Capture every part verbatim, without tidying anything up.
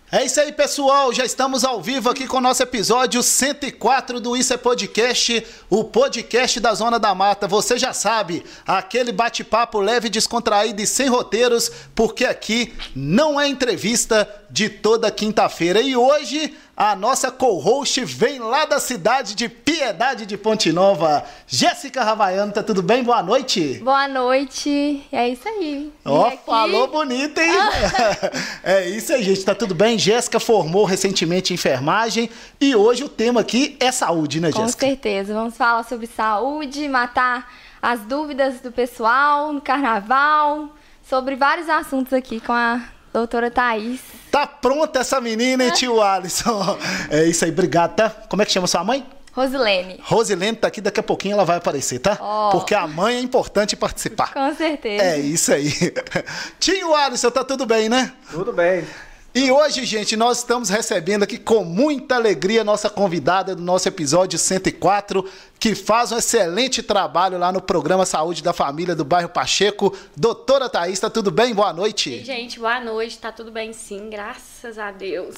É isso aí, pessoal, já estamos ao vivo aqui com o nosso episódio cento e quatro do Isso é Podcast, o podcast da Zona da Mata. Você já sabe, aquele bate-papo leve, descontraído e sem roteiros, porque aqui não é entrevista de toda quinta-feira. E hoje a nossa co-host vem lá da cidade de Piedade de Ponte Nova, Jéssica Ravaiano. Tá tudo bem? Boa noite. Boa noite. É isso aí. Ó, oh, falou bonito, hein? É isso aí, gente. Tá tudo bem? Jéssica formou recentemente em enfermagem e hoje o tema aqui é saúde, né, Jéssica? Com certeza. Vamos falar sobre saúde, matar as dúvidas do pessoal no carnaval, sobre vários assuntos aqui com a doutora Thaís. Tá pronta essa menina, hein, tio Alisson? É isso aí, obrigado, tá? Como é que chama sua mãe? Rosilene. Rosilene tá aqui, daqui a pouquinho ela vai aparecer, tá? Oh. Porque a mãe é importante participar. Com certeza. É isso aí. Tio Alisson, tá tudo bem, né? Tudo bem. E hoje, gente, nós estamos recebendo aqui com muita alegria a nossa convidada do nosso episódio cento e quatro, que faz um excelente trabalho lá no programa Saúde da Família do bairro Pacheco. Doutora Thaís, tá tudo bem? Boa noite. E, gente, boa noite. Tá tudo bem, sim, graças a Deus.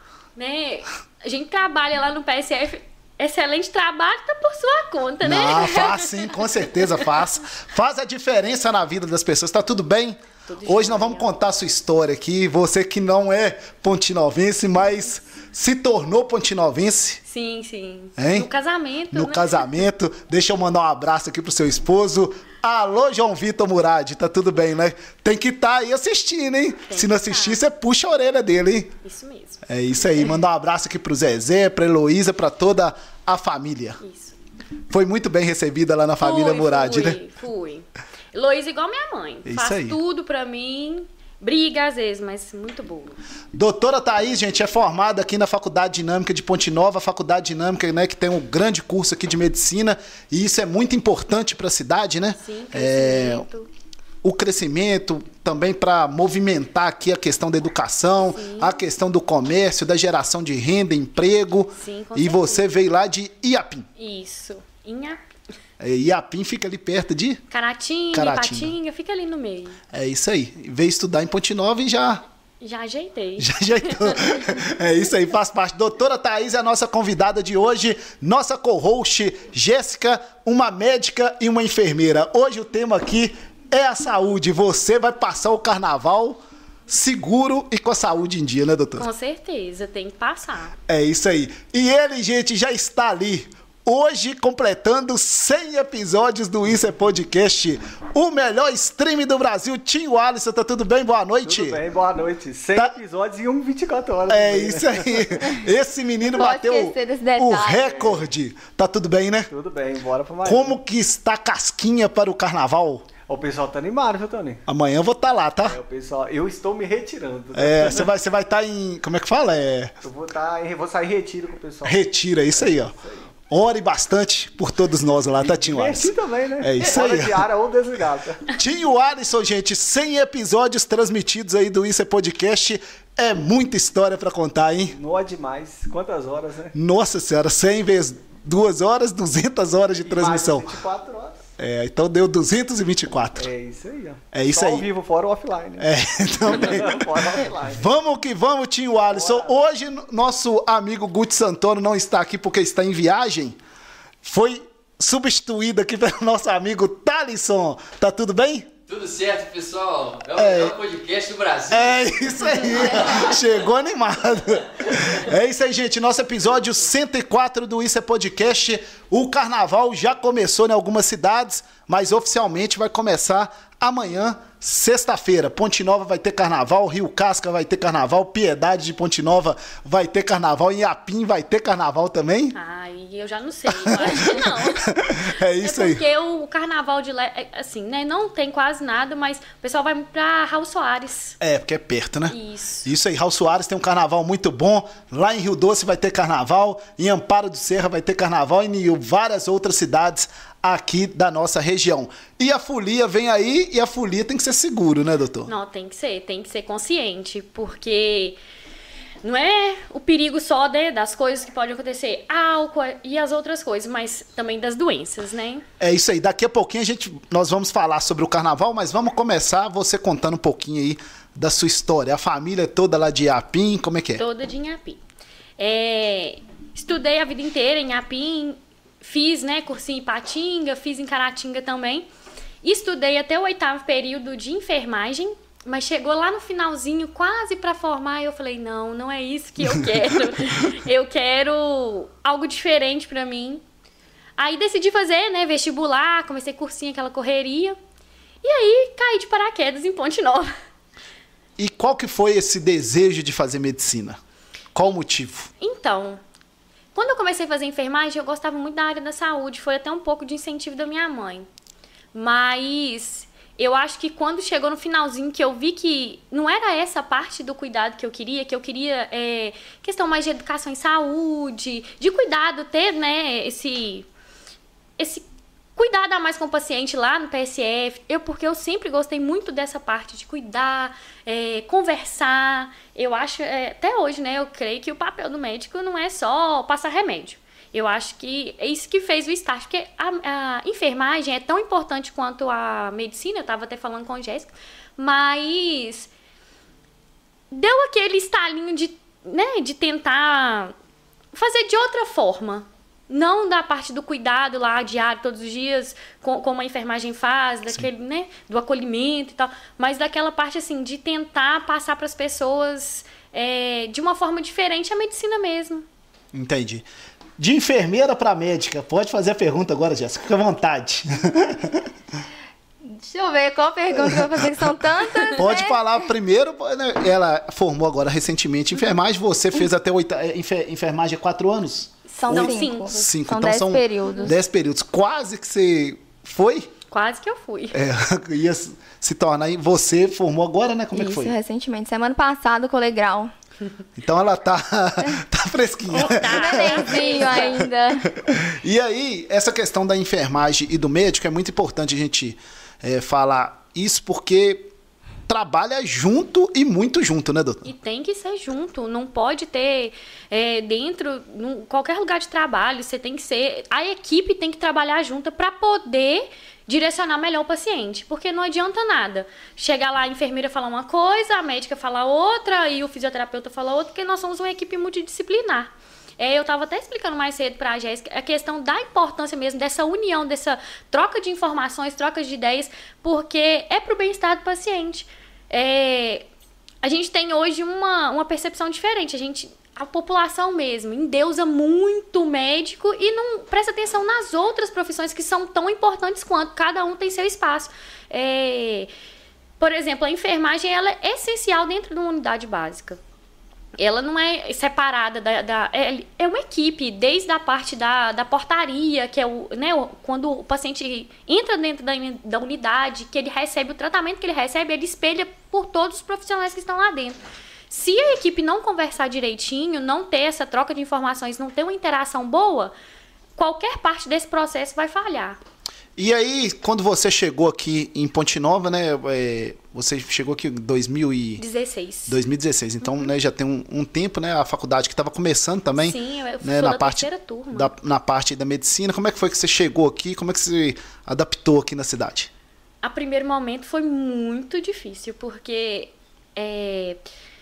Né? A gente trabalha lá no P S F. Excelente trabalho, tá por sua conta, né? Ah, faz sim, com certeza faz. Faz a diferença na vida das pessoas. Tá tudo bem? Tudo Hoje bem, nós vamos contar a sua história aqui. Você que não é pontinovense, mas se tornou pontinovense. Sim, sim. Hein? No casamento, No né? casamento. Deixa eu mandar um abraço aqui pro seu esposo. Alô, João Vitor Murad, tá tudo bem, né? Tem que estar tá aí assistindo, hein? Tem Se não assistir, você puxa a orelha dele, hein? Isso mesmo. É isso aí. Mandar um abraço aqui pro Zezé, pra Heloísa, pra toda a família. Isso. Foi muito bem recebida lá na família fui, Murad, fui, né? Fui. Heloísa igual minha mãe. Isso Faz aí. tudo pra mim. Briga às vezes, mas muito boa. Doutora Thaís, gente, é formada aqui na Faculdade Dinâmica de Ponte Nova, Faculdade Dinâmica, né, que tem um grande curso aqui de medicina, e isso é muito importante para a cidade, né? Sim, crescimento. É, o crescimento também para movimentar aqui a questão da educação, Sim. a questão do comércio, da geração de renda, emprego. Sim, com e certeza. Você veio lá de Iapim. Isso. Inha. É, Iapim fica ali perto de Caratinga, Caratinga, Ipatinga, fica ali no meio. É isso aí. Veio estudar em Ponte Nova e já... Já ajeitei. Já ajeitou. É isso aí, faz parte. Doutora Thaís é a nossa convidada de hoje, nossa co-host Jéssica, uma médica e uma enfermeira. Hoje o tema aqui é a saúde. Você vai passar o carnaval seguro e com a saúde em dia, né, doutora? Com certeza, tem que passar. É isso aí. E ele, gente, já está ali. Hoje, completando cem episódios do Isso é Podcast, o melhor stream do Brasil. Tio Alisson, tá tudo bem? Boa noite. Tudo bem, boa noite. cem tá... episódios em um vinte e quatro horas. É também, isso né? aí. Esse menino Pode bateu o recorde. Tá tudo bem, né? Tudo bem, bora pra mais. Como que está a casquinha para o carnaval? O pessoal tá animado, viu, Tony? Amanhã eu vou estar tá lá, tá? É, o pessoal, eu estou me retirando. É, você vai você vai estar tá em, como é que fala? É... Eu vou tá em, vou sair em retiro com o pessoal. Retira, isso aí, ó. Isso aí. Ore bastante por todos nós lá, tá, Tio Alisson? também, né? É isso aí. Hora diária ou desligada. Tio Alisson, gente, cem episódios transmitidos aí do Isso é Podcast. É muita história pra contar, hein? Não é demais. Quantas horas, né? Nossa Senhora, cem vezes duas horas, duzentas horas de transmissão. E mais vinte e quatro horas. É, então deu duzentos e vinte e quatro. É isso aí, ó. É isso Só aí. ao vivo, fora o offline. É, também. Fora o offline. Vamos que vamos, Tio Alisson. Bora. Hoje, nosso amigo Guti Santoro não está aqui porque está em viagem. Foi substituído aqui pelo nosso amigo Thalisson. Tá tudo bem? Tudo certo, pessoal. É o É. melhor podcast do Brasil. É isso aí. Chegou animado. É isso aí, gente. Nosso episódio cento e quatro do Isso é Podcast. O carnaval já começou em algumas cidades, mas oficialmente vai começar amanhã, sexta-feira. Ponte Nova vai ter carnaval, Rio Casca vai ter carnaval, Piedade de Ponte Nova vai ter carnaval, Iapim vai ter carnaval também? Ai, eu já não sei, eu acho que não. É isso aí. É porque o carnaval de lá, é, assim, né, não tem quase nada, mas o pessoal vai pra Raul Soares. É, porque é perto, né? Isso. Isso aí, Raul Soares tem um carnaval muito bom, lá em Rio Doce vai ter carnaval, em Amparo do Serra vai ter carnaval e em várias outras cidades aqui da nossa região. E a folia vem aí e a folia tem que ser seguro, né, doutor? Não, tem que ser, tem que ser consciente, porque não é o perigo só de, das coisas que podem acontecer, álcool e as outras coisas, mas também das doenças, né? É isso aí, daqui a pouquinho a gente, nós vamos falar sobre o carnaval, mas vamos começar você contando um pouquinho aí da sua história? A família toda lá de Iapim, como é que é? Toda de Inhapim. É, estudei a vida inteira em Inhapim, fiz, né, cursinho em Ipatinga, fiz em Caratinga também. Estudei até o oitavo período de enfermagem, mas chegou lá no finalzinho, quase para formar, e eu falei, não, não é isso que eu quero. Eu quero algo diferente para mim. Aí decidi fazer, né, vestibular, comecei cursinho, aquela correria. E aí caí de paraquedas em Ponte Nova. E qual que foi esse desejo de fazer medicina? Qual o motivo? Então, quando eu comecei a fazer enfermagem, eu gostava muito da área da saúde. Foi até um pouco de incentivo da minha mãe. Mas eu acho que quando chegou no finalzinho, que eu vi que não era essa parte do cuidado que eu queria, que eu queria é, questão mais de educação em saúde, de cuidado, ter, né, esse, esse cuidado a mais com o paciente lá no P S F, eu, porque eu sempre gostei muito dessa parte de cuidar, é, conversar. Eu acho, é, até hoje, né, eu creio que o papel do médico não é só passar remédio. Eu acho que é isso que fez o start, porque a, a enfermagem é tão importante quanto a medicina, eu estava até falando com a Jéssica, mas deu aquele estalinho de, né, de tentar fazer de outra forma. Não da parte do cuidado lá diário, todos os dias, com, como a enfermagem faz, daquele, né, do acolhimento e tal, mas daquela parte assim, de tentar passar para as pessoas é, de uma forma diferente a medicina mesmo. Entendi. De enfermeira para médica, pode fazer a pergunta agora, Jéssica, fica à vontade. Deixa eu ver qual pergunta que eu vou fazer, que são tantas. Pode né? falar primeiro, né, ela formou agora recentemente enfermagem, você fez até oita, enfer, enfermagem há quatro anos? São Oito. cinco. Cinco, São então dez são períodos. dez períodos. Quase que você foi, Quase que eu fui. é, ia se tornar, você formou agora, né? Como é que Isso, foi? recentemente. Semana passada, o colegial. Então ela tá, tá fresquinha. Nenenzinho ainda. E aí, essa questão da enfermagem e do médico é muito importante a gente é, falar isso, porque trabalha junto e muito junto, né, doutor? E tem que ser junto, não pode ter é, dentro, em qualquer lugar de trabalho, você tem que ser, a equipe tem que trabalhar junto para poder direcionar melhor o paciente, porque não adianta nada chegar lá, a enfermeira falar uma coisa, a médica falar outra e o fisioterapeuta falar outra, porque nós somos uma equipe multidisciplinar. É, eu estava até explicando mais cedo para a Jéssica a questão da importância mesmo dessa união, dessa troca de informações, troca de ideias, porque é para o bem-estar do paciente. É, a gente tem hoje uma, uma percepção diferente, a gente, a população mesmo endeusa muito o médico e não presta atenção nas outras profissões que são tão importantes quanto, cada um tem seu espaço. É, por exemplo, a enfermagem ela é essencial dentro de uma unidade básica. Ela não é separada da... da é, é uma equipe, desde a parte da, da portaria, que é o, né, o, quando o paciente entra dentro da, da unidade, que ele recebe o tratamento que ele recebe, ele espelha por todos os profissionais que estão lá dentro. Se a equipe não conversar direitinho, não ter essa troca de informações, não ter uma interação boa, qualquer parte desse processo vai falhar. E aí, quando você chegou aqui em Ponte Nova, né? É, você chegou aqui em dois mil e dezesseis. dois mil e dezesseis. Então, uhum. né, já tem um, um tempo, né? A faculdade que estava começando também. Sim, eu né, sou na da parte terceira turma. Da, na parte da medicina. Como é que foi que você chegou aqui? Como é que você adaptou aqui na cidade? A primeiro momento foi muito difícil, porque é,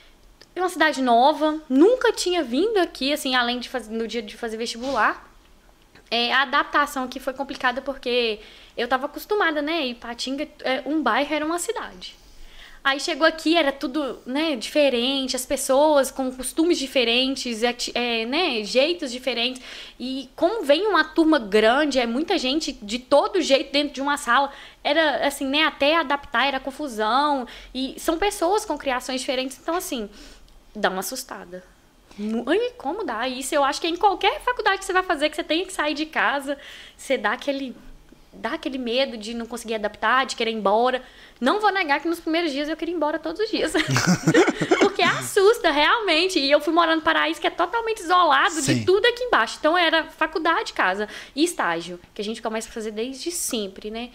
é uma cidade nova, nunca tinha vindo aqui, assim, além de fazer, no dia de fazer vestibular. É, a adaptação aqui foi complicada porque eu estava acostumada, né? Ipatinga, é, um bairro era uma cidade. Aí chegou aqui, era tudo, né, diferente, as pessoas com costumes diferentes, é, né, jeitos diferentes. E como vem uma turma grande, é muita gente de todo jeito dentro de uma sala, era assim, né, até adaptar, era confusão. E são pessoas com criações diferentes, então assim, dá uma assustada. Ai, como dá? Isso eu acho que é em qualquer faculdade que você vai fazer, que você tenha que sair de casa, você dá aquele, dá aquele medo de não conseguir adaptar, de querer ir embora. Não vou negar que nos primeiros dias eu queria ir embora todos os dias. Porque assusta, realmente. E eu fui morando no Paraíso, que é totalmente isolado Sim. de tudo aqui embaixo. Então era faculdade, casa e estágio, que a gente começa a fazer desde sempre, né?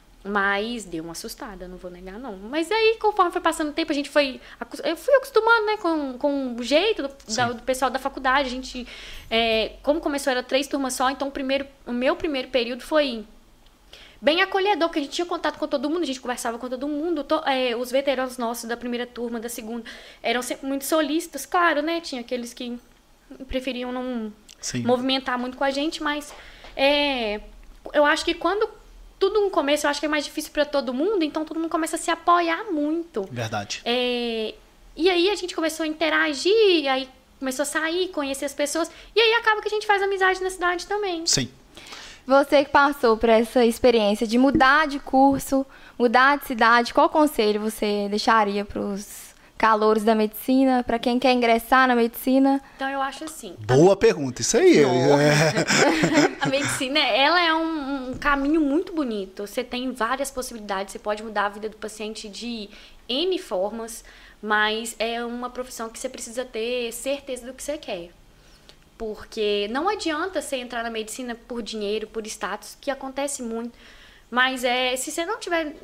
Mas deu uma assustada, não vou negar, não. Mas aí, conforme foi passando o tempo, a gente foi... Eu fui acostumando, né, com, com o jeito do, da, do pessoal da faculdade. A gente... É, como começou, era três turmas só. Então, o, primeiro, o meu primeiro período foi bem acolhedor, porque a gente tinha contato com todo mundo, a gente conversava com todo mundo. To, é, os veteranos nossos da primeira turma, da segunda, eram sempre muito solícitos, claro, né? Tinha aqueles que preferiam não Sim. movimentar muito com a gente, mas é, eu acho que quando tudo no começo, eu acho que é mais difícil para todo mundo, então todo mundo começa a se apoiar muito. Verdade. É, e aí a gente começou a interagir, aí começou a sair, conhecer as pessoas, e aí acaba que a gente faz amizade na cidade também. Sim. Você que passou por essa experiência de mudar de curso, mudar de cidade, qual conselho você deixaria para os calouros da medicina, para quem quer ingressar na medicina? Então eu acho assim. Boa pergunta, isso aí. É. A medicina, ela é um, um caminho muito bonito. Você tem várias possibilidades, você pode mudar a vida do paciente de N formas, mas é uma profissão que você precisa ter certeza do que você quer. Porque não adianta você entrar na medicina por dinheiro, por status, que acontece muito. Mas é, se você não tiver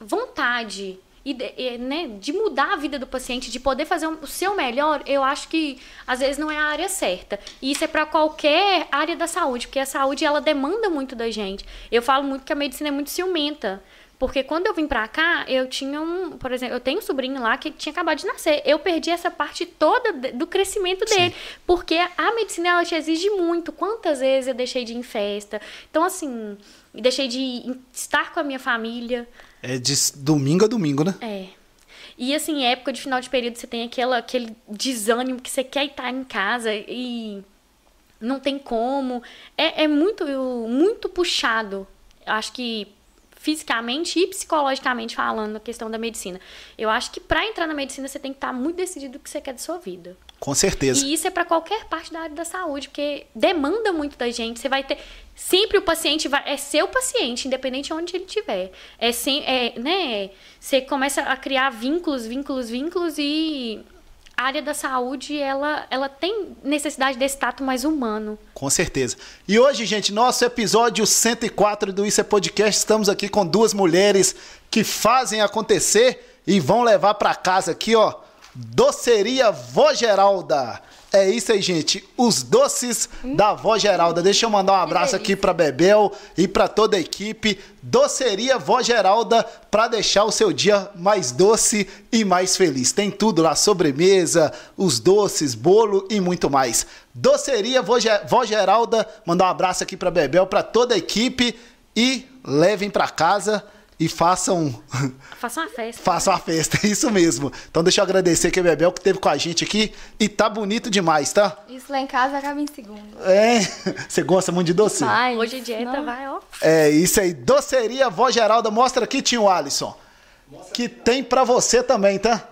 vontade e, e, né, de mudar a vida do paciente, de poder fazer um, o seu melhor, eu acho que às vezes não é a área certa. E isso é para qualquer área da saúde, porque a saúde ela demanda muito da gente. Eu falo muito que a medicina é muito ciumenta. Porque quando eu vim pra cá, eu tinha um... Por exemplo, eu tenho um sobrinho lá que tinha acabado de nascer. Eu perdi essa parte toda do crescimento dele. Sim. Porque a medicina, ela te exige muito. Quantas vezes eu deixei de ir em festa. Então, assim, deixei de estar com a minha família. É de domingo a domingo, né? É. E, assim, época de final de período, você tem aquela, aquele desânimo que você quer estar em casa e não tem como. É, é muito, muito puxado. Eu acho que... fisicamente e psicologicamente falando, a questão da medicina. Eu acho que para entrar na medicina você tem que estar muito decidido o que você quer da sua vida. Com certeza. E isso é para qualquer parte da área da saúde, porque demanda muito da gente. Você vai ter... Sempre o paciente vai... É seu paciente, independente de onde ele estiver. É, sem, é, né? Você começa a criar vínculos, vínculos, vínculos e... A área da saúde, ela, ela tem necessidade desse tato mais humano. Com certeza. E hoje, gente, nosso episódio cento e quatro do Isso é Podcast, estamos aqui com duas mulheres que fazem acontecer e vão levar para casa aqui, ó, Doceria Vó Geralda. É isso aí, gente, os doces hum. da Vó Geralda. Deixa eu mandar um abraço aqui para Bebel e para toda a equipe. Doceria Vó Geralda, para deixar o seu dia mais doce e mais feliz. Tem tudo lá, sobremesa, os doces, bolo e muito mais. Doceria Vó, Ge- Vó Geralda, mandar um abraço aqui para Bebel, para toda a equipe e levem para casa e façam... Façam uma festa. Façam uma festa, isso mesmo. Então deixa eu agradecer aqui a Bebel que esteve com a gente aqui e tá bonito demais, tá? Isso lá em casa acaba em segundo. É, você gosta muito de doce? Demais. Hoje a dieta Não. vai, ó. É, isso aí. Doceria Vó Geralda, mostra aqui, tio Alisson. Mostra que tem pra você também, tá?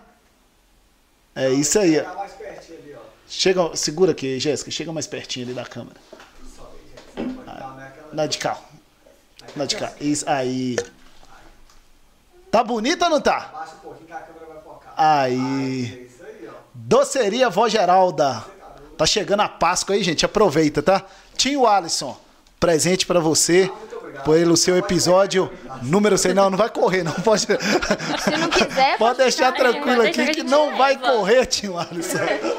É não, isso aí. Chega mais pertinho ali, ó. Chega, segura aqui, Jéssica, chega mais pertinho ali da câmera. Ah, na de cá. Na de cá. Isso aí. Tá bonito ou não tá? Abaixa um pouquinho que a câmera vai focar. Aí. Doceria Vó Geralda. Tá chegando a Páscoa aí, gente. Aproveita, tá? Tio Alisson, presente pra você. Pelo seu episódio número cem. Não, não vai correr, não pode. Se não quiser, pode deixar tranquilo é, aqui que não vai correr, tio Alisson.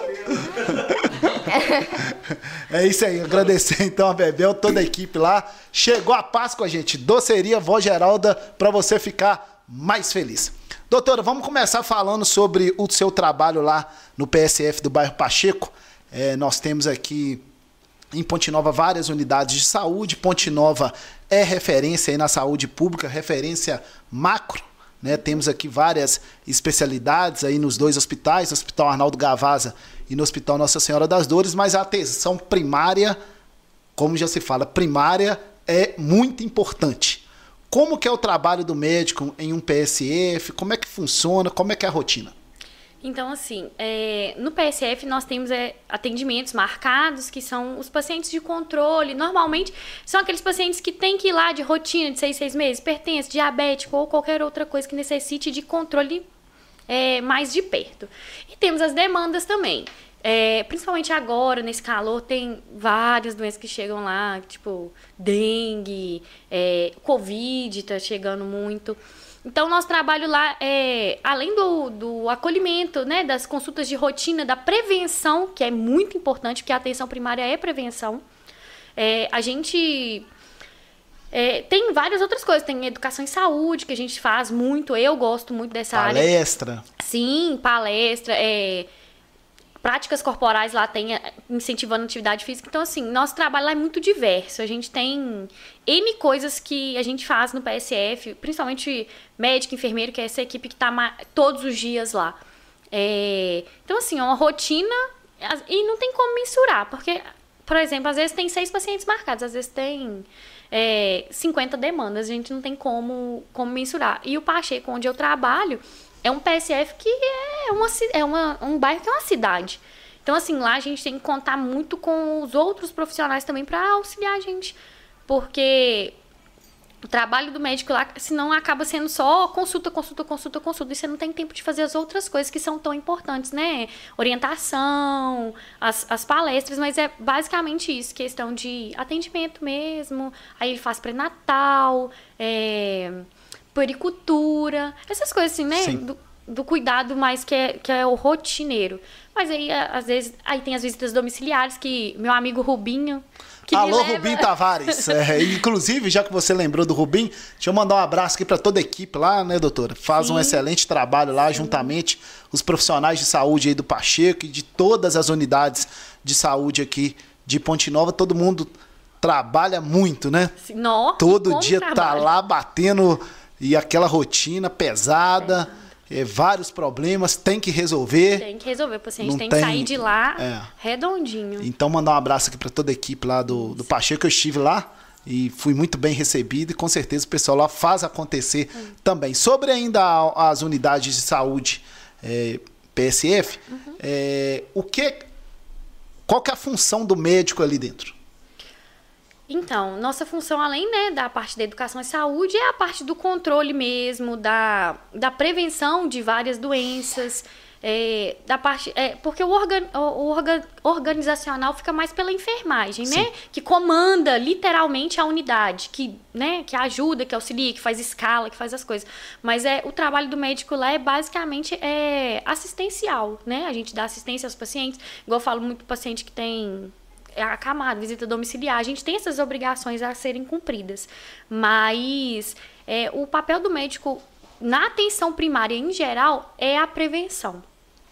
É isso aí, agradecer então a Bebel, toda a equipe lá. Chegou a Páscoa, gente. Doceria Vó Geralda pra você ficar mais feliz. Doutora, vamos começar falando sobre o seu trabalho lá no P S F do bairro Pacheco. É, nós temos aqui em Ponte Nova várias unidades de saúde. Ponte Nova é referência aí na saúde pública, referência macro, né? Temos aqui várias especialidades aí nos dois hospitais, no Hospital Arnaldo Gavaza e no Hospital Nossa Senhora das Dores, mas a atenção primária, como já se fala, primária é muito importante. Como que é o trabalho do médico em um P S F? Como é que funciona? Como é que é a rotina? Então, assim, é, no P S F nós temos é, atendimentos marcados, que são os pacientes de controle. Normalmente, são aqueles pacientes que têm que ir lá de rotina de seis, seis meses, hipertenso, diabético ou qualquer outra coisa que necessite de controle é, mais de perto. E temos as demandas também. É, principalmente agora, nesse calor, tem várias doenças que chegam lá, tipo dengue, é, Covid tá chegando muito. Então, nosso trabalho lá é, além do, do acolhimento, né, das consultas de rotina, da prevenção, que é muito importante, porque a atenção primária é prevenção, é, a gente É, tem várias outras coisas. Tem educação em saúde, que a gente faz muito. Eu gosto muito dessa área. Palestra. Sim, palestra. É, práticas corporais lá tem incentivando atividade física. Então, assim, nosso trabalho lá é muito diverso. A gente tem N coisas que a gente faz no P S F, principalmente médico, enfermeiro, que é essa equipe que está todos os dias lá. É, então, assim, é uma rotina e não tem como mensurar, porque, por exemplo, às vezes tem seis pacientes marcados, às vezes tem é, cinquenta demandas, a gente não tem como, como mensurar. E o Pacheco, onde eu trabalho, é um P S F que é, uma, é uma, um bairro que é uma cidade. Então, assim, lá a gente tem que contar muito com os outros profissionais também para auxiliar a gente, porque o trabalho do médico lá, senão acaba sendo só consulta, consulta, consulta, consulta. E você não tem tempo de fazer as outras coisas que são tão importantes, né? Orientação, as, as palestras, mas é basicamente isso, questão de atendimento mesmo. Aí ele faz pré-natal, é, puericultura, essas coisas assim, né? Do, do cuidado mais que é, que é o rotineiro. Mas aí, às vezes, aí tem as visitas domiciliares, que meu amigo Rubinho... Que Alô, leva... Rubim Tavares. É, inclusive, já que você lembrou do Rubim, deixa eu mandar um abraço aqui para toda a equipe lá, né, doutora? Faz Sim. um excelente trabalho lá, Sim. juntamente os profissionais de saúde aí do Pacheco e de todas as unidades de saúde aqui de Ponte Nova. Todo mundo trabalha muito, né? Sim. Nossa, todo dia trabalho. Tá lá batendo e aquela rotina pesada. É. É, vários problemas, tem que resolver. Tem que resolver, o paciente tem, tem que sair de lá é. redondinho. Então, mandar um abraço aqui para toda a equipe lá do, do Pacheco. Eu estive lá e fui muito bem recebido e com certeza o pessoal lá faz acontecer hum. também. Sobre ainda as unidades de saúde é, P S F, uhum. é, o que, qual que é a função do médico ali dentro? Então, nossa função, além, né, da parte da educação e saúde, é a parte do controle mesmo, da, da prevenção de várias doenças, é, da parte, é, porque o, organ, o organ, organizacional fica mais pela enfermagem, Sim. né, que comanda literalmente a unidade, que, né, que ajuda, que auxilia, que faz escala, que faz as coisas. Mas é, o trabalho do médico lá é basicamente é, assistencial, né, a gente dá assistência aos pacientes, igual eu falo muito do paciente que tem... é acamado, visita domiciliar, a gente tem essas obrigações a serem cumpridas, mas é, o papel do médico na atenção primária em geral é a prevenção.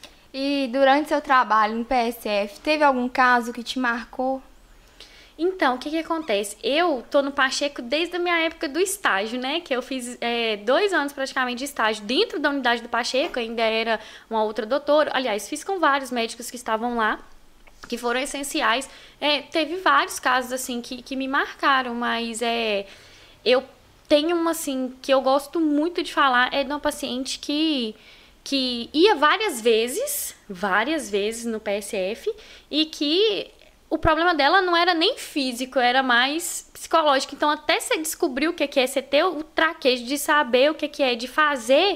E durante seu trabalho no P S F, teve algum caso que te marcou? Então, o que que acontece? Eu tô no Pacheco desde a minha época do estágio, né? Que eu fiz é, dois anos praticamente de estágio dentro da unidade do Pacheco, ainda era uma outra doutora, aliás, fiz com vários médicos que estavam lá, que foram essenciais. É, teve vários casos, assim, que, que me marcaram, mas é, eu tenho uma, assim, que eu gosto muito de falar, é de uma paciente que, que ia várias vezes, várias vezes no P S F, e que o problema dela não era nem físico, era mais psicológico. Então, até você descobrir o que é, você ter o traquejo de saber o que é, de fazer,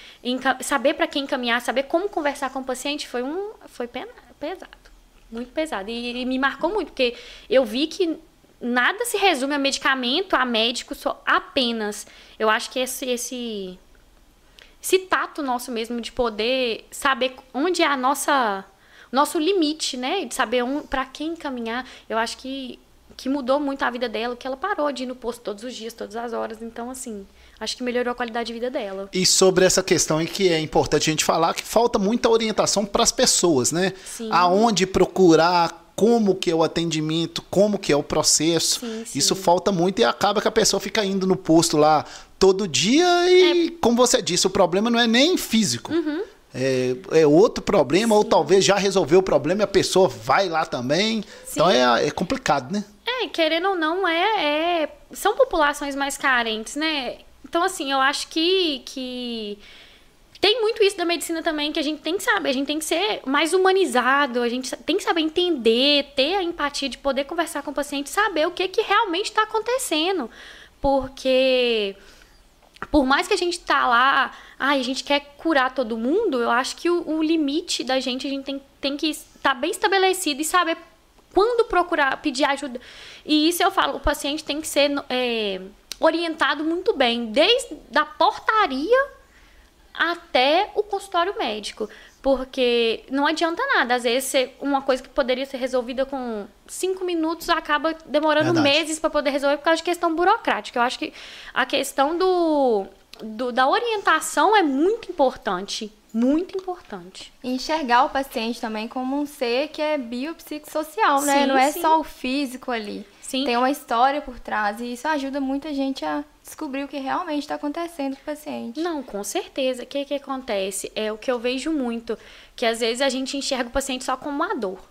saber para quem encaminhar, saber como conversar com o paciente, foi, um, foi pesado. Muito pesado. E, e me marcou muito, porque eu vi que nada se resume a medicamento, a médico, só apenas. Eu acho que esse, esse, esse tato nosso mesmo de poder saber onde é a nossa, nosso limite, né? De saber um, para quem caminhar. Eu acho que, que mudou muito a vida dela, que ela parou de ir no posto todos os dias, todas as horas. Então, assim... acho que melhorou a qualidade de vida dela. E sobre essa questão aí que é importante a gente falar, que falta muita orientação para as pessoas, né? Sim. Aonde procurar, como que é o atendimento, como que é o processo. Sim, sim. Isso falta muito e acaba que a pessoa fica indo no posto lá todo dia e, é... como você disse, o problema não é nem físico. Uhum. É, é outro problema, Sim. ou talvez já resolveu o problema e a pessoa vai lá também. Sim. Então é, é complicado, né? É, querendo ou não, é, é... são populações mais carentes, né? Então, assim, eu acho que, que tem muito isso da medicina também, que a gente tem que saber, a gente tem que ser mais humanizado, a gente tem que saber entender, ter a empatia de poder conversar com o paciente, saber o que, que realmente está acontecendo. Porque, por mais que a gente tá lá, ah, a gente quer curar todo mundo, eu acho que o, o limite da gente, a gente tem, tem que estar bem estabelecido e saber quando procurar, pedir ajuda. E isso eu falo, o paciente tem que ser... É, orientado muito bem, desde a portaria até o consultório médico. Porque não adianta nada. Às vezes, você- uma coisa que poderia ser resolvida com cinco minutos acaba demorando Verdade. meses para poder resolver por causa de questão burocrática. Eu acho que a questão do, do- da orientação é muito importante. Muito importante. E enxergar o paciente também como um ser que é biopsicossocial, né? Sim, Não é sim. só o físico ali. Sim. Tem uma história por trás e isso ajuda muita gente a descobrir o que realmente está acontecendo com o paciente. Não, com certeza. O que que acontece? É o que eu vejo muito, que às vezes a gente enxerga o paciente só como uma dor.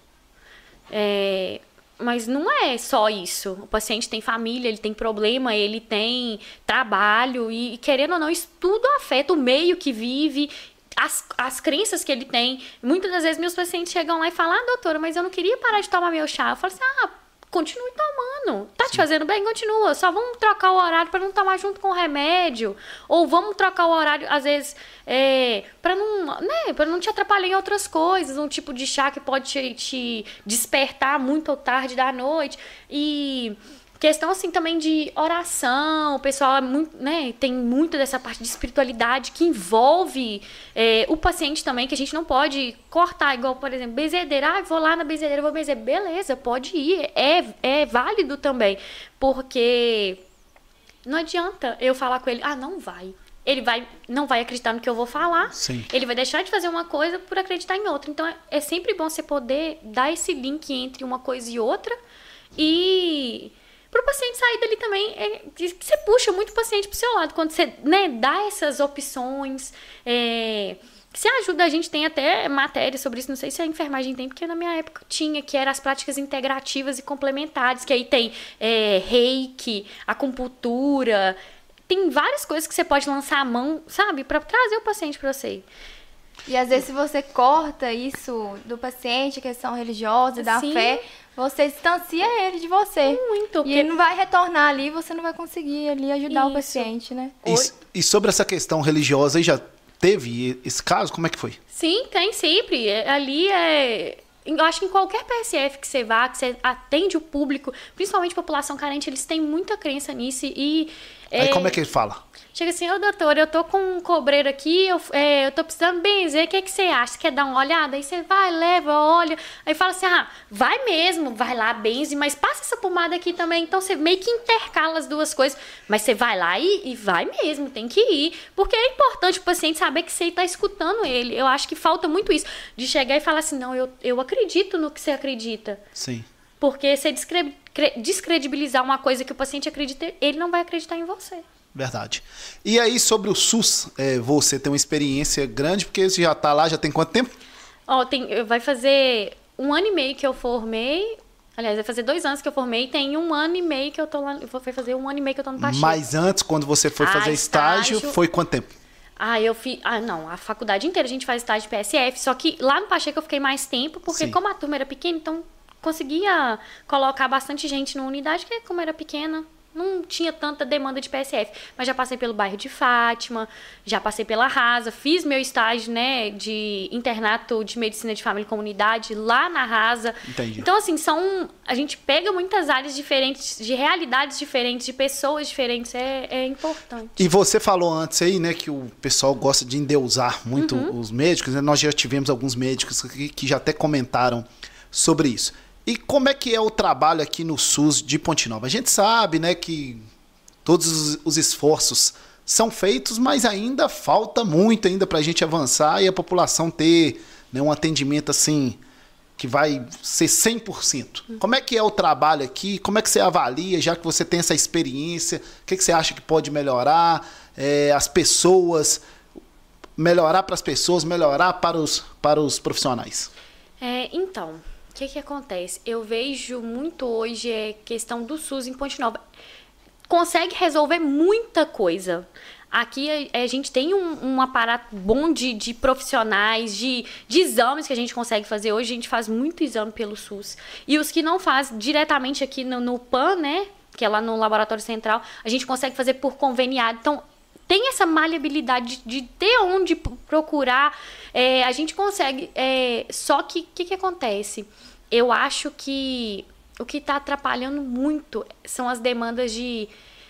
É, mas não é só isso. O paciente tem família, ele tem problema, ele tem trabalho e, querendo ou não, isso tudo afeta o meio que vive, as, as crenças que ele tem. Muitas das vezes meus pacientes chegam lá e falam: ah, doutora, mas eu não queria parar de tomar meu chá. Eu falo assim: ah, continue tomando. Tá te fazendo bem? Continua. Só vamos trocar o horário para não tomar junto com o remédio. Ou vamos trocar o horário, às vezes, é, para não, né, para não te atrapalhar em outras coisas. Um tipo de chá que pode te, te despertar muito ou tarde da noite. E questão, assim, também de oração. O pessoal é muito, né, tem muito dessa parte de espiritualidade que envolve é, o paciente também, que a gente não pode cortar. Igual, por exemplo, benzedeira. Ah, vou lá na benzedeira, vou benzer. Beleza, pode ir. É, é válido também. Porque não adianta eu falar com ele: ah, não vai. Ele vai, não vai acreditar no que eu vou falar. Sim. Ele vai deixar de fazer uma coisa por acreditar em outra. Então, é, é sempre bom você poder dar esse link entre uma coisa e outra. E para o paciente sair dali também, é, que você puxa muito o paciente para o seu lado. Quando você, né, dá essas opções, é, você ajuda. A gente tem até matéria sobre isso, não sei se a enfermagem tem, porque na minha época tinha, que eram as práticas integrativas e complementares, que aí tem é, reiki, acupuntura, tem várias coisas que você pode lançar a mão, sabe, para trazer o paciente para você. E às vezes se você corta isso do paciente, a questão religiosa, da Sim. fé, você distancia ele de você. Muito, E porque- ele não vai retornar ali, você não vai conseguir ali ajudar o Isso. paciente, né? E, e sobre essa questão religiosa aí, já teve esse caso? Como é que foi? Sim, tem sempre. É, Ali é... Eu acho que em qualquer P S F que você vá, que você atende o público, principalmente população carente, eles têm muita crença nisso e... Aí é, como é que ele fala? Chega assim: ô doutor, eu tô com um cobreiro aqui, eu, é, eu tô precisando benzer, o que, é que você acha? Você quer dar uma olhada? Aí você vai, leva, olha. Aí fala assim: ah, vai mesmo, vai lá, benze, mas passa essa pomada aqui também. Então você meio que intercala as duas coisas. Mas você vai lá e, e vai mesmo, tem que ir. Porque é importante o paciente saber que você está escutando ele. Eu acho que falta muito isso, de chegar e falar assim: não, eu, eu acredito no que você acredita. Sim. Porque você descre- cre- descredibilizar uma coisa que o paciente acredita, ele não vai acreditar em você. Verdade. E aí, sobre o SUS, é, você tem uma experiência grande, porque você já está lá, já tem quanto tempo? Ó, tem, vai fazer um ano e meio que eu formei. Aliás, vai fazer dois anos que eu formei. Tem um ano e meio que eu tô lá. Vai fazer um ano e meio que eu tô no Pacheco. Mas antes, quando você foi Ah, fazer estágio, estágio. foi quanto tempo? Ah, eu fiz. Ah, não. A faculdade inteira a gente faz estágio de P S F. Só que lá no Pacheco eu fiquei mais tempo, porque Sim. como a turma era pequena, então conseguia colocar bastante gente numa unidade, que como era pequena, não tinha tanta demanda de P S F. Mas já passei pelo bairro de Fátima, já passei pela Rasa, fiz meu estágio, né, de internato de medicina de família e comunidade lá na Rasa. Entendi. Então, assim, são... A gente pega muitas áreas diferentes, de realidades diferentes, de pessoas diferentes. É, é importante. E você falou antes aí, né, que o pessoal gosta de endeusar muito Uhum. os médicos, né? Nós já tivemos alguns médicos que, que já até comentaram sobre isso. E como é que é o trabalho aqui no SUS de Ponte Nova? A gente sabe, né, que todos os, os esforços são feitos, mas ainda falta muito ainda para a gente avançar e a população ter, né, um atendimento assim que vai ser cem por cento. Como é que é o trabalho aqui? Como é que você avalia, já que você tem essa experiência? O que, que você acha que pode melhorar? É, as pessoas, melhorar para as pessoas, melhorar para os, para os profissionais? É, então, o que que acontece? Eu vejo muito hoje é questão do SUS em Ponte Nova. Consegue resolver muita coisa. Aqui a, a gente tem um, um aparato bom de, de profissionais, de, de exames que a gente consegue fazer. Hoje a gente faz muito exame pelo SUS. E os que não faz diretamente aqui no, no P A N, né, que é lá no Laboratório Central, a gente consegue fazer por conveniado. Então, tem essa maleabilidade de, de ter onde p- procurar. É, a gente consegue. É, só que o que, que acontece? Eu acho que o que está atrapalhando muito são as demandas de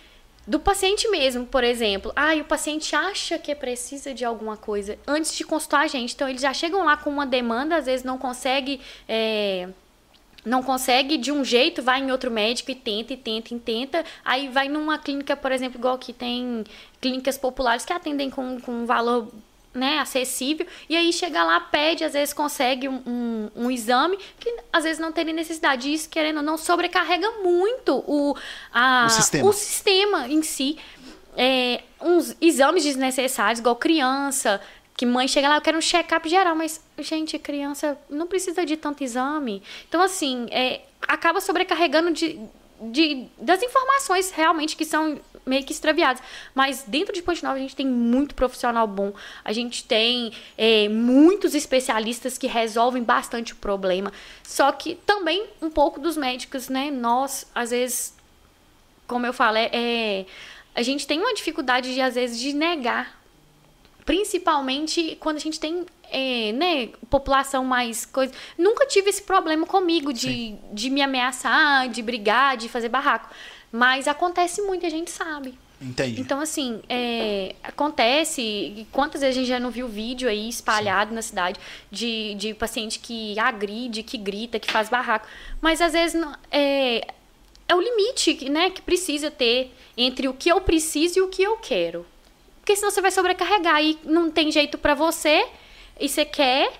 do paciente mesmo, por exemplo. Ah, e o paciente acha que precisa de alguma coisa antes de consultar a gente. Então, eles já chegam lá com uma demanda, às vezes não consegue... É, não consegue de um jeito, vai em outro médico e tenta, e tenta, e tenta. Aí vai numa clínica, por exemplo, igual que tem clínicas populares que atendem com, com um valor, né, acessível. E aí chega lá, pede, às vezes consegue um, um, um exame que às vezes não teria necessidade. Isso, querendo ou não, sobrecarrega muito o, a, O sistema. o sistema em si. É, uns exames desnecessários, igual criança... Que mãe chega lá, eu quero um check-up geral, mas, gente, criança não precisa de tanto exame. Então, assim, é, acaba sobrecarregando de, de, das informações realmente que são meio que extraviadas. Mas dentro de Ponte Nova a gente tem muito profissional bom. A gente tem é, muitos especialistas que resolvem bastante o problema. Só que também um pouco dos médicos, né? Nós, às vezes, como eu falo, é, é, a gente tem uma dificuldade, de, às vezes, de negar. Principalmente quando a gente tem, é, né, população mais coisa. Nunca tive esse problema comigo de, de me ameaçar, de brigar, de fazer barraco. Mas acontece muito, a gente sabe. Entendi. Então, assim, é, acontece. E quantas vezes a gente já não viu vídeo aí espalhado Sim. na cidade de, de paciente que agride, que grita, que faz barraco. Mas às vezes não, é, é o limite, né, que precisa ter entre o que eu preciso e o que eu quero. Porque senão você vai sobrecarregar e não tem jeito pra você, e você quer,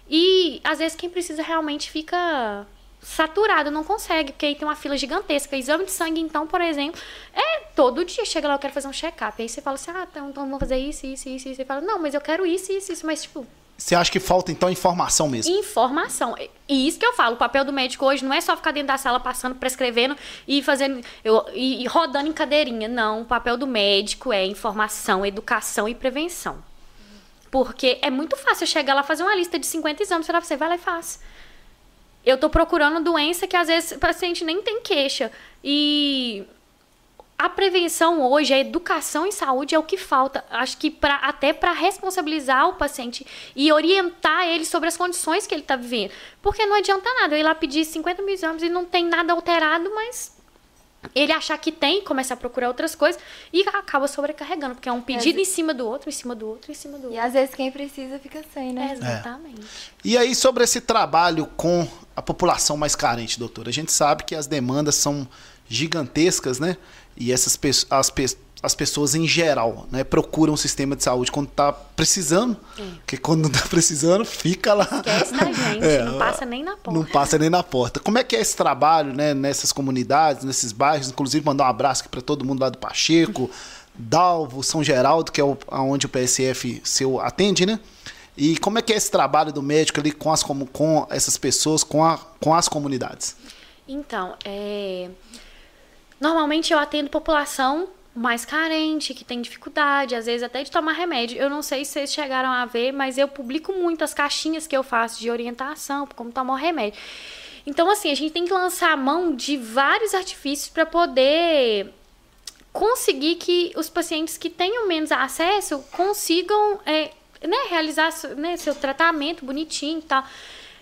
e às vezes quem precisa realmente fica saturado, não consegue, porque aí tem uma fila gigantesca. Exame de sangue, então, por exemplo, é todo dia chega lá, eu quero fazer um check-up. Aí você fala assim, ah, então, então vamos fazer isso, isso, isso, isso. Você fala, não, mas eu quero isso, isso, isso, mas tipo... Você acha que falta, então, informação mesmo? Informação. E isso que eu falo, o papel do médico hoje não é só ficar dentro da sala passando, prescrevendo e fazendo eu, e, e rodando em cadeirinha. Não, o papel do médico é informação, educação e prevenção. Porque é muito fácil eu chegar lá, fazer uma lista de cinquenta exames, falar pra você, vai lá e faz. Eu tô procurando doença que às vezes o paciente nem tem queixa. E... a prevenção hoje, a educação em saúde é o que falta. Acho que pra, até para responsabilizar o paciente e orientar ele sobre as condições que ele está vivendo. Porque não adianta nada eu ir lá pedir cinquenta mil exames e não tem nada alterado, mas ele achar que tem, começar a procurar outras coisas e acaba sobrecarregando. Porque é um pedido é. em cima do outro, em cima do outro, em cima do outro. E às vezes quem precisa fica sem, né? É, exatamente. É. E aí, sobre esse trabalho com a população mais carente, doutora? A gente sabe que as demandas são gigantescas, né? E essas as, as pessoas em geral, né, procuram o sistema de saúde quando está precisando, é. porque quando não está precisando, fica lá. Esquece da gente, é, não passa nem na porta. Não passa nem na porta. Como é que é esse trabalho, né, nessas comunidades, nesses bairros? Inclusive, mandar um abraço aqui para todo mundo lá do Pacheco, Dalvo, São Geraldo, que é o, onde o P S F seu atende, né? E como é que é esse trabalho do médico ali com, as, com essas pessoas, com, a, com as comunidades? Então, é... normalmente eu atendo população mais carente, que tem dificuldade, às vezes até de tomar remédio. Eu não sei se vocês chegaram a ver, mas eu publico muito as caixinhas que eu faço de orientação, como tomar o remédio. Então, assim, a gente tem que lançar a mão de vários artifícios para poder conseguir que os pacientes que tenham menos acesso consigam é, né, realizar, né, seu tratamento bonitinho e tal.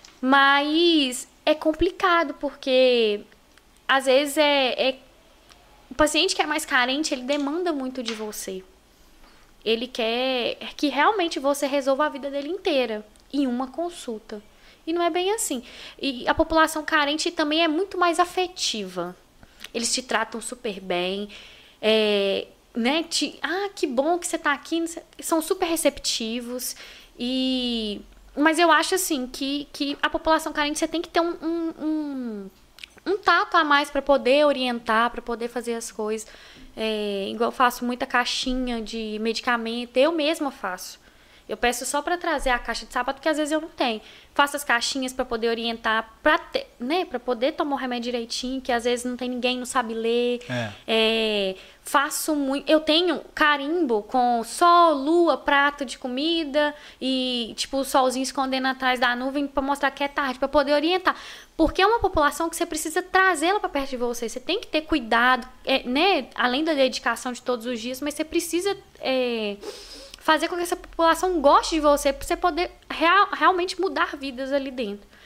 Mas é complicado, porque às vezes é... é o paciente que é mais carente, ele demanda muito de você. Ele quer que realmente você resolva a vida dele inteira em uma consulta. E não é bem assim. E a população carente também é muito mais afetiva. Eles te tratam super bem. É, né, te, ah, que bom que você está aqui. São super receptivos. E, mas eu acho assim que, que a população carente você tem que ter um... um, um um tato a mais para poder orientar, para poder fazer as coisas. É, igual eu faço muita caixinha de medicamento, eu mesma faço. Eu peço só para trazer a caixa de sapato, porque às vezes eu não tenho. Faço as caixinhas para poder orientar, para né, para poder tomar o remédio direitinho, que às vezes não tem ninguém, não sabe ler. É. É, faço muito. Eu tenho carimbo com sol, lua, prato de comida e tipo o solzinho escondendo atrás da nuvem para mostrar que é tarde, para poder orientar. Porque é uma população que você precisa trazê-la para perto de você. Você tem que ter cuidado, é, né? Além da dedicação de todos os dias, mas você precisa é, fazer com que essa população goste de você para você poder real, realmente mudar vidas ali dentro.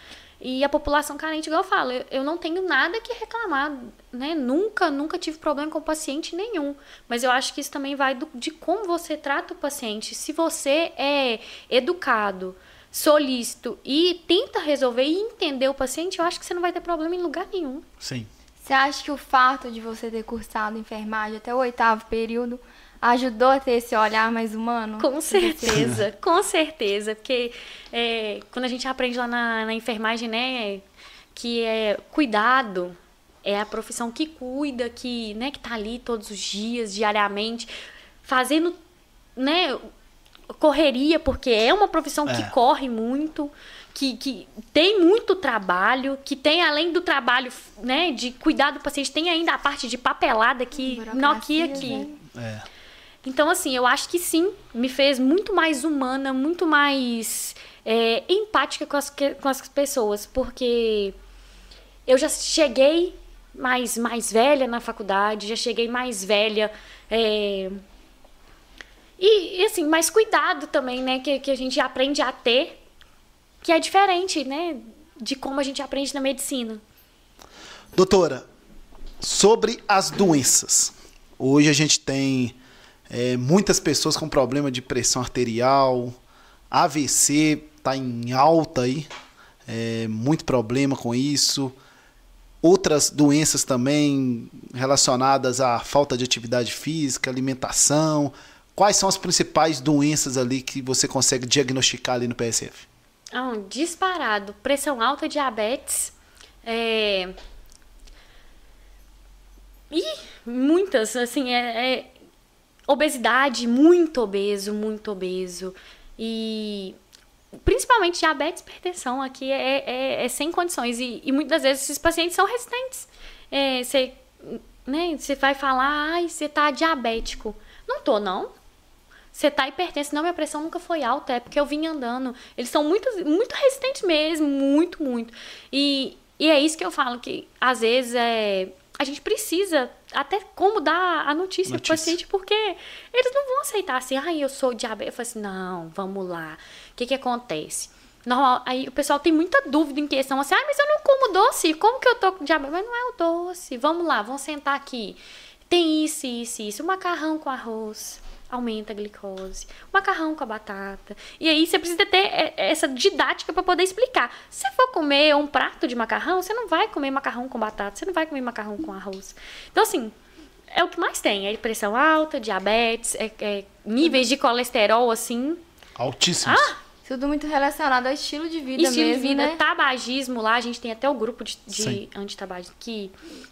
E a população carente, igual eu falo, eu, eu não tenho nada que reclamar, né? Nunca, nunca tive problema com paciente nenhum. Mas eu acho que isso também vai do, de como você trata o paciente. Se você é educado, solícito e tenta resolver e entender o paciente, eu acho que você não vai ter problema em lugar nenhum. Sim. Você acha que o fato de você ter cursado enfermagem até o oitavo período ajudou a ter esse olhar mais humano? Com certeza, com certeza. Porque é, quando a gente aprende lá na, na enfermagem, né, que é cuidado, é a profissão que cuida, que, né, que tá ali todos os dias, diariamente, fazendo, né, correria, porque é uma profissão É. que corre muito, que, que tem muito trabalho, que tem, além do trabalho, né, de cuidar do paciente, tem ainda a parte de papelada que não aqui Burocracias, aqui. né? É. Então, assim, eu acho que sim, me fez muito mais humana, muito mais é, empática com as, que- com as pessoas, porque eu já cheguei mais, mais velha na faculdade, já cheguei mais velha, é, e, e, assim, mais cuidado também, né, que, que a gente aprende a ter, que é diferente, né, de como a gente aprende na medicina. Doutora, sobre as doenças. Hoje a gente tem é, muitas pessoas com problema de pressão arterial, A V C está em alta aí, é, muito problema com isso. Outras doenças também relacionadas à falta de atividade física, alimentação. Quais são as principais doenças ali que você consegue diagnosticar ali no P S F? Ah, um disparado. Pressão alta, diabetes. É... Ih, muitas, assim, é, é obesidade, muito obeso, muito obeso. E principalmente diabetes e hipertensão aqui é, é, é sem condições. E, e muitas vezes esses pacientes são resistentes. É, você, né, você vai falar, ai, você tá diabético. Não tô, não. Você tá hipertenso. Não, minha pressão nunca foi alta, é porque eu vim andando. Eles são muito, muito resistentes mesmo, muito, muito. E, e é isso que eu falo, que às vezes é, a gente precisa até como dar a notícia, Notícia. pro paciente, porque eles não vão aceitar assim, ai, eu sou diabético. Eu falo assim, não, vamos lá. O que que acontece? Normal, aí o pessoal tem muita dúvida em questão assim, ai, mas eu não como doce, como que eu tô com diabetes? Mas não é o doce, vamos lá, vamos sentar aqui. Tem isso, isso, isso, o macarrão com arroz aumenta a glicose, o macarrão com a batata. E aí você precisa ter essa didática para poder explicar. Se você for comer um prato de macarrão, você não vai comer macarrão com batata, você não vai comer macarrão com arroz. Então, assim, é o que mais tem. É pressão alta, diabetes, é, é níveis de colesterol, assim. Altíssimos. Ah, Tudo muito relacionado ao estilo de vida estilo mesmo, de vida, né? tabagismo lá, a gente tem até o grupo de, Sim. de antitabagismo que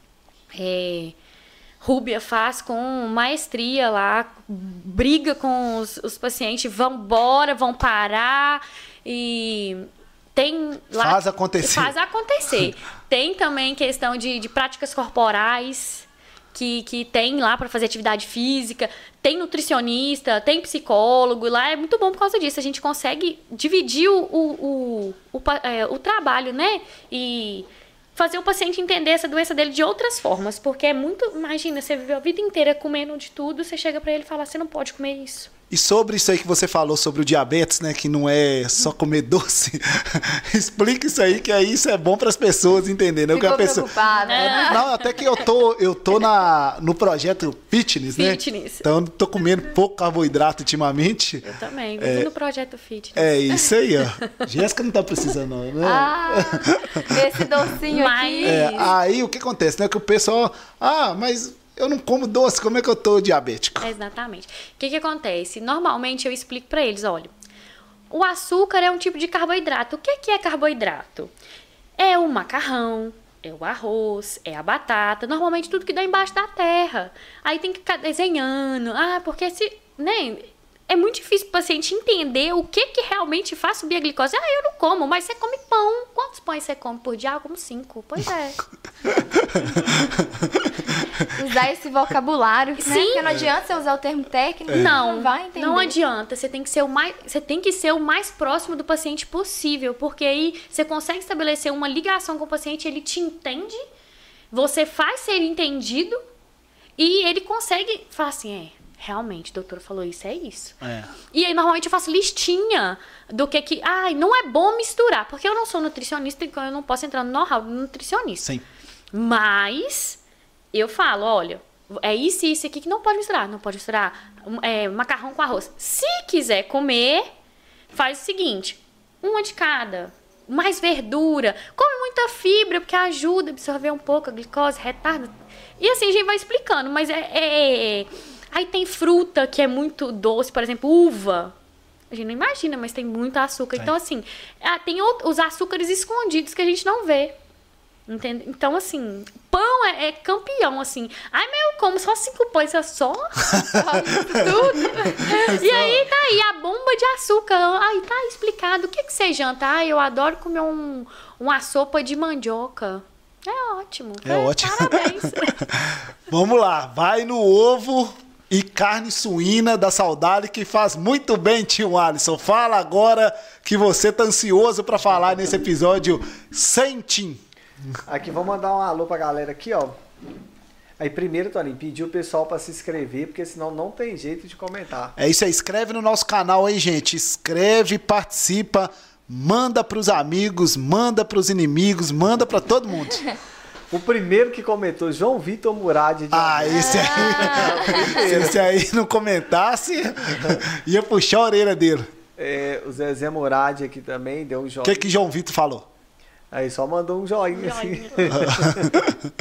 é, Rúbia faz com maestria lá, briga com os, os pacientes, vão embora, vão parar e tem lá... Faz acontecer. Faz acontecer. Tem também questão de, de práticas corporais, que, que tem lá para fazer atividade física, tem nutricionista, tem psicólogo, e lá é muito bom por causa disso. A gente consegue dividir o, o, o, o, pa- é, o trabalho, né? E fazer o paciente entender essa doença dele de outras formas, porque é muito... Imagina, você viveu a vida inteira comendo de tudo, você chega para ele e fala, você não pode comer isso. E sobre isso aí que você falou sobre o diabetes, né, que não é só comer doce, explica isso aí, que aí isso é bom para as pessoas entenderem. Né? Ficou a pessoa... preocupada. É, não, até que eu tô, eu tô na, no projeto Fitness, né? Fitness. Então eu tô comendo pouco carboidrato ultimamente. Eu também, vivo no Projeto Fitness. É isso aí, ó. Jéssica não tá precisando, não, né? Ah, esse docinho Mas- aqui. É, aí o que acontece, né? Que o pessoal, ah, mas eu não como doce, como é que eu tô diabético? Exatamente. O que que acontece? Normalmente eu explico para eles, olha, o açúcar é um tipo de carboidrato. O que que é carboidrato? É o macarrão, é o arroz, é a batata, normalmente tudo que dá embaixo da terra. Aí tem que ficar desenhando, ah, porque se, né, é muito difícil o paciente entender o que que realmente faz subir a glicose. Ah, eu não como, mas você come pão. Quantos pães você come por dia? Ah, eu como cinco. Pois é. Usar esse vocabulário, né? Sim. Porque não adianta você usar o termo técnico. Não, Não vai entender. não adianta. Você tem que ser o mais, você tem que ser o mais próximo do paciente possível, porque aí você consegue estabelecer uma ligação com o paciente, ele te entende, você faz ser entendido e ele consegue falar assim, é, realmente, o doutor falou isso, é isso. É. E aí, normalmente, eu faço listinha do que que... Ai, não é bom misturar, porque eu não sou nutricionista, então eu não posso entrar no know-how do nutricionista. Sim. Mas, eu falo, olha, é isso e isso aqui que não pode misturar. Não pode misturar é, macarrão com arroz. Se quiser comer, faz o seguinte, uma de cada, mais verdura, come muita fibra, porque ajuda a absorver um pouco a glicose, retarda. E assim, a gente vai explicando, mas é... é, é... Aí tem fruta que é muito doce, por exemplo, uva. A gente não imagina, mas tem muito açúcar. Tem. Então, assim, tem os açúcares escondidos que a gente não vê. Entende? Então, assim, pão é, é campeão, assim. Ai, mas eu como só cinco pães, é só? Tudo. E aí, tá aí, a bomba de açúcar. Aí, tá explicado. O que, que você janta? Ai, eu adoro comer um, uma sopa de mandioca. É ótimo. É, é ótimo. Parabéns. Vamos lá, vai no ovo e carne suína da Saudade, que faz muito bem, tio Alisson. Fala agora que você tá ansioso pra falar nesse episódio sem Tim. Aqui, vamos mandar um alô pra galera aqui, ó. Aí, primeiro, Toninho, pediu o pessoal pra se inscrever, porque senão não tem jeito de comentar. É isso aí, escreve no nosso canal aí, gente. Escreve, participa, manda pros amigos, manda pros inimigos, manda pra todo mundo. O primeiro que comentou, João Vitor Murad. De Ah, esse aí, Ah. se esse aí não comentasse, ia puxar a orelha dele. É, o Zezé Murad aqui também deu um O joinha. que que João Vitor falou? Aí só mandou um joinha, assim. Joinha.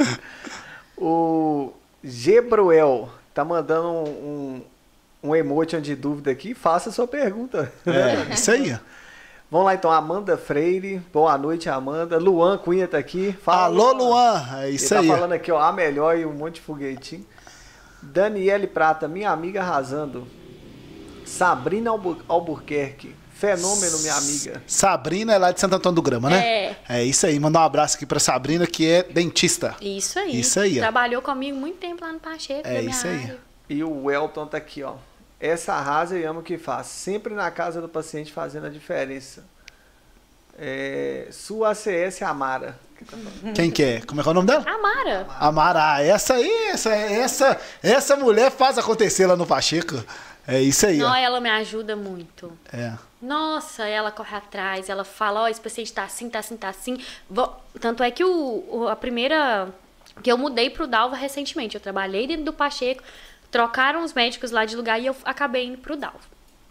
O Gebruel tá mandando um, um, um emoji de dúvida aqui. Faça a sua pergunta. É, isso aí. Vamos lá, então. Amanda Freire. Boa noite, Amanda. Luan Cunha tá aqui. Fala, Alô, Luan. É isso Ele aí. tá falando aqui, ó, a melhor e um monte de foguetinho. Daniele Prata, minha amiga arrasando. Sabrina Albu Albuquerque. Fenômeno, minha amiga. Sabrina é lá de Santo Antônio do Grama, né? É. É isso aí. Mandar um abraço aqui pra Sabrina, que é dentista. Isso aí. Isso aí, ó. Trabalhou comigo muito tempo lá no Pacheco. É da minha isso aí. área. E o Elton tá aqui, ó. Essa arrasa e ama o que faz. Sempre na casa do paciente fazendo a diferença. É, sua A C S Amara. Quem que é? Como é que é o nome dela? Amara. Amara. Ah, essa aí, essa, essa, essa mulher faz acontecer lá no Pacheco. É isso aí, Não, ó. ela me ajuda muito. É. Nossa, ela corre atrás, ela fala, ó, esse paciente tá assim, tá assim, tá assim. Vou... Tanto é que o, o- a primeira... Que eu mudei pro Dalva recentemente. Eu trabalhei dentro do Pacheco, trocaram os médicos lá de lugar e eu acabei indo pro Dalva.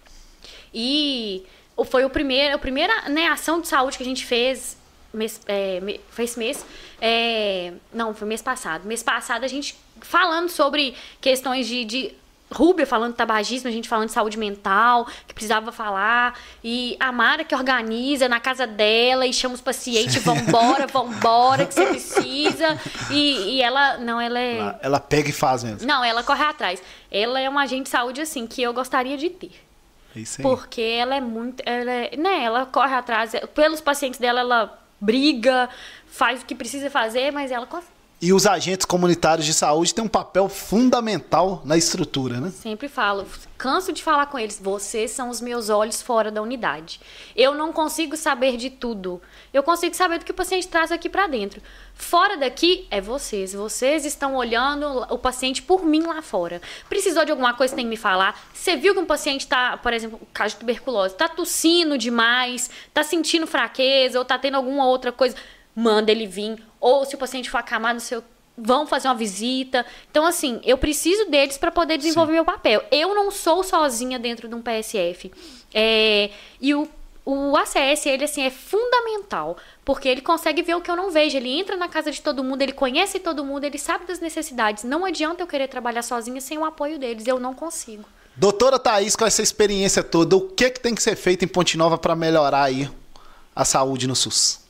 E foi o primeiro, a primeira, né, ação de saúde que a gente fez, mês, é, me- foi esse mês, é, não, foi mês passado. Mês passado a gente falando sobre questões de, de Rúbia falando de tabagismo, a gente falando de saúde mental, que precisava falar, e a Mara que organiza na casa dela e chama os pacientes, vambora, vambora, que você precisa, e, e ela, não, ela é... Ela, ela pega e faz mesmo. Não, ela corre atrás. Ela é uma agente de saúde, assim, que eu gostaria de ter. É isso aí. Porque ela é muito. Ela é, né, ela corre atrás. Pelos pacientes dela, ela briga, faz o que precisa fazer, mas ela consegue. E os agentes comunitários de saúde têm um papel fundamental na estrutura, né? Sempre falo, canso de falar com eles, vocês são os meus olhos fora da unidade. Eu não consigo saber de tudo. Eu consigo saber do que o paciente traz aqui pra dentro. Fora daqui é vocês. Vocês estão olhando o paciente por mim lá fora. Precisou de alguma coisa, tem que me falar. Você viu que um paciente tá, por exemplo, caso de tuberculose, tá tossindo demais, tá sentindo fraqueza ou tá tendo alguma outra coisa, manda ele vir. Ou se o paciente for acamado, seu, vão fazer uma visita. Então, assim, eu preciso deles para poder desenvolver Sim. meu papel. Eu não sou sozinha dentro de um P S F. É, e o, o A C S, ele, assim, é fundamental. Porque ele consegue ver o que eu não vejo. Ele entra na casa de todo mundo, ele conhece todo mundo, ele sabe das necessidades. Não adianta eu querer trabalhar sozinha sem o apoio deles. Eu não consigo. Doutora Thaís, com essa experiência toda, o que, que tem que ser feito em Ponte Nova para melhorar aí a saúde no SUS?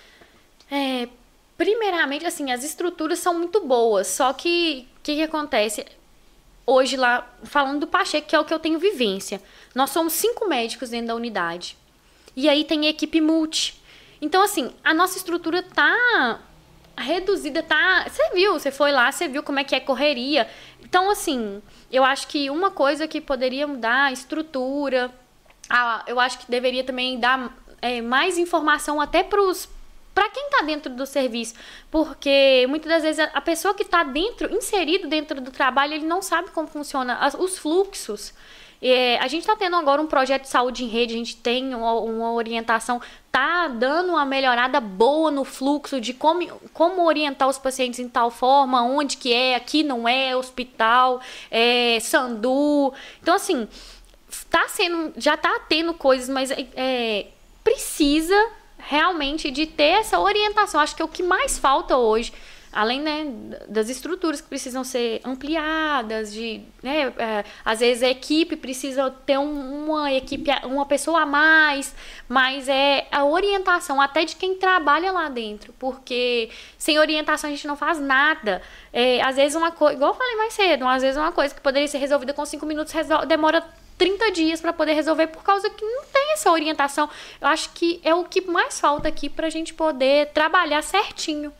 É... Primeiramente, assim, as estruturas são muito boas, só que o que, que acontece? Hoje lá, falando do Pacheco, que é o que eu tenho vivência, nós somos cinco médicos dentro da unidade. E aí tem equipe multi. Então, assim, a nossa estrutura tá reduzida, tá... Você viu, você foi lá, você viu como é que é correria. Então, assim, eu acho que uma coisa que poderia mudar a estrutura, a, eu acho que deveria também dar é, mais informação até pros para quem está dentro do serviço, porque muitas das vezes a pessoa que está dentro, inserido dentro do trabalho, ele não sabe como funciona as, os fluxos. É, a gente está tendo agora um projeto de saúde em rede, a gente tem uma, uma orientação, está dando uma melhorada boa no fluxo de como, como orientar os pacientes em tal forma, onde que é, aqui não é, hospital, é, Sandu. Então, assim, tá sendo, já está tendo coisas, mas é, precisa realmente de ter essa orientação. Acho que é o que mais falta hoje, além, né, das estruturas que precisam ser ampliadas, de, né, é, às vezes a equipe precisa ter um, uma equipe, uma pessoa a mais, mas é a orientação até de quem trabalha lá dentro, porque sem orientação a gente não faz nada. É, às vezes uma coisa, igual eu falei mais cedo, às vezes uma coisa que poderia ser resolvida com cinco minutos resol- demora trinta dias para poder resolver por causa que não tem essa orientação. Eu acho que é o que mais falta aqui para a gente poder trabalhar certinho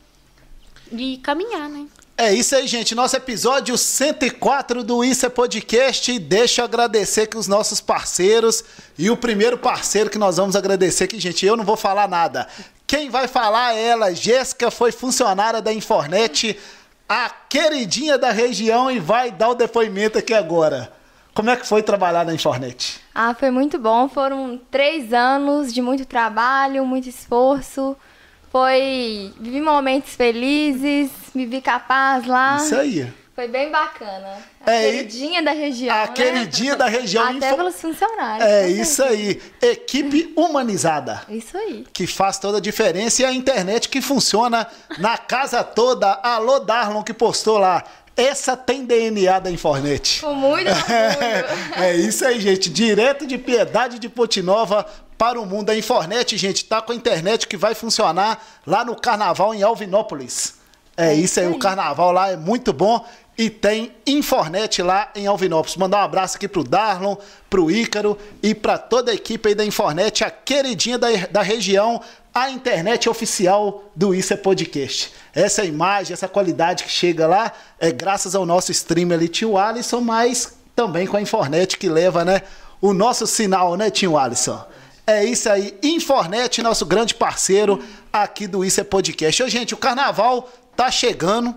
e caminhar, né? É isso aí, gente. Nosso episódio cento e quatro do Isso é Podcast. Deixa eu agradecer aqui os nossos parceiros. E o primeiro parceiro que nós vamos agradecer aqui, gente, eu não vou falar nada. Quem vai falar é ela. Jéssica foi funcionária da Infornet, a queridinha da região, e vai dar o depoimento aqui agora. Como é que foi trabalhar na Infornet? Ah, foi muito bom. Foram três anos de muito trabalho, muito esforço. Foi... Vivi momentos felizes, me vi capaz lá. Isso aí. Foi bem bacana. A É, queridinha da região, A né? queridinha da região. Até Info... pelos funcionários. É com isso certeza. aí. Equipe humanizada. Isso aí. Que faz toda a diferença. E a internet que funciona na casa toda. Alô, Darlon, que postou lá. Essa tem D N A da Infornet. Com muito orgulho. É isso aí, gente. Direto de Piedade de Ponte-Nova para o mundo. A Infornet, gente, tá com a internet que vai funcionar lá no Carnaval em Alvinópolis. É, é isso aí, aí, o Carnaval lá é muito bom e tem Infornet lá em Alvinópolis. Mandar um abraço aqui pro Darlon, pro Ícaro e para toda a equipe aí da Infornet, a queridinha da, da região, a internet oficial do Isso é Podcast. Essa imagem, essa qualidade que chega lá é graças ao nosso streamer ali, tio Alisson, mas também com a Infornet que leva, né, o nosso sinal, né, tio Alisson? É isso aí, Infornet, nosso grande parceiro aqui do Isso é Podcast. Ô, gente, o carnaval tá chegando.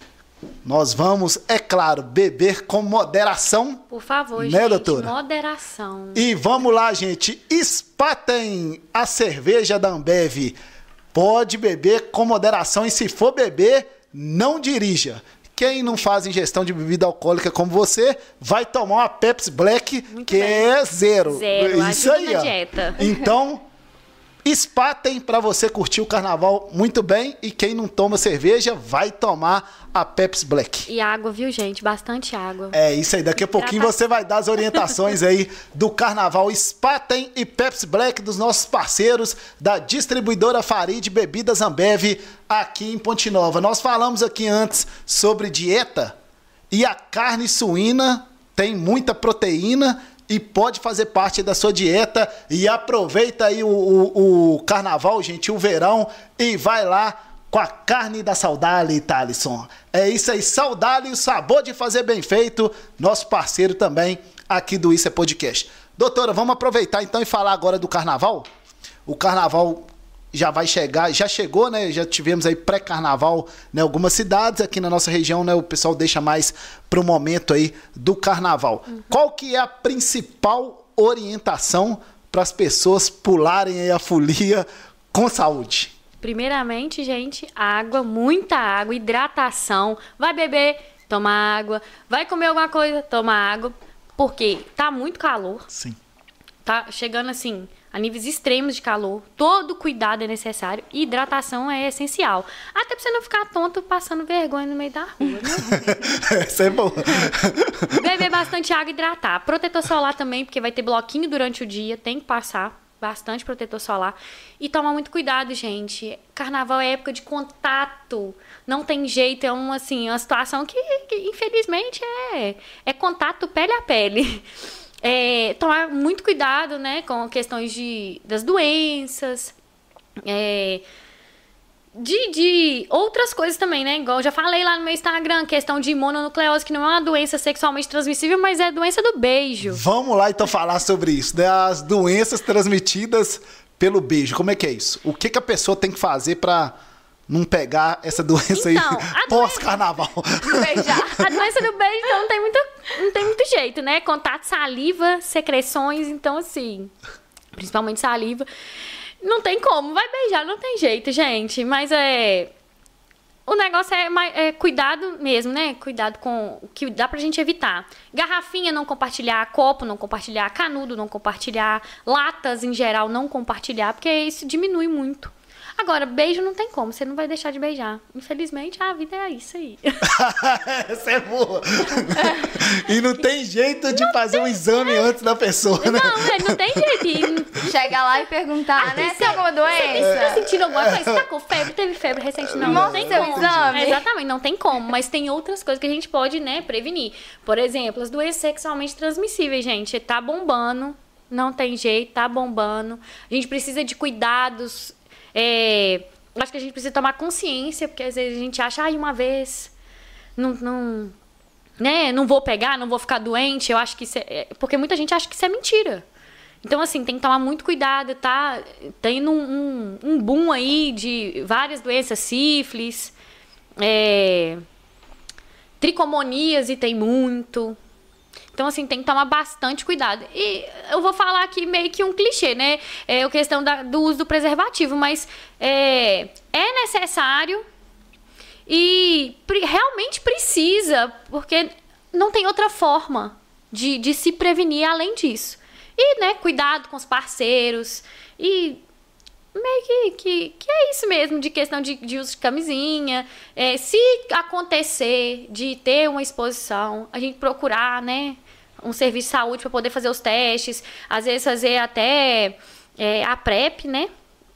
Nós vamos, é claro, beber com moderação. Por favor, né, gente, doutora? Moderação. E vamos lá, gente. Spaten, a cerveja da Ambev. Pode beber com moderação e se for beber, não dirija. Quem não faz ingestão de bebida alcoólica como você, vai tomar uma Pepsi Black, Muito que bem. é zero. Zero, Isso ajuda aí, na ó. dieta. Então, Spaten para você curtir o carnaval muito bem. E quem não toma cerveja, vai tomar a Pepsi Black. E água, viu, gente? Bastante água. É isso aí, daqui a pouquinho você vai dar as orientações aí do carnaval. Spaten e Pepsi Black, dos nossos parceiros da distribuidora Farid Bebidas Ambev aqui em Ponte Nova. Nós falamos aqui antes sobre dieta e a carne suína tem muita proteína e pode fazer parte da sua dieta. E aproveita aí o, o, o carnaval, gente, o verão, e vai lá com a carne da Saudade, Thalisson. É isso aí, Saudade, o sabor de fazer bem feito, nosso parceiro também aqui do Isso é Podcast. Doutora, vamos aproveitar então e falar agora do carnaval? O carnaval já vai chegar, já chegou, né? Já tivemos aí pré-carnaval em algumas cidades, aqui na nossa região, né? O pessoal deixa mais para o momento aí do carnaval. Uhum. Qual que é a principal orientação para as pessoas pularem aí a folia com saúde? Primeiramente, gente, água, muita água, hidratação. Vai beber, toma água. Vai comer alguma coisa, toma água. Porque tá muito calor. Sim. Tá chegando assim, a níveis extremos de calor. Todo cuidado é necessário. E hidratação é essencial. Até pra você não ficar tonto passando vergonha no meio da rua, né? Isso é bom. Beber bastante água e hidratar. Protetor solar também, porque vai ter bloquinho durante o dia. Tem que passar bastante protetor solar. E tomar muito cuidado, gente. Carnaval é época de contato. Não tem jeito. É uma, assim, uma situação que, que infelizmente, é, é contato pele a pele. É, tomar muito cuidado, né, com questões de, das doenças, é, de, de outras coisas também, né? Igual eu já falei lá no meu Instagram, questão de mononucleose, que não é uma doença sexualmente transmissível, mas é doença do beijo. Vamos lá então falar sobre isso, né? As doenças transmitidas pelo beijo, como é que é isso? O que, que a pessoa tem que fazer pra não pegar essa doença Então, aí pós-carnaval? Beijar. A doença do beijo, então, não tem, muito, não tem muito jeito, né? Contato, saliva, secreções, então, assim, principalmente saliva. Não tem como, vai beijar, não tem jeito, gente. Mas é... O negócio é, mais, é cuidado mesmo, né? Cuidado com o que dá pra gente evitar. Garrafinha não compartilhar, copo não compartilhar, canudo não compartilhar, latas em geral não compartilhar, porque isso diminui muito. Agora, beijo não tem como, você não vai deixar de beijar. Infelizmente, a vida é isso aí. Essa é boa. E não tem jeito de fazer um exame antes da pessoa, né? Não, é, não tem jeito. E Chega lá e perguntar, né? Se tem alguma Você doença? tá sentindo alguma coisa? Você tá com febre? Teve febre recente? Não, não Mostra tem seu como. exame. É, exatamente, não tem como. Mas tem outras coisas que a gente pode, né, prevenir. Por exemplo, as doenças sexualmente transmissíveis, gente. Tá bombando, não tem jeito, tá bombando. A gente precisa de cuidados. É, acho que a gente precisa tomar consciência, porque às vezes a gente acha, ai, uma vez, não, não, né, não vou pegar, não vou ficar doente. Eu acho que isso é... Porque muita gente acha que isso é mentira. Então, assim, tem que tomar muito cuidado, tá? Tem um, um, um boom aí de várias doenças, sífilis, é, tricomoníase tem muito. Então, assim, tem que tomar bastante cuidado. E eu vou falar aqui meio que um clichê, né? É a questão da, do uso do preservativo, mas é, é necessário e pre, realmente precisa, porque não tem outra forma de, de se prevenir além disso. E, né, cuidado com os parceiros e meio que, que, que é isso mesmo, de questão de, de uso de camisinha. É, se acontecer de ter uma exposição, a gente procurar, né, um serviço de saúde para poder fazer os testes, às vezes fazer até é, a PrEP, né,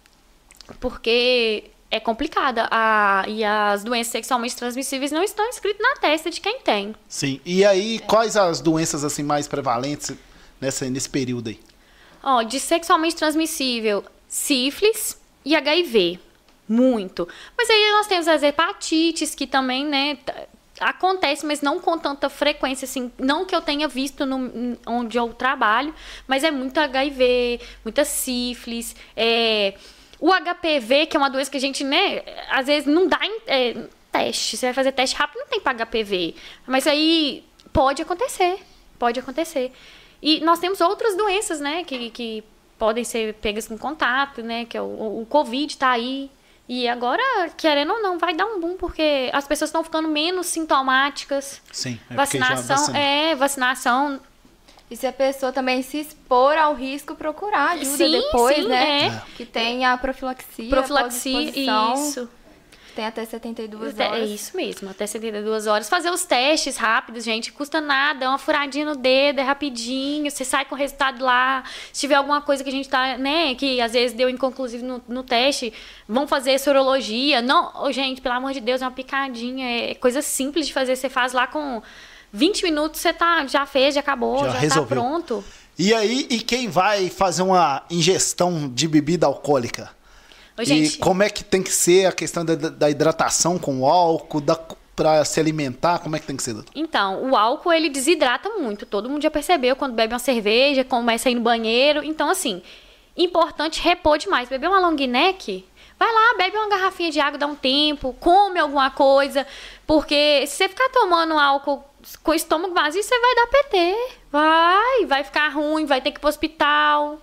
porque é complicada a, e as doenças sexualmente transmissíveis não estão escritas na testa de quem tem. Sim, e aí quais as doenças assim mais prevalentes nessa, nesse período aí? Ó, de sexualmente transmissível, sífilis e H I V. Muito. Mas aí nós temos as hepatites, que também, né, acontece, mas não com tanta frequência, assim, não que eu tenha visto no, onde eu trabalho, mas é muito H I V, muita sífilis, é, o H P V, que é uma doença que a gente, né, às vezes não dá em, é, teste, você vai fazer teste rápido, não tem para H P V, mas aí pode acontecer, pode acontecer. E nós temos outras doenças, né, que, que podem ser pegas em contato, né, que é o, o Covid tá aí. E agora, querendo ou não, vai dar um boom, porque as pessoas estão ficando menos sintomáticas. Sim, é vacinação, vacina. é, vacinação. E se a pessoa também se expor ao risco, procurar ajuda Sim, depois, sim, né? é. Que tem a profilaxia, Profilaxia, pós-exposição, isso. tem até setenta e duas É horas. isso mesmo, até setenta e duas horas. Fazer os testes rápidos, gente, custa nada, é uma furadinha no dedo, é rapidinho, você sai com o resultado lá. Se tiver alguma coisa que a gente tá, né, que às vezes deu inconclusivo no, no teste, vão fazer sorologia. Não, oh, gente, pelo amor de Deus, é uma picadinha, é coisa simples de fazer, você faz lá com vinte minutos, você tá, já fez, já acabou, Já já, resolveu. tá pronto. E aí, e quem vai fazer uma ingestão de bebida alcoólica? Ô, gente, E como é que tem que ser a questão da, da hidratação com o álcool, da, pra se alimentar, como é que tem que ser, doutor? então, o álcool, ele desidrata muito. Todo mundo já percebeu quando bebe uma cerveja, começa a ir no banheiro. Então, assim, importante repor demais. Beber uma long neck, vai lá, bebe uma garrafinha de água, dá um tempo, come alguma coisa. Porque se você ficar tomando álcool com o estômago vazio, você vai dar P T. Vai, vai ficar ruim, vai ter que ir pro hospital.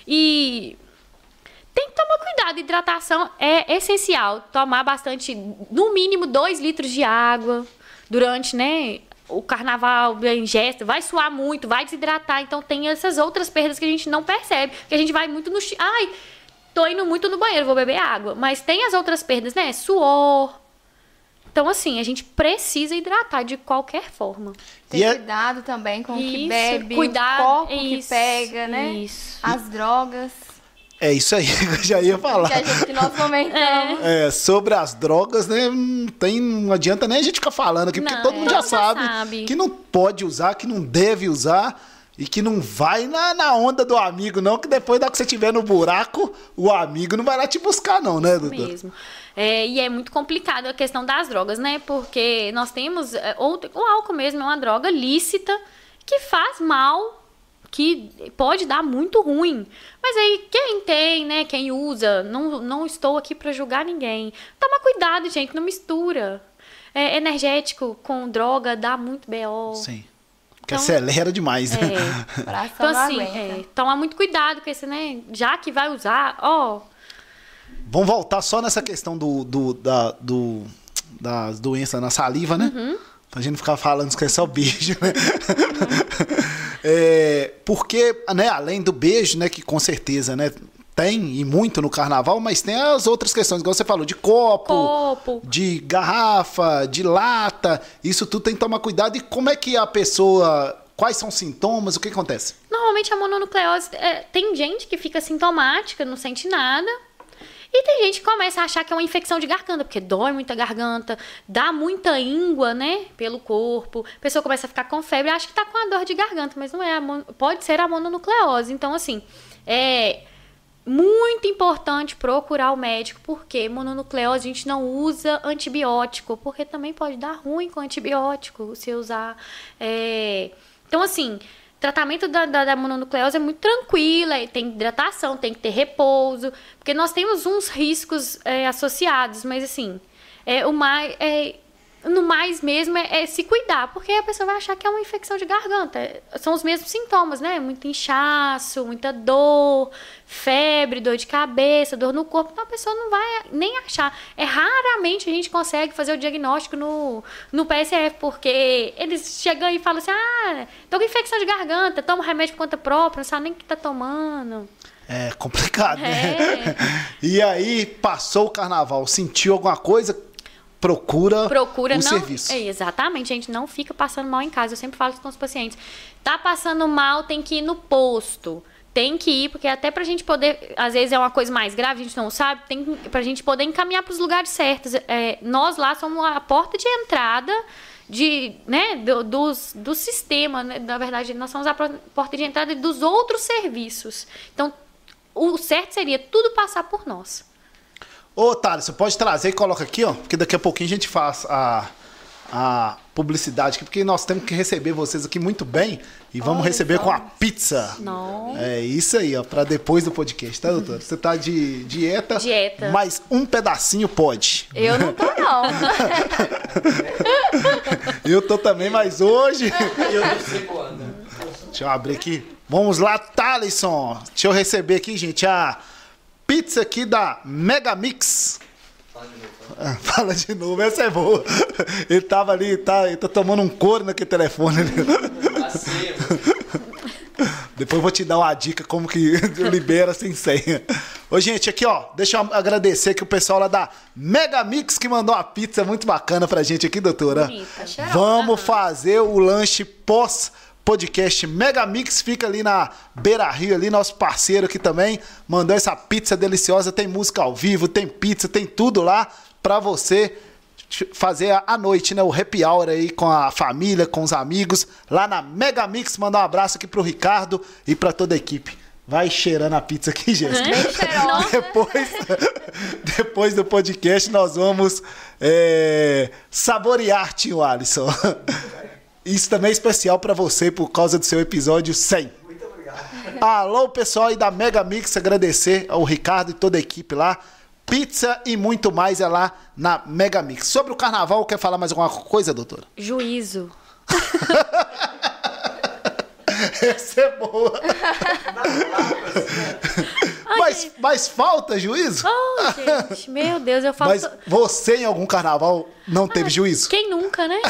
E... tem que tomar cuidado, hidratação é essencial. Tomar bastante, no mínimo dois litros de água durante, né, o carnaval, a ingesta. Vai suar muito, vai desidratar. Então tem essas outras perdas que a gente não percebe. Que a gente vai muito no... Ai, tô indo muito no banheiro, vou beber água. Mas tem as outras perdas, né? Suor. Então, assim, a gente precisa hidratar de qualquer forma. Ter E é- cuidado também com o que Isso, bebe, cuidado, o corpo isso, que pega, né? isso. As drogas É isso aí que eu já ia falar. que, a gente, que nós comentamos. É, sobre as drogas, né? Não, tem, não adianta nem a gente ficar falando aqui, porque Não, todo mundo já todo mundo sabe, sabe. que não pode usar, que não deve usar e que não vai na, na onda do amigo, não, que depois da que você estiver no buraco, o amigo não vai lá te buscar, não, né, doutor? Mesmo. É, e é muito complicado a questão das drogas, né? Porque nós temos... é, outro, o álcool mesmo é uma droga lícita que faz mal, que pode dar muito ruim. Mas aí, quem tem, né, quem usa, não, não estou aqui para julgar ninguém. Toma cuidado, gente, não mistura. É, energético com droga dá muito B O. Sim. Porque então, acelera demais, né? É. Então, assim, é, tomar muito cuidado com esse, né? Já que vai usar, ó... Vamos voltar só nessa questão do, do, da, do, das doenças na saliva, né? Uhum. Pra gente não ficar falando que é só beijo, né? Uhum. É, porque, né, além do beijo, né, que com certeza, né, tem e muito no carnaval, mas tem as outras questões, igual você falou, de copo, copo, de garrafa, de lata, isso tudo tem que tomar cuidado. E como é que a pessoa... Quais são os sintomas? O que acontece? Normalmente a mononucleose, é, tem gente que fica sintomática, não sente nada. E tem gente que começa a achar que é uma infecção de garganta, porque dói muita garganta, dá muita íngua, né, pelo corpo. A pessoa começa a ficar com febre, acha que tá com a dor de garganta, mas não é. A mon... Pode ser a mononucleose. Então, assim, é muito importante procurar o médico, porque mononucleose a gente não usa antibiótico, porque também pode dar ruim com antibiótico se usar. É... Então, assim... tratamento da, da, da mononucleose é muito tranquilo, tem hidratação, tem que ter repouso, porque nós temos uns riscos é, associados, mas assim, é, o mais, é, no mais mesmo é, é se cuidar, porque a pessoa vai achar que é uma infecção de garganta. São os mesmos sintomas, né? Muito inchaço, muita dor, febre, dor de cabeça, dor no corpo. Então a pessoa não vai nem achar. É raramente a gente consegue fazer o diagnóstico no, no P S F, porque eles chegam e falam assim, ah, tô com infecção de garganta, toma remédio por conta própria, não sabe nem o que tá tomando. É complicado, é. né? E aí, passou o carnaval, sentiu alguma coisa... Procura, Procura o não, serviço. É, exatamente, a gente não fica passando mal em casa. Eu sempre falo isso com os pacientes. Tá passando mal, tem que ir no posto. Tem que ir, porque até pra gente poder... Às vezes é uma coisa mais grave, a gente não sabe. Tem pra gente poder encaminhar pros lugares certos. É, nós lá somos a porta de entrada de, né, do, dos, do sistema. Né? Na verdade, nós somos a porta de entrada dos outros serviços. Então, o certo seria tudo passar por nós. Ô, Thales, você pode trazer e coloca aqui, ó, porque daqui a pouquinho a gente faz a, a publicidade aqui, porque nós temos que receber vocês aqui muito bem e vamos Olha receber só. com a pizza. Não. É isso aí, ó, pra depois do podcast, tá, doutora? Você tá de dieta, Dieta. mas um pedacinho pode. Eu não tô, não. Eu tô também, mas hoje... Eu não sei quando. Deixa eu abrir aqui. Vamos lá, Thaleson. Deixa eu receber aqui, gente, a... pizza aqui da Megamix. Fala de novo. Fala de novo, essa é boa. Ele tava ali, tá, ele tá tomando um couro naquele telefone ali. Depois eu vou te dar uma dica como que libera sem senha. Ô, gente, aqui, ó, deixa eu agradecer aqui o pessoal lá da Megamix que mandou uma pizza muito bacana pra gente aqui, doutora. Bonita. Vamos fazer o lanche pós podcast Megamix, fica ali na Beira Rio, ali, nosso parceiro aqui também, mandou essa pizza deliciosa, tem música ao vivo, tem pizza, tem tudo lá pra você fazer a noite, né, o happy hour aí com a família, com os amigos, lá na Megamix. Mandar um abraço aqui pro Ricardo e pra toda a equipe. Vai cheirando a pizza aqui, Jéssica. Depois, depois do podcast nós vamos é, saborear, tio Alisson. Isso também é especial pra você por causa do seu episódio cem. Muito obrigado. Alô, pessoal aí da Megamix, agradecer ao Ricardo e toda a equipe lá. Pizza e muito mais é lá na Megamix. Sobre o carnaval, quer falar mais alguma coisa, doutora? Juízo. Essa é boa. mas, mas falta juízo? Oh, gente, meu Deus, eu falo... Mas você em algum carnaval não teve juízo? Quem nunca, né?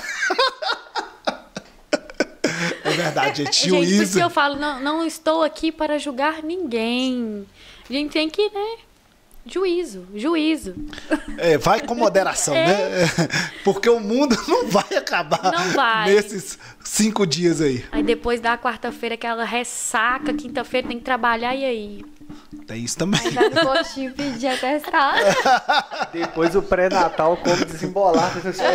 É verdade, gente. Gente, por isso Juízo. que eu falo, não, não estou aqui para julgar ninguém. A gente tem que, né? Juízo, juízo. É, vai com moderação, É. né? Porque o mundo não vai acabar Não vai. nesses cinco dias aí. Aí depois da quarta-feira, aquela ressaca, quinta-feira tem que trabalhar, e aí? Tem isso também. Aí vai no postinho pedir atestado. Depois o pré-natal como desembolar.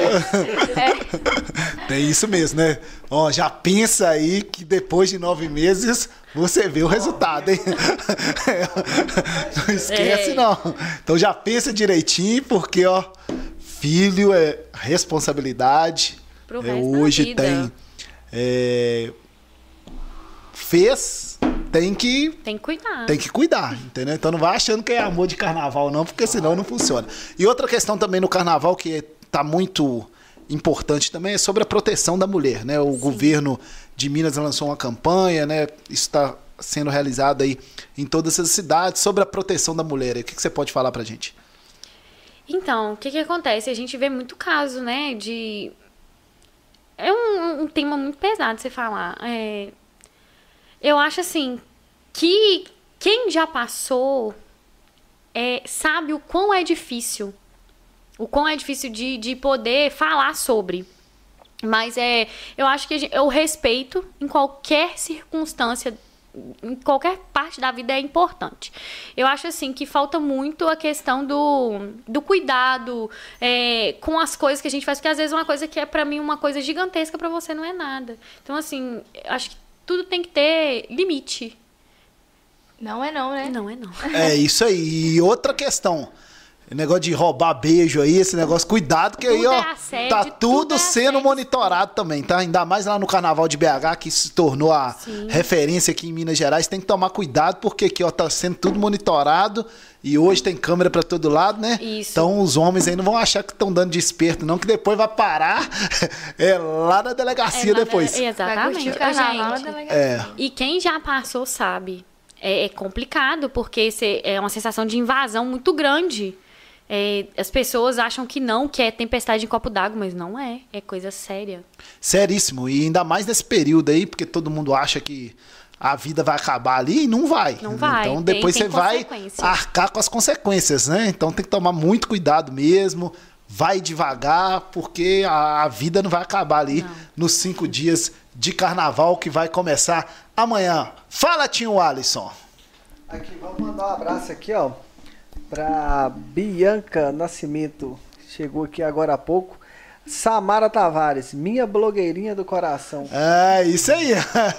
É. Tem isso mesmo, né? Ó, já pensa aí que depois de nove meses você vê o resultado, hein? Não esquece, É. não. Então já pensa direitinho, porque, ó, filho é responsabilidade. Pro É, resto da hoje vida. tem é, fez, tem que Tem que cuidar. tem que cuidar, entendeu? Então não vai achando que é amor de carnaval não, porque senão não funciona. E outra questão também no carnaval que tá muito importante também é sobre a proteção da mulher, né? O Sim. governo de Minas lançou uma campanha, né? Isso está sendo realizado aí em todas as cidades sobre a proteção da mulher. O que, que você pode falar pra gente? Então, o que que acontece? A gente vê muito caso, né, de... É um, um tema muito pesado de você falar. É... Eu acho, assim, que quem já passou é, sabe o quão é difícil. O quão é difícil de, de poder falar sobre. Mas é, eu acho que a gente, eu respeito em qualquer circunstância, em qualquer parte da vida é importante. Eu acho assim que falta muito a questão do, do cuidado é, com as coisas que a gente faz, porque às vezes uma coisa que é pra mim uma coisa gigantesca pra você não é nada. Então assim, acho que tudo tem que ter limite. Não é não, né? Não é não. É isso aí. E outra questão, o negócio de roubar beijo aí, esse negócio, cuidado que aí, Tudo ó, é assédio, tá tudo tudo é sendo assédio. monitorado também, tá? Ainda mais lá no Carnaval de B H, que se tornou a Sim. referência aqui em Minas Gerais, tem que tomar cuidado, porque aqui, ó, tá sendo tudo monitorado e hoje tem câmera pra todo lado, né? Isso. Então os homens aí não vão achar que estão dando de esperto, não, que depois vai parar é, lá na delegacia É, na- depois. Vai Exatamente. curtir o Ô, carnaval na gente, delegacia. É. e quem já passou sabe. É, é complicado, porque cê- é uma sensação de invasão muito grande. É, as pessoas acham que não, que é tempestade em copo d'água, mas não é. É coisa séria. Seríssimo. E ainda mais nesse período aí, porque todo mundo acha que a vida vai acabar ali e não vai. Não vai, Então tem- depois tem você vai consequência. arcar com as consequências, né? Então tem que tomar muito cuidado mesmo. Vai devagar, porque a, a vida não vai acabar ali Não. nos cinco dias de carnaval que vai começar amanhã. Fala, Tinho Alisson. Aqui, vamos mandar um abraço aqui, ó, pra Bianca Nascimento. Chegou aqui agora há pouco. Samara Tavares, minha blogueirinha do coração. É, isso aí.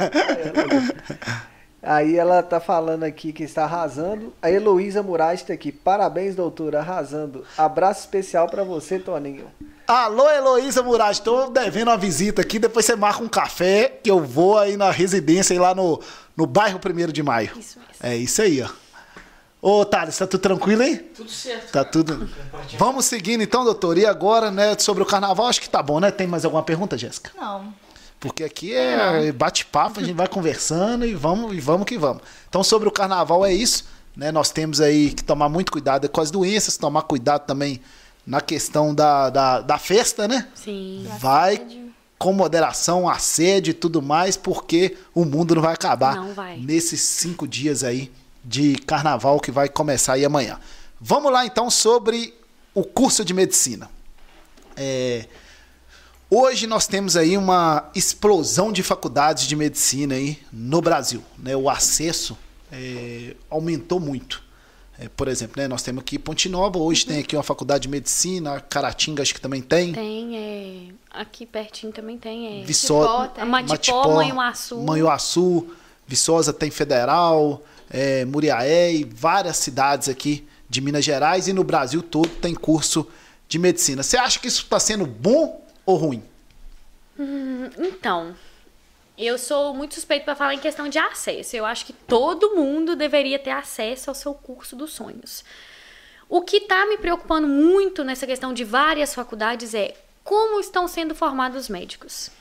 Aí ela tá falando aqui que está arrasando. A Heloísa Moraes tá aqui. Parabéns, doutora, arrasando. Abraço especial pra você, Toninho. Alô, Heloísa Murad, tô devendo uma visita aqui, depois você marca um café, que eu vou aí na residência, aí lá no, no bairro primeiro de maio. Isso mesmo. É isso aí, ó. Ô, Thales, tá tudo tranquilo, hein? Tudo certo. Tá tudo... Vamos seguindo então, doutor. E agora, né, sobre o carnaval, acho que tá bom, né? Tem mais alguma pergunta, Jéssica? Não. Porque aqui é bate-papo, a gente vai conversando e vamos, e vamos que vamos. Então, sobre o carnaval é isso, né? Nós temos aí que tomar muito cuidado com as doenças, tomar cuidado também na questão da, da, da festa, né? Sim. Vai Assédio. com moderação, assédio e tudo mais, porque o mundo não vai acabar Não vai. nesses cinco dias aí de carnaval que vai começar aí amanhã. Vamos lá então sobre o curso de medicina. É, hoje nós temos aí uma explosão de faculdades de medicina aí no Brasil, né? O acesso é, aumentou muito. É, por exemplo, né, nós temos aqui Ponte Nova, hoje tem aqui uma faculdade de medicina, Caratinga acho que também tem. Tem, é... Aqui pertinho também tem, é... Viçosa, tem. Matipó, Manhuaçu. Manhuaçu, Viçosa tem Federal, é, Muriaé e várias cidades aqui de Minas Gerais e no Brasil todo tem curso de medicina. Você acha que isso está sendo bom ou ruim? Hum, então, eu sou muito suspeito para falar em questão de acesso. Eu acho que todo mundo deveria ter acesso ao seu curso dos sonhos. O que está me preocupando muito nessa questão de várias faculdades é como estão sendo formados os médicos.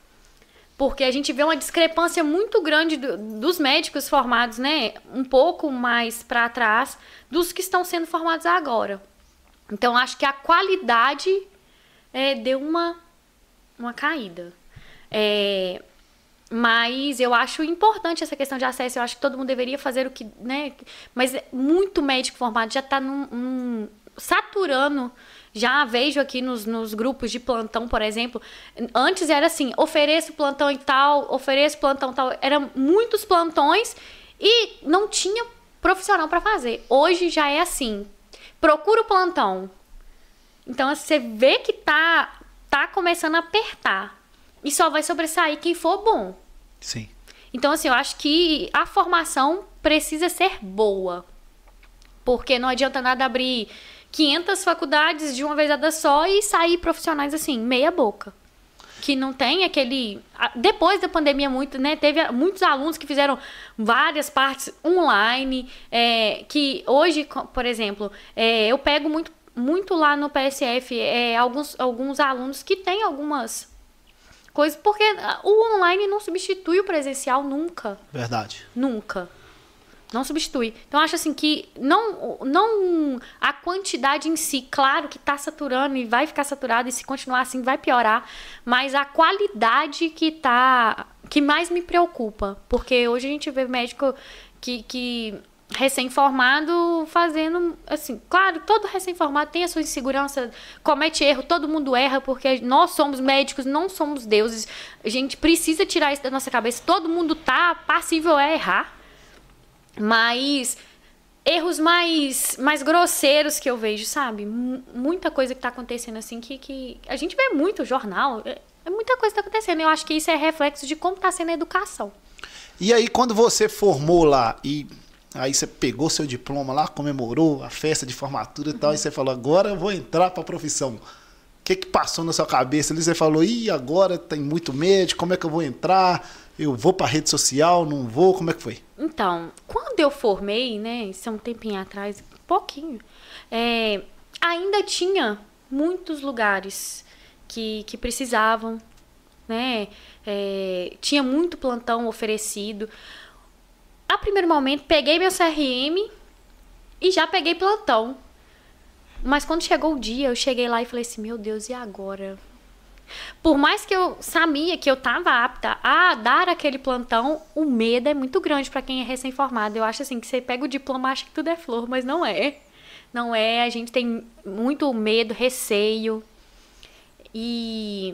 Porque a gente vê uma discrepância muito grande do, dos médicos formados, né, um pouco mais para trás dos que estão sendo formados agora. Então, acho que a qualidade é, deu uma, uma caída. É, mas eu acho importante essa questão de acesso. Eu acho que todo mundo deveria fazer o que, né? Mas muito médico formado já está num, num, saturando. Já vejo aqui nos, nos grupos de plantão, por exemplo. Antes era assim, ofereço plantão e tal, ofereço plantão e tal. Eram muitos plantões e não tinha profissional para fazer. Hoje já é assim, procura o plantão. Então você vê que tá, tá começando a apertar. E só vai sobressair quem for bom. Sim. Então, assim, eu acho que a formação precisa ser boa. Porque não adianta nada abrir quinhentas faculdades de uma vezada só e sair profissionais, assim, meia boca. que não tem aquele... Depois da pandemia, muito, né, teve muitos alunos que fizeram várias partes online, é, que hoje, por exemplo, é, eu pego muito, muito lá no P S F é, alguns, alguns alunos que têm algumas coisas, porque o online não substitui o presencial nunca. Verdade. Nunca. Não substitui. Então, eu acho assim que não, não a quantidade em si, claro que está saturando e vai ficar saturado, e se continuar assim vai piorar, mas a qualidade que tá, que mais me preocupa. Porque hoje a gente vê médico que, que recém-formado fazendo, assim, claro, todo recém-formado tem a sua insegurança, comete erro, todo mundo erra, porque nós somos médicos, não somos deuses. A gente precisa tirar isso da nossa cabeça. Todo mundo tá passível a errar. Mas erros mais, mais grosseiros que eu vejo, sabe? M- muita coisa que tá acontecendo assim, que, que a gente vê muito jornal, é, é muita coisa que tá acontecendo. Eu acho que isso é reflexo de como tá sendo a educação. E aí, quando você formou lá, e aí você pegou seu diploma lá, comemorou a festa de formatura e tal, e você falou, agora eu vou entrar pra profissão. O que que passou na sua cabeça ali? Você falou, ih, agora tem muito médico, como é que eu vou entrar? Eu vou pra rede social, não vou? Como é que foi? Então, quando eu formei, né, isso é um tempinho atrás, pouquinho, é, ainda tinha muitos lugares que, que precisavam, né, é, tinha muito plantão oferecido. A primeiro momento, peguei meu C R M e já peguei plantão. Mas quando chegou o dia, eu cheguei lá e falei assim, meu Deus, e agora? Por mais que eu sabia que eu estava apta a dar aquele plantão, o medo é muito grande para quem é recém-formado. Eu acho assim, que você pega o diploma e acha que tudo é flor, mas não é. Não é, a gente tem muito medo, receio. E,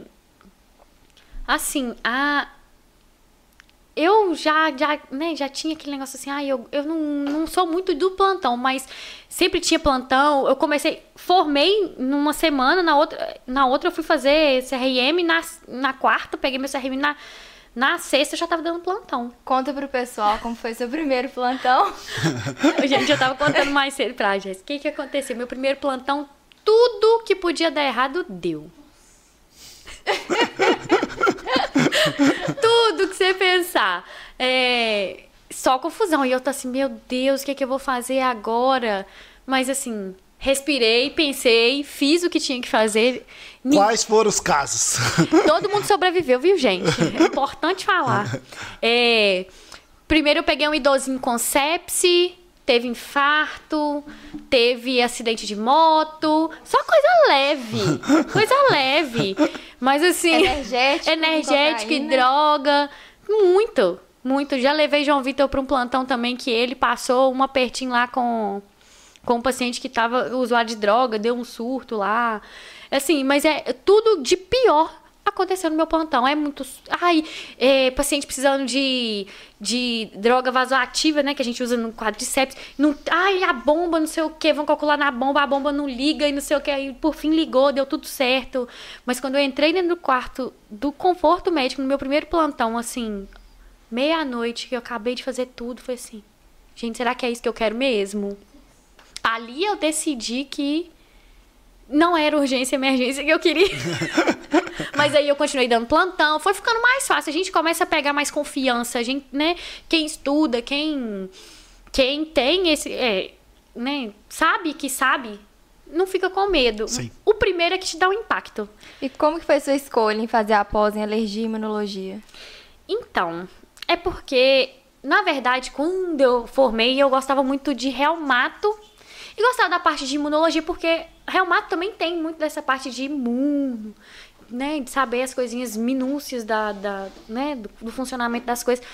assim, a... eu já, já, né, já tinha aquele negócio assim, ah, eu, eu não, não sou muito do plantão, mas sempre tinha plantão. Eu comecei, formei numa semana, na outra, na outra eu fui fazer C R M, na, na quarta peguei meu C R M, na, na sexta eu já tava dando plantão. Conta pro pessoal como foi seu primeiro plantão. Gente, eu tava contando mais cedo pra Jéssica. O que que aconteceu? Meu primeiro plantão, tudo que podia dar errado, deu. Tudo que você pensar. É, só confusão. E eu tô assim, meu Deus, o que é que eu vou fazer agora? Mas assim, respirei, pensei, fiz o que tinha que fazer. Quais foram os casos? Todo mundo sobreviveu, viu, gente? É importante falar. É, primeiro eu peguei um idosinho com sepse, teve infarto, teve acidente de moto, só coisa leve, coisa leve. Mas assim, energético, energético e cocaína. droga, muito, muito. Já levei João Vitor para um plantão também, que ele passou um apertinho lá com, com um paciente que estava usuário de droga, deu um surto lá. Assim, mas é tudo de pior aconteceu no meu plantão. É muito... Ai, é, paciente precisando de, de droga vasoativa, né? Que a gente usa no quadro de sepsis. Não, ai, a bomba, não sei o quê. Vão calcular na bomba, a bomba não liga e não sei o quê. Aí, por fim, ligou, deu tudo certo. Mas quando eu entrei dentro do quarto do conforto médico, no meu primeiro plantão, assim, meia-noite, que eu acabei de fazer tudo, foi assim... Gente, será que é isso que eu quero mesmo? Ali eu decidi que não era urgência e emergência que eu queria. Mas aí eu continuei dando plantão, foi ficando mais fácil. A gente começa a pegar mais confiança. A gente, né, quem estuda, quem, quem tem esse... É, né, sabe que sabe, não fica com medo. Sim. O primeiro é que te dá um impacto. E como que foi sua escolha em fazer a pós em alergia e imunologia? Então, é porque, na verdade, quando eu formei, eu gostava muito de reumato e gostava da parte de imunologia, porque reumato também tem muito dessa parte de imuno, né, de saber as coisinhas minúcias da, da, né, do, do funcionamento das coisas.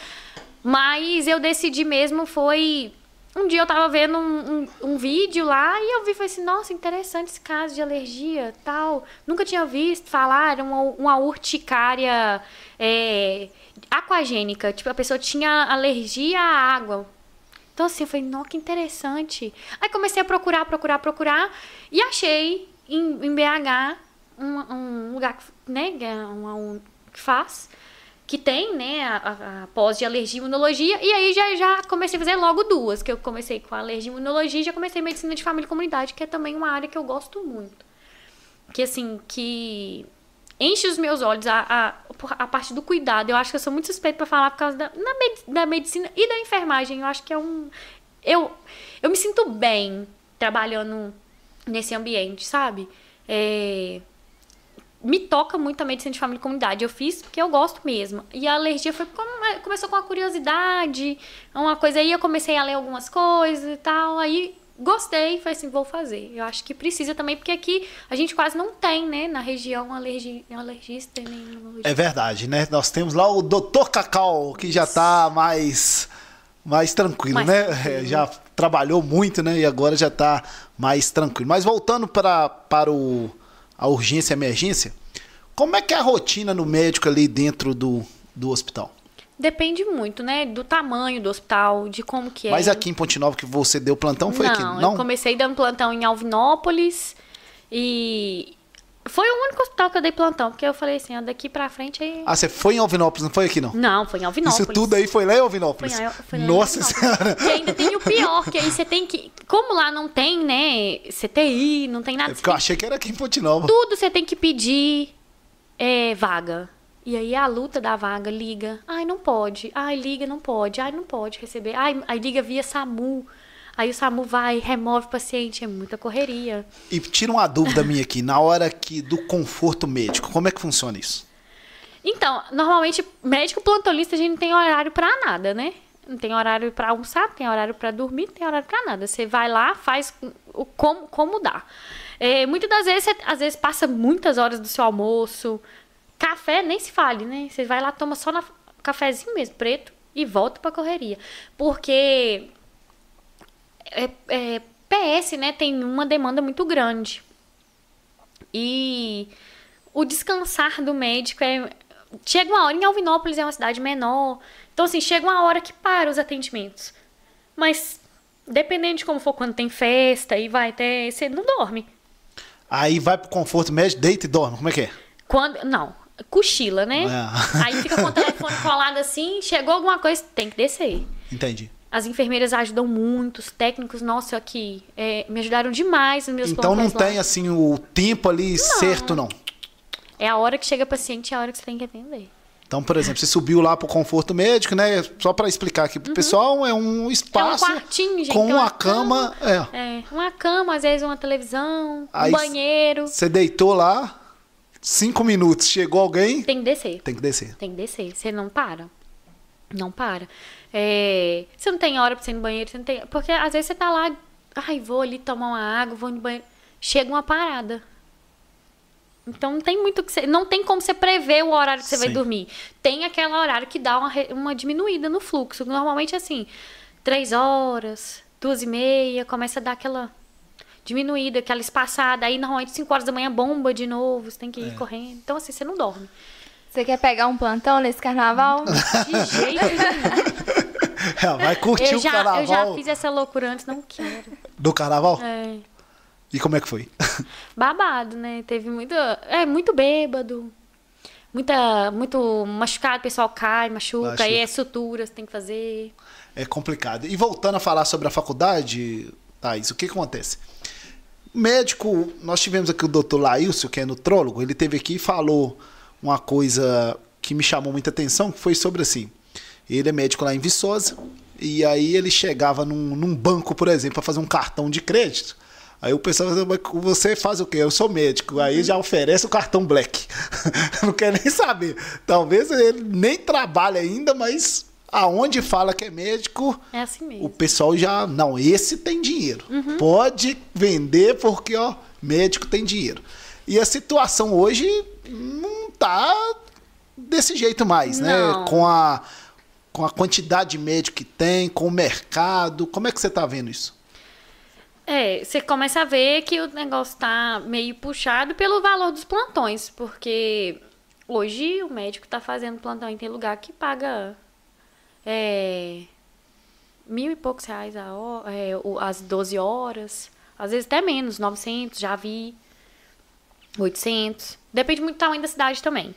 Mas eu decidi mesmo, foi... Um dia eu tava vendo um, um, um vídeo lá e eu vi e falei assim, nossa, interessante esse caso de alergia, tal. Nunca tinha visto falar, era uma, uma urticária é, aquagênica. Tipo, a pessoa tinha alergia à água. Então, assim, eu falei, nossa, que interessante. Aí comecei a procurar, procurar, procurar e achei em, em B H um, um lugar que, né, um, um, que faz, que tem, né, a, a, a pós de alergia e imunologia, e aí já, já comecei a fazer logo duas, que eu comecei com a alergia e imunologia e já comecei medicina de família e comunidade, que é também uma área que eu gosto muito. Que, assim, que enche os meus olhos a, a, a parte do cuidado. Eu acho que eu sou muito suspeita pra falar por causa da, na med, da medicina e da enfermagem. Eu acho que é um... Eu, eu me sinto bem trabalhando nesse ambiente, sabe? É, me toca muito a medicina de família e comunidade. Eu fiz porque eu gosto mesmo. E a alergia foi como, começou com a curiosidade, uma coisa aí, eu comecei a ler algumas coisas e tal, aí gostei, falei assim, vou fazer. Eu acho que precisa também, porque aqui a gente quase não tem, né, na região, alergi, alergista. Nem imunologista. É verdade, né? Nós temos lá o doutor Cacau, que já tá mais, mais tranquilo, Mais né? tranquilo. É, já trabalhou muito, né? E agora já tá mais tranquilo. Mas voltando pra, para o, a urgência e emergência, como é que é a rotina no médico ali dentro do, do hospital? Depende muito, né, do tamanho do hospital, de como que é. Mas aqui em Ponte Nova que você deu plantão foi não, aqui? Não, eu comecei dando plantão em Alvinópolis e foi o único hospital que eu dei plantão, porque eu falei assim, ó, daqui pra frente aí... Ah, você foi em Alvinópolis, não foi aqui não? Não, foi em Alvinópolis. Isso tudo aí foi lá em Alvinópolis? Foi, foi lá em Nossa Alvinópolis. Senhora! E ainda tem o pior, que aí você tem que... Como lá não tem, né, C T I, não tem nada... É porque eu achei que era aqui em Ponte Nova. Tudo você tem que pedir é, vaga. E aí a luta da vaga, liga. Ai, não pode. Ai, liga, não pode. Ai, não pode receber. Ai, aí liga via SAMU. Aí o SAMU vai, remove o paciente. É muita correria. E tira uma dúvida minha aqui. Na hora que do conforto médico, como é que funciona isso? Então, normalmente, médico plantonista, a gente não tem horário pra nada, né? Não tem horário pra almoçar, não tem horário pra dormir, não tem horário pra nada. Você vai lá, faz o como, como dá. É, muitas das vezes, você às vezes passa muitas horas do seu almoço. Café, nem se fale, né? Você vai lá, toma só na cafezinho mesmo, preto, e volta pra correria. Porque é, é, P S, né, tem uma demanda muito grande. E o descansar do médico é... Chega uma hora, em Alvinópolis é uma cidade menor, então assim, chega uma hora que para os atendimentos. Mas, dependendo de como for, quando tem festa, e vai ter... Você não dorme. Aí vai pro conforto médico, deita e dorme. Como é que é? Quando... Não. Cochila, né? É. Aí fica com o telefone colado assim, chegou alguma coisa, tem que descer. Entendi. As enfermeiras ajudam muito, os técnicos, nossa, aqui, é, me ajudaram demais nos meus Então não plantões lá. tem, assim, o tempo ali certo, não. É a hora que chega paciente, é a hora que você tem que atender. Então, por exemplo, você subiu lá pro conforto médico, né? Só para explicar aqui pro pessoal, é um espaço É um quartinho, gente, com tem uma uma cama. É. É, uma cama, às vezes uma televisão, Aí um banheiro. Você deitou lá, cinco minutos, chegou alguém, Tem que descer. tem que descer. Tem que descer. Você não para. Não para. É, você não tem hora pra você ir no banheiro, você não tem. Porque às vezes você tá lá, ai, vou ali tomar uma água, vou no banheiro. Chega uma parada. Então não tem muito que você. Não tem como você prever o horário que você vai Sim. dormir. Tem aquele horário que dá uma, re- uma diminuída no fluxo. Normalmente assim, três horas, duas e meia, começa a dar aquela diminuída, aquela espaçada. Aí normalmente cinco horas da manhã bomba de novo, você tem que ir É. correndo. Então assim, você não dorme. Você quer pegar um plantão nesse carnaval? De jeito nenhum. É, vai curtir Eu o já, carnaval eu já fiz essa loucura antes, não quero. do carnaval? É, E como é que foi? babado, né? Teve muito. É, muito bêbado. Muita, muito machucado, o pessoal cai, machuca, Machuca. aí é sutura, você tem que fazer. É complicado. E voltando a falar sobre a faculdade, Thaís, o que acontece? Médico, nós tivemos aqui o doutor Laílson, que é nutrólogo, ele teve aqui e falou uma coisa que me chamou muita atenção, que foi sobre assim, ele é médico lá em Viçosa, e aí ele chegava num, num banco, por exemplo, para fazer um cartão de crédito. Aí o pessoal fala, "Mas você faz o quê? Eu sou médico." Aí já oferece o cartão black. Não quer nem saber. Talvez ele nem trabalhe ainda, mas aonde fala que é médico, É assim mesmo. o pessoal já... Não, esse tem dinheiro. Pode vender porque, ó, médico tem dinheiro. E a situação hoje não tá desse jeito mais, né? Não. Com a, com a quantidade de médico que tem, com o mercado. Como é que você tá vendo isso? É, você começa a ver que o negócio tá meio puxado pelo valor dos plantões, porque hoje o médico tá fazendo plantão e tem lugar que paga é, mil e poucos reais a hora, é, o- as doze horas, às vezes até menos, novecentos, já vi, oitocentos, depende muito do tamanho da cidade também.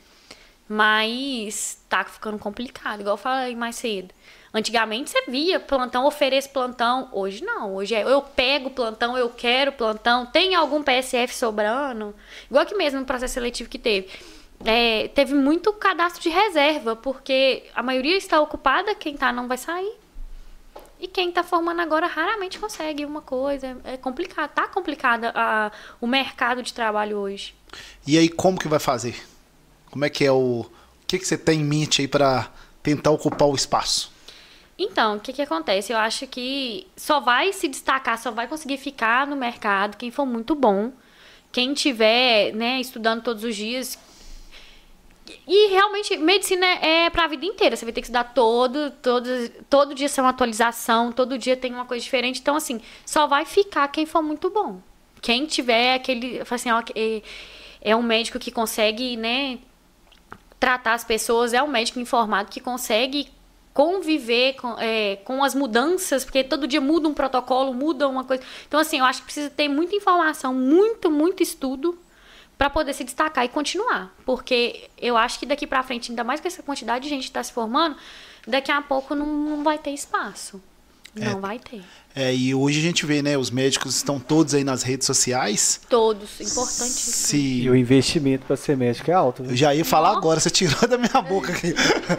Mas tá ficando complicado, igual eu falei mais cedo. Antigamente você via plantão, oferece plantão. Hoje não. Hoje é eu pego plantão, eu quero plantão. Tem algum P S F sobrando? Igual aqui mesmo no processo seletivo que teve. é, teve muito cadastro de reserva, porque a maioria está ocupada, quem tá não vai sair. E quem está formando agora raramente consegue uma coisa. É complicado, tá complicado a, o mercado de trabalho hoje. E aí, como que vai fazer? Como é que é o... O que, que você tem em mente aí para tentar ocupar o espaço? Então, o que que acontece? Eu acho que só vai se destacar, só vai conseguir ficar no mercado quem for muito bom. Quem tiver, né, estudando todos os dias. E realmente, medicina é para a vida inteira. Você vai ter que estudar todo, todo, todo dia ser uma atualização, todo dia tem uma coisa diferente. Então, assim, só vai ficar quem for muito bom. Quem tiver aquele... Assim, ó, é, é um médico que consegue, né, tratar as pessoas, é um médico informado que consegue conviver com, é, com as mudanças, porque todo dia muda um protocolo, muda uma coisa. Então, assim, eu acho que precisa ter muita informação, muito, muito estudo para poder se destacar e continuar. Porque eu acho que daqui para frente, ainda mais com essa quantidade de gente que está se formando, daqui a pouco não, não vai ter espaço. Não É. vai ter. É, e hoje a gente vê, né, os médicos estão todos aí nas redes sociais. Todos, importantíssimo. Se... E o investimento para ser médico é alto, Eu viu? já ia falar agora, você tirou da minha boca aqui.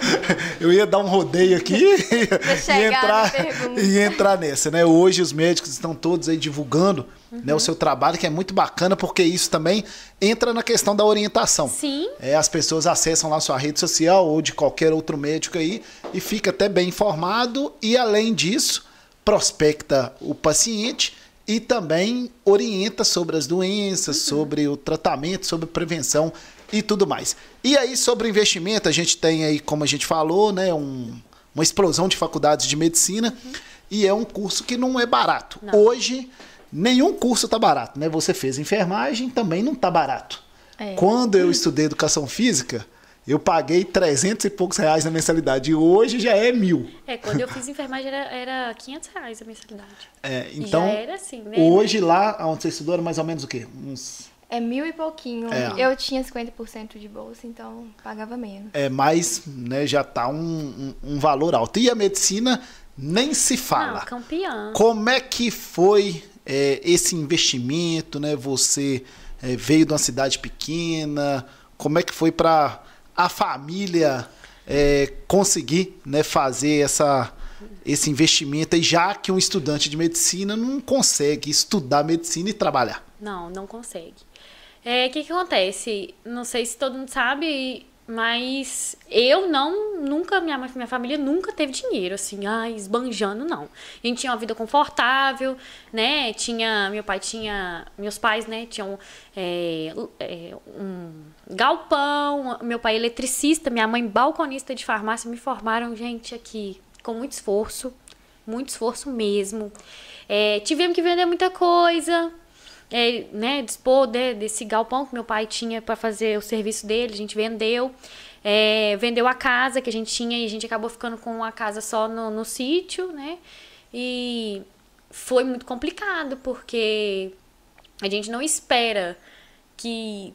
Eu ia dar um rodeio aqui e chegar entrar, na pergunta. e entrar nessa, né? Hoje os médicos estão todos aí divulgando, né, o seu trabalho, que é muito bacana, porque isso também entra na questão da orientação. Sim. É, as pessoas acessam lá sua rede social ou de qualquer outro médico aí e fica até bem informado e, além disso, prospecta o paciente e também orienta sobre as doenças, uhum. sobre o tratamento, sobre prevenção e tudo mais. E aí, sobre investimento, a gente tem aí, como a gente falou, né, um, uma explosão de faculdades de medicina, uhum. e é um curso que não é barato. Não. Hoje, nenhum curso está barato, né? Você fez enfermagem, também não está barato. É. Quando eu estudei educação física, eu paguei trezentos e poucos reais na mensalidade. E hoje já é mil. É, quando eu fiz enfermagem era, era quinhentos reais a mensalidade. É, então, e já era assim, né? Hoje lá, onde você estudou, era mais ou menos o quê? Uns... É mil e pouquinho. É. Eu tinha cinquenta por cento de bolsa, então pagava menos. É, mas né, já tá um, um, um valor alto. E a medicina nem se fala. Não, campeã. Como é que foi é, esse investimento, né? Você é, veio de uma cidade pequena, como é que foi para a família é, conseguir, né, fazer essa, esse investimento aí, já que um estudante de medicina não consegue estudar medicina e trabalhar? Não, não consegue. É, o que que acontece? Não sei se todo mundo sabe, mas eu não, nunca, minha, minha família nunca teve dinheiro, assim, ai, esbanjando, não. A gente tinha uma vida confortável, né, tinha, meu pai tinha, meus pais, né, tinham é, é, um galpão, meu pai eletricista, minha mãe balconista de farmácia, me formaram, gente, aqui, com muito esforço, muito esforço mesmo. É, tivemos que vender muita coisa, É, né, dispor de, desse galpão que meu pai tinha para fazer o serviço dele, a gente vendeu, é, vendeu a casa que a gente tinha e a gente acabou ficando com a casa só no, no sítio, né, e foi muito complicado, porque a gente não espera que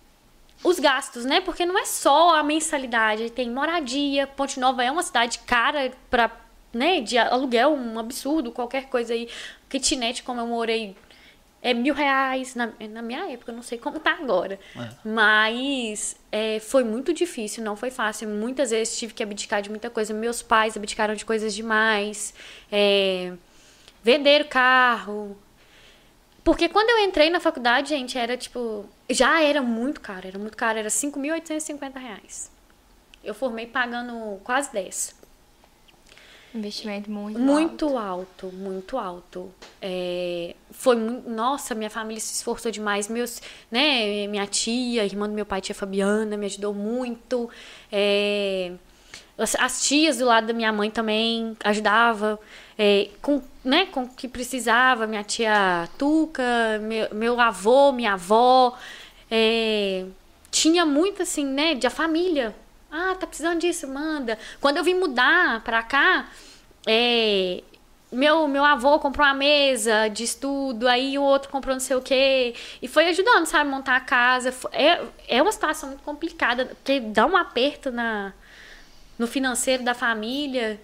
os gastos, né, porque não é só a mensalidade, tem moradia, Ponte Nova é uma cidade cara para, né, de aluguel, um absurdo, qualquer coisa aí, kitnet, como eu morei, é mil reais na, na minha época, eu não sei como tá agora. É. Mas é, foi muito difícil, não foi fácil. Muitas vezes tive que abdicar de muita coisa. Meus pais abdicaram de coisas demais. É, venderam carro. Porque quando eu entrei na faculdade, gente, era tipo... Já era muito caro, era muito caro. Era cinco mil oitocentos e cinquenta reais. Eu formei pagando quase dez. Investimento muito, muito alto. alto, muito alto. É, foi muito, nossa, minha família se esforçou demais. Meus, né, minha tia, irmã do meu pai, tia Fabiana, me ajudou muito. É, as, as tias do lado da minha mãe também ajudavam é, com, né, com o que precisava. Minha tia Tuca, meu, meu avô, minha avó. É, tinha muito assim, né, de a família. Ah, tá precisando disso, manda. Quando eu vim mudar pra cá, é, meu, meu avô comprou uma mesa de estudo, aí o outro comprou não sei o quê. E foi ajudando, sabe, montar a casa. É, é uma situação muito complicada, porque dá um aperto na, no financeiro da família.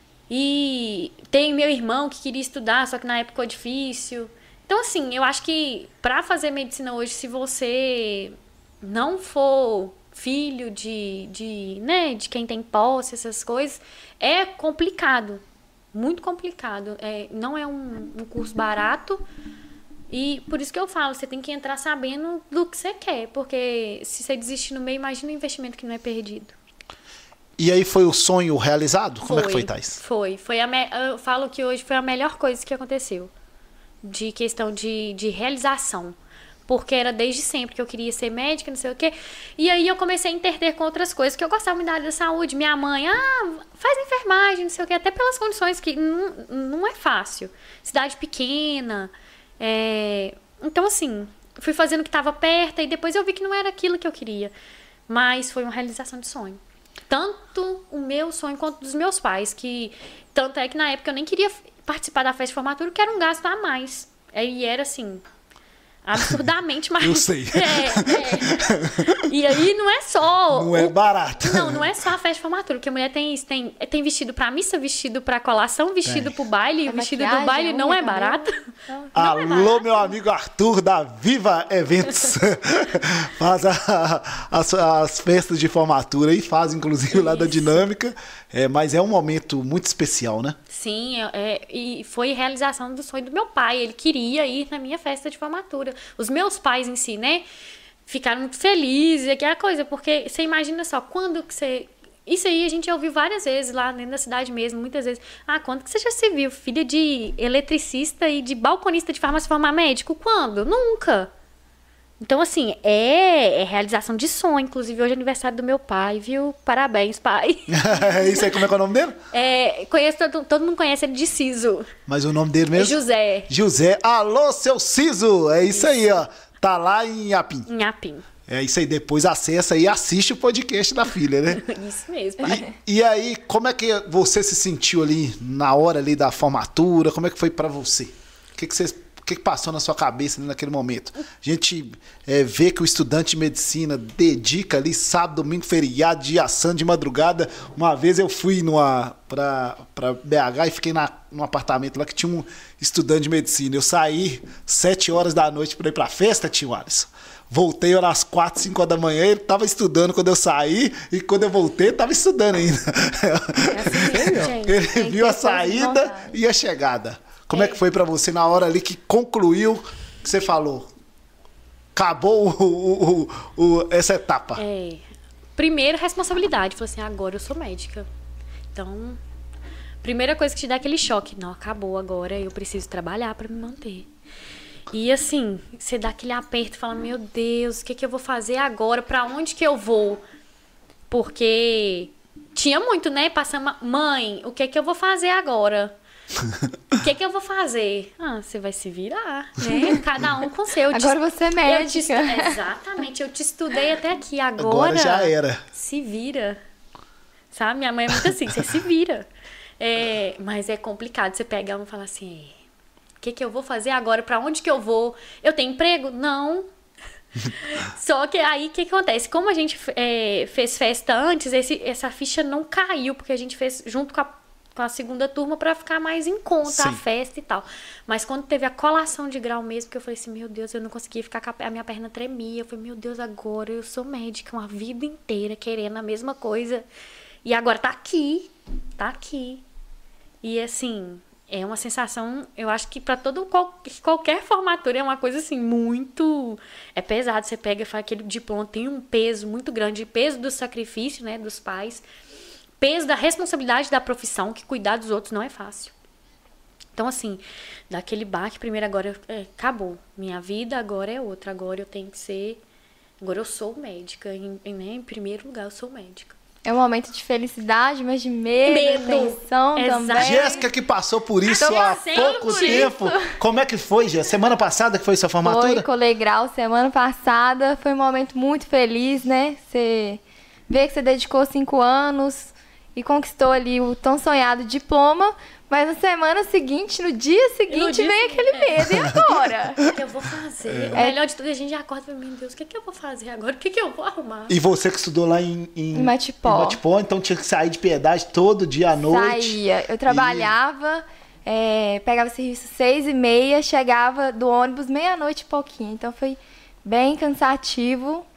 E tem meu irmão que queria estudar, só que na época ficou difícil. Então, assim, eu acho que pra fazer medicina hoje, se você não for filho de, de, né, de quem tem posse, essas coisas, é complicado. Muito complicado. É, não é um, um curso barato. E por isso que eu falo, você tem que entrar sabendo do que você quer. Porque se você desistir no meio, imagina o investimento que não é perdido. E aí foi o sonho realizado? Como é que foi, Thais? Foi. foi a me... Eu falo que hoje foi a melhor coisa que aconteceu. De questão de, de realização. Porque era desde sempre que eu queria ser médica, não sei o quê. E aí eu comecei a interter com outras coisas, que eu gostava muito da área da saúde. Minha mãe, ah, faz enfermagem, não sei o quê. Até pelas condições que não, não é fácil. Cidade pequena. É... Então, assim, fui fazendo o que estava perto. E depois eu vi que não era aquilo que eu queria. Mas foi uma realização de sonho. Tanto o meu sonho quanto dos meus pais. Que, tanto é que na época eu nem queria participar da festa de formatura, que era um gasto a mais. E era assim... absurdamente mais. Eu sei. É, é. E aí não é só... Não o... é barato. Não, não é só a festa de formatura, porque a mulher tem isso, tem, tem vestido pra missa, vestido pra colação, vestido é. pro baile, e o vestido do baile não é barato. Não Alô, é barato. Meu amigo Arthur da Viva Eventos. Faz a, as, as festas de formatura e faz, inclusive, isso. lá da Dinâmica. É, mas é um momento muito especial, né? Sim, é, e foi realização do sonho do meu pai. Ele queria ir na minha festa de formatura. Os meus pais em si, né? Ficaram muito felizes, aquela coisa, porque você imagina só, quando que você... Isso aí a gente já ouviu várias vezes lá dentro da cidade mesmo, muitas vezes. Ah, quando que você já se viu filha de eletricista e de balconista de farmácia formar médico? Quando? Nunca. Então, assim, é, é realização de sonho. Inclusive, hoje é aniversário do meu pai, viu? Parabéns, pai. Isso aí, como é que é o nome dele? É, conheço, todo, todo mundo conhece ele de Ciso. Mas o nome dele mesmo? É José. José. Alô, seu Ciso. É isso, isso aí, ó. Tá lá em Apim. Em Apim. É isso aí. Depois acessa e assiste o podcast da filha, né? Isso mesmo, pai. E, e aí, como é que você se sentiu ali na hora ali da formatura? Como é que foi pra você? O que, que você... O que passou na sua cabeça naquele momento? A gente é, vê que o estudante de medicina dedica ali sábado, domingo, feriado, dia santo, de madrugada. Uma vez eu fui numa, pra, pra B H e fiquei na, num apartamento lá que tinha um estudante de medicina. Eu saí sete horas da noite para ir pra festa, tio Alisson. Voltei às quatro, cinco horas da manhã, ele tava estudando quando eu saí, e quando eu voltei, ele tava estudando ainda. É assim, gente. Ele viu a saída e a chegada. Como é. é que foi pra você na hora ali que concluiu, que você falou? Acabou o, o, o, o, essa etapa. É. Primeiro, responsabilidade. Falei assim, agora eu sou médica. Então, primeira coisa que te dá aquele choque. Não, acabou agora, eu preciso trabalhar pra me manter. E assim, você dá aquele aperto e fala, meu Deus, o que, que eu vou fazer agora? Pra onde que eu vou? Porque tinha muito, né? Passando, mãe, o que que eu vou fazer agora? O que que eu vou fazer? Ah, você vai se virar, né? Cada um com seu. Agora te... você é médica. Eu te estu... Exatamente, eu te estudei até aqui. Agora, agora já era. Se vira. Sabe? Minha mãe é muito assim, você se vira. É, mas é complicado. Você pega ela e fala assim, o que que eu vou fazer agora? Pra onde que eu vou? Eu tenho emprego? Não. Só que aí, o que, que acontece? Como a gente é, fez festa antes, esse, essa ficha não caiu, porque a gente fez junto com a com a segunda turma para ficar mais em conta Sim. a festa e tal. Mas quando teve a colação de grau mesmo, que eu falei assim, meu Deus, eu não conseguia ficar com a, a minha perna tremia. Eu falei, meu Deus, agora eu sou médica uma vida inteira querendo a mesma coisa. E agora tá aqui, tá aqui. E assim, é uma sensação, eu acho que para todo qual, qualquer formatura é uma coisa assim muito é pesado. Você pega e faz aquele diploma, tem um peso muito grande, peso do sacrifício, né, dos pais. Peso da responsabilidade da profissão, que cuidar dos outros não é fácil. Então, assim, daquele baque, primeiro agora, é, acabou. Minha vida agora é outra. Agora eu tenho que ser... Agora eu sou médica. Em, em, né, em primeiro lugar, eu sou médica. É um momento de felicidade, mas de medo, medo. tensão Exato. também. Jéssica que passou por isso Tô há passando pouco por tempo. isso. Como é que foi, Jéssica? Semana passada que foi sua formatura? Foi, colei grau semana passada. Foi um momento muito feliz, né? Você vê que você dedicou cinco anos... E conquistou ali o tão sonhado diploma, mas na semana seguinte, no dia seguinte, dia vem aquele medo. É. E agora? O que eu vou fazer? É. O melhor de tudo, a gente já acorda e fala, meu Deus, o que, que eu vou fazer agora? O que, que eu vou arrumar? E você que estudou lá em, em, em Matipó. Em Matipó, então tinha que sair de Piedade todo dia à noite. Saía. Eu trabalhava, e... é, pegava serviço seis e meia, chegava do ônibus meia-noite e pouquinho. Então foi bem cansativo.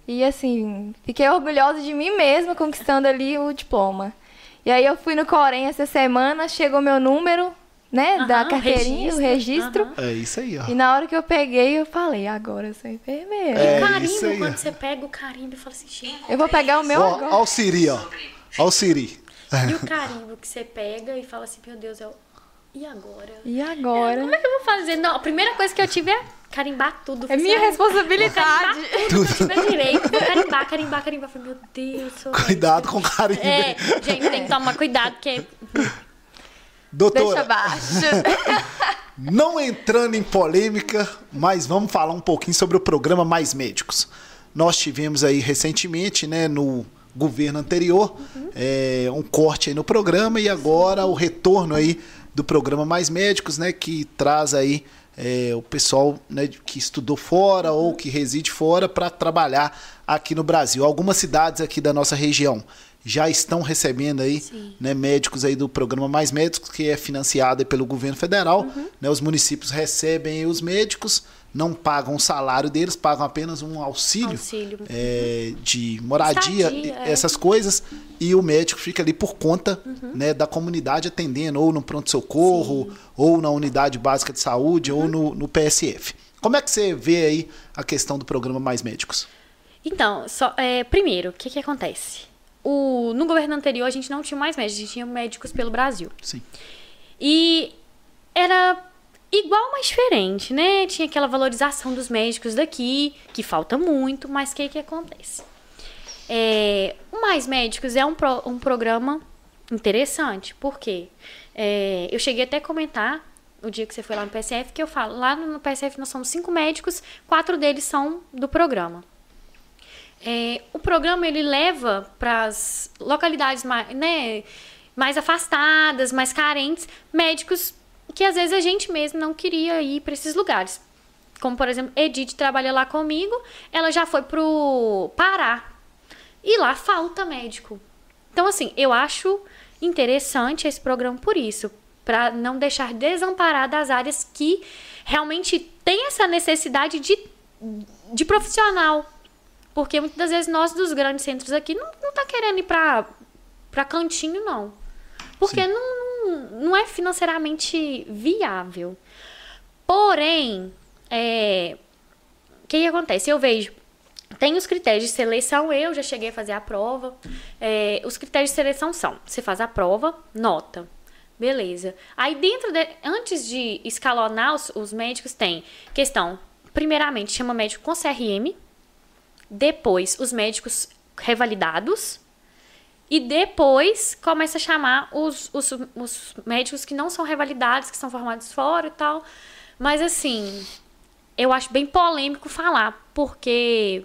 E assim, fiquei orgulhosa de mim mesma conquistando ali o diploma. E aí eu fui no Corém essa semana, chegou meu número, né, Aham, da o carteirinha, o registro. aham. É isso aí, ó. E na hora que eu peguei, eu falei, agora eu sou enfermeira. É, o carimbo, isso aí, quando ó. você pega o carimbo e fala assim, gente. Eu vou pegar o meu Ó, agora. ó o Siri, ó. Ó o Siri. E o carimbo que você pega e fala assim, meu Deus, eu... e agora? E agora? Como é que eu vou fazer? Não, a primeira coisa que eu tive é carimbar tudo. É minha Falei, responsabilidade. tudo que eu tiver direito. Vou carimbar, carimbar, carimbar. Falei, meu Deus, sou Cuidado com o carimbo. É, gente, tem que tomar cuidado, porque Doutora, Deixa abaixo. não entrando em polêmica, mas vamos falar um pouquinho sobre o programa Mais Médicos. Nós tivemos aí recentemente, né, no governo anterior, uhum. é, um corte aí no programa e agora o retorno aí do programa Mais Médicos, né, que traz aí é, o pessoal, né, que estudou fora ou que reside fora para trabalhar aqui no Brasil. Algumas cidades aqui da nossa região já estão recebendo aí, né, médicos aí do programa Mais Médicos, que é financiado aí pelo governo federal. Uhum. Né, os municípios recebem aí os médicos, não pagam o salário deles, pagam apenas um auxílio, auxílio. É, de moradia, Estadia, essas é. coisas, e o médico fica ali por conta, uhum. né, da comunidade atendendo, ou no pronto-socorro, ou na unidade básica de saúde, uhum. ou no, no P S F. Como é que você vê aí a questão do programa Mais Médicos? Então, só, é, primeiro, o que, que acontece? O, no governo anterior, a gente não tinha mais médicos, a gente tinha médicos pelo Brasil. Sim. E era igual, mas diferente, né? Tinha aquela valorização dos médicos daqui, que falta muito, mas o que, que acontece? É, o Mais Médicos é um, pro, um programa interessante, porque é, eu cheguei até a comentar o dia que você foi lá no P S F, que eu falo, lá no P S F nós somos cinco médicos, quatro deles são do programa. É, o programa ele leva para as localidades mais, né, mais afastadas, mais carentes, médicos que às vezes a gente mesmo não queria ir para esses lugares. Como, por exemplo, Edith trabalha lá comigo, ela já foi pro Pará. E lá falta médico. Então, assim, eu acho interessante esse programa por isso, para não deixar desamparado as áreas que realmente têm essa necessidade de, de profissional. Porque muitas das vezes nós dos grandes centros aqui não, não tá querendo ir para para cantinho, não. Porque não, não, não é financeiramente viável. Porém, é, o que, que acontece? Eu vejo, tem os critérios de seleção, eu já cheguei a fazer a prova. É, os critérios de seleção são, você faz a prova, nota. Beleza. Aí dentro, de, antes de escalonar os, os médicos, tem questão, primeiramente, chama médico com C R M, depois os médicos revalidados, e depois começa a chamar os, os, os médicos que não são revalidados, que são formados fora e tal. Mas assim, eu acho bem polêmico falar, porque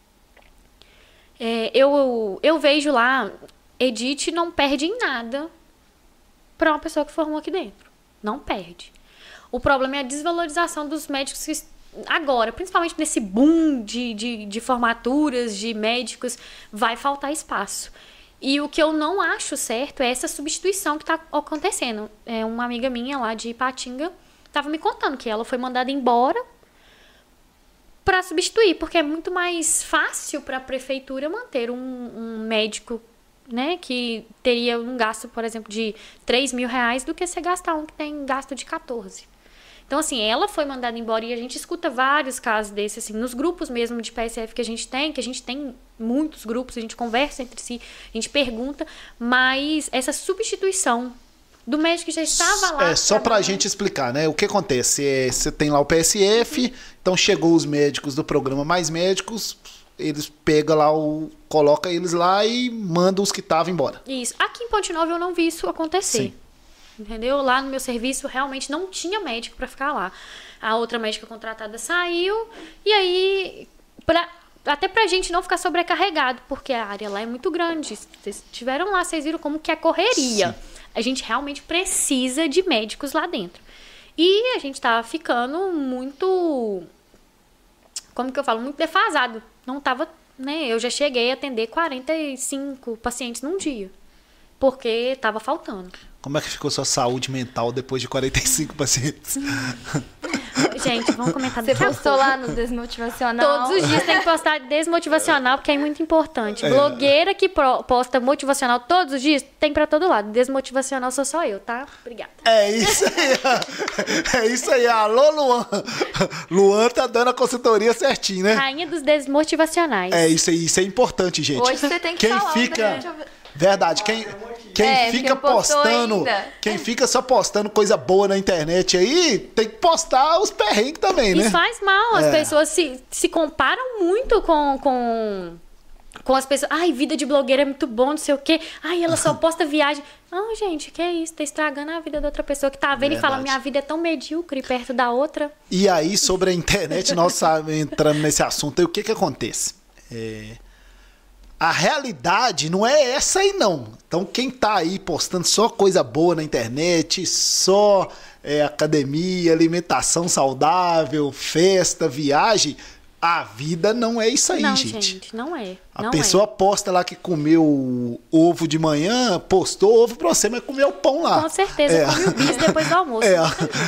é, eu, eu vejo lá, Edith não perde em nada para uma pessoa que formou aqui dentro. Não perde. O problema é a desvalorização dos médicos que agora, principalmente nesse boom de, de, de formaturas, de médicos, vai faltar espaço. E o que eu não acho certo é essa substituição que está acontecendo. É, uma amiga minha lá de Ipatinga estava me contando que ela foi mandada embora para substituir, porque é muito mais fácil para a prefeitura manter um, um médico, né, que teria um gasto, por exemplo, de três mil reais do que você gastar um que tem gasto de quatorze. Então, assim, ela foi mandada embora e a gente escuta vários casos desses, assim, nos grupos mesmo de P S F que a gente tem, que a gente tem muitos grupos, a gente conversa entre si, a gente pergunta, mas essa substituição do médico que já estava lá... É, só pra gente explicar, né? O que acontece? É, você tem lá o P S F, uhum. Então chegou os médicos do programa Mais Médicos, eles pegam lá, o, coloca eles lá e mandam os que estavam embora. Isso. Aqui em Ponte Nova eu não vi isso acontecer. Sim. Entendeu? Lá no meu serviço realmente não tinha médico para ficar lá. A outra médica contratada saiu e aí, pra, até pra gente não ficar sobrecarregado, porque a área lá é muito grande. Vocês estiveram lá, vocês viram como que é correria. Sim. A gente realmente precisa de médicos lá dentro. E a gente tá ficando muito, como que eu falo, muito defasado. Não tava, né? Eu já cheguei a atender quarenta e cinco pacientes num dia, porque tava faltando. Como é que ficou sua saúde mental depois de quarenta e cinco pacientes? Gente, vamos comentar Você daqui a postou pouco. lá no Desmotivacional. Todos os dias tem que postar desmotivacional, porque é muito importante. Blogueira que pro- posta motivacional todos os dias, tem pra todo lado. Desmotivacional sou só eu, tá? Obrigada. É isso aí. É isso aí. Alô, Luan. Luan tá dando a consultoria certinho, né? Rainha dos desmotivacionais. É isso aí. Isso é importante, gente. Hoje você tem que Quem falar. fica... né? Verdade, quem, quem É, fica porque postou postando, ainda. quem fica só postando coisa boa na internet aí, tem que postar os perrengues também, né? Isso faz mal. As É. pessoas se, se comparam muito com, com, com as pessoas. Ai, vida de blogueira é muito bom, não sei o quê. Ai, ela só posta viagem. Não, gente, que é isso? Tá estragando a vida da outra pessoa que tá vendo e fala, Verdade. minha vida é tão medíocre perto da outra. E aí, sobre a internet, nós sabe, entrando nesse assunto aí, o que que acontece? É, a realidade não é essa aí, não. Então, quem tá aí postando só coisa boa na internet, só é, academia, alimentação saudável, festa, viagem, a vida não é isso aí, não, gente. gente, não é. A não pessoa posta lá que comeu ovo de manhã, postou ovo pra você, mas comeu pão lá. é. Com certeza, É. come o bis depois do almoço. É,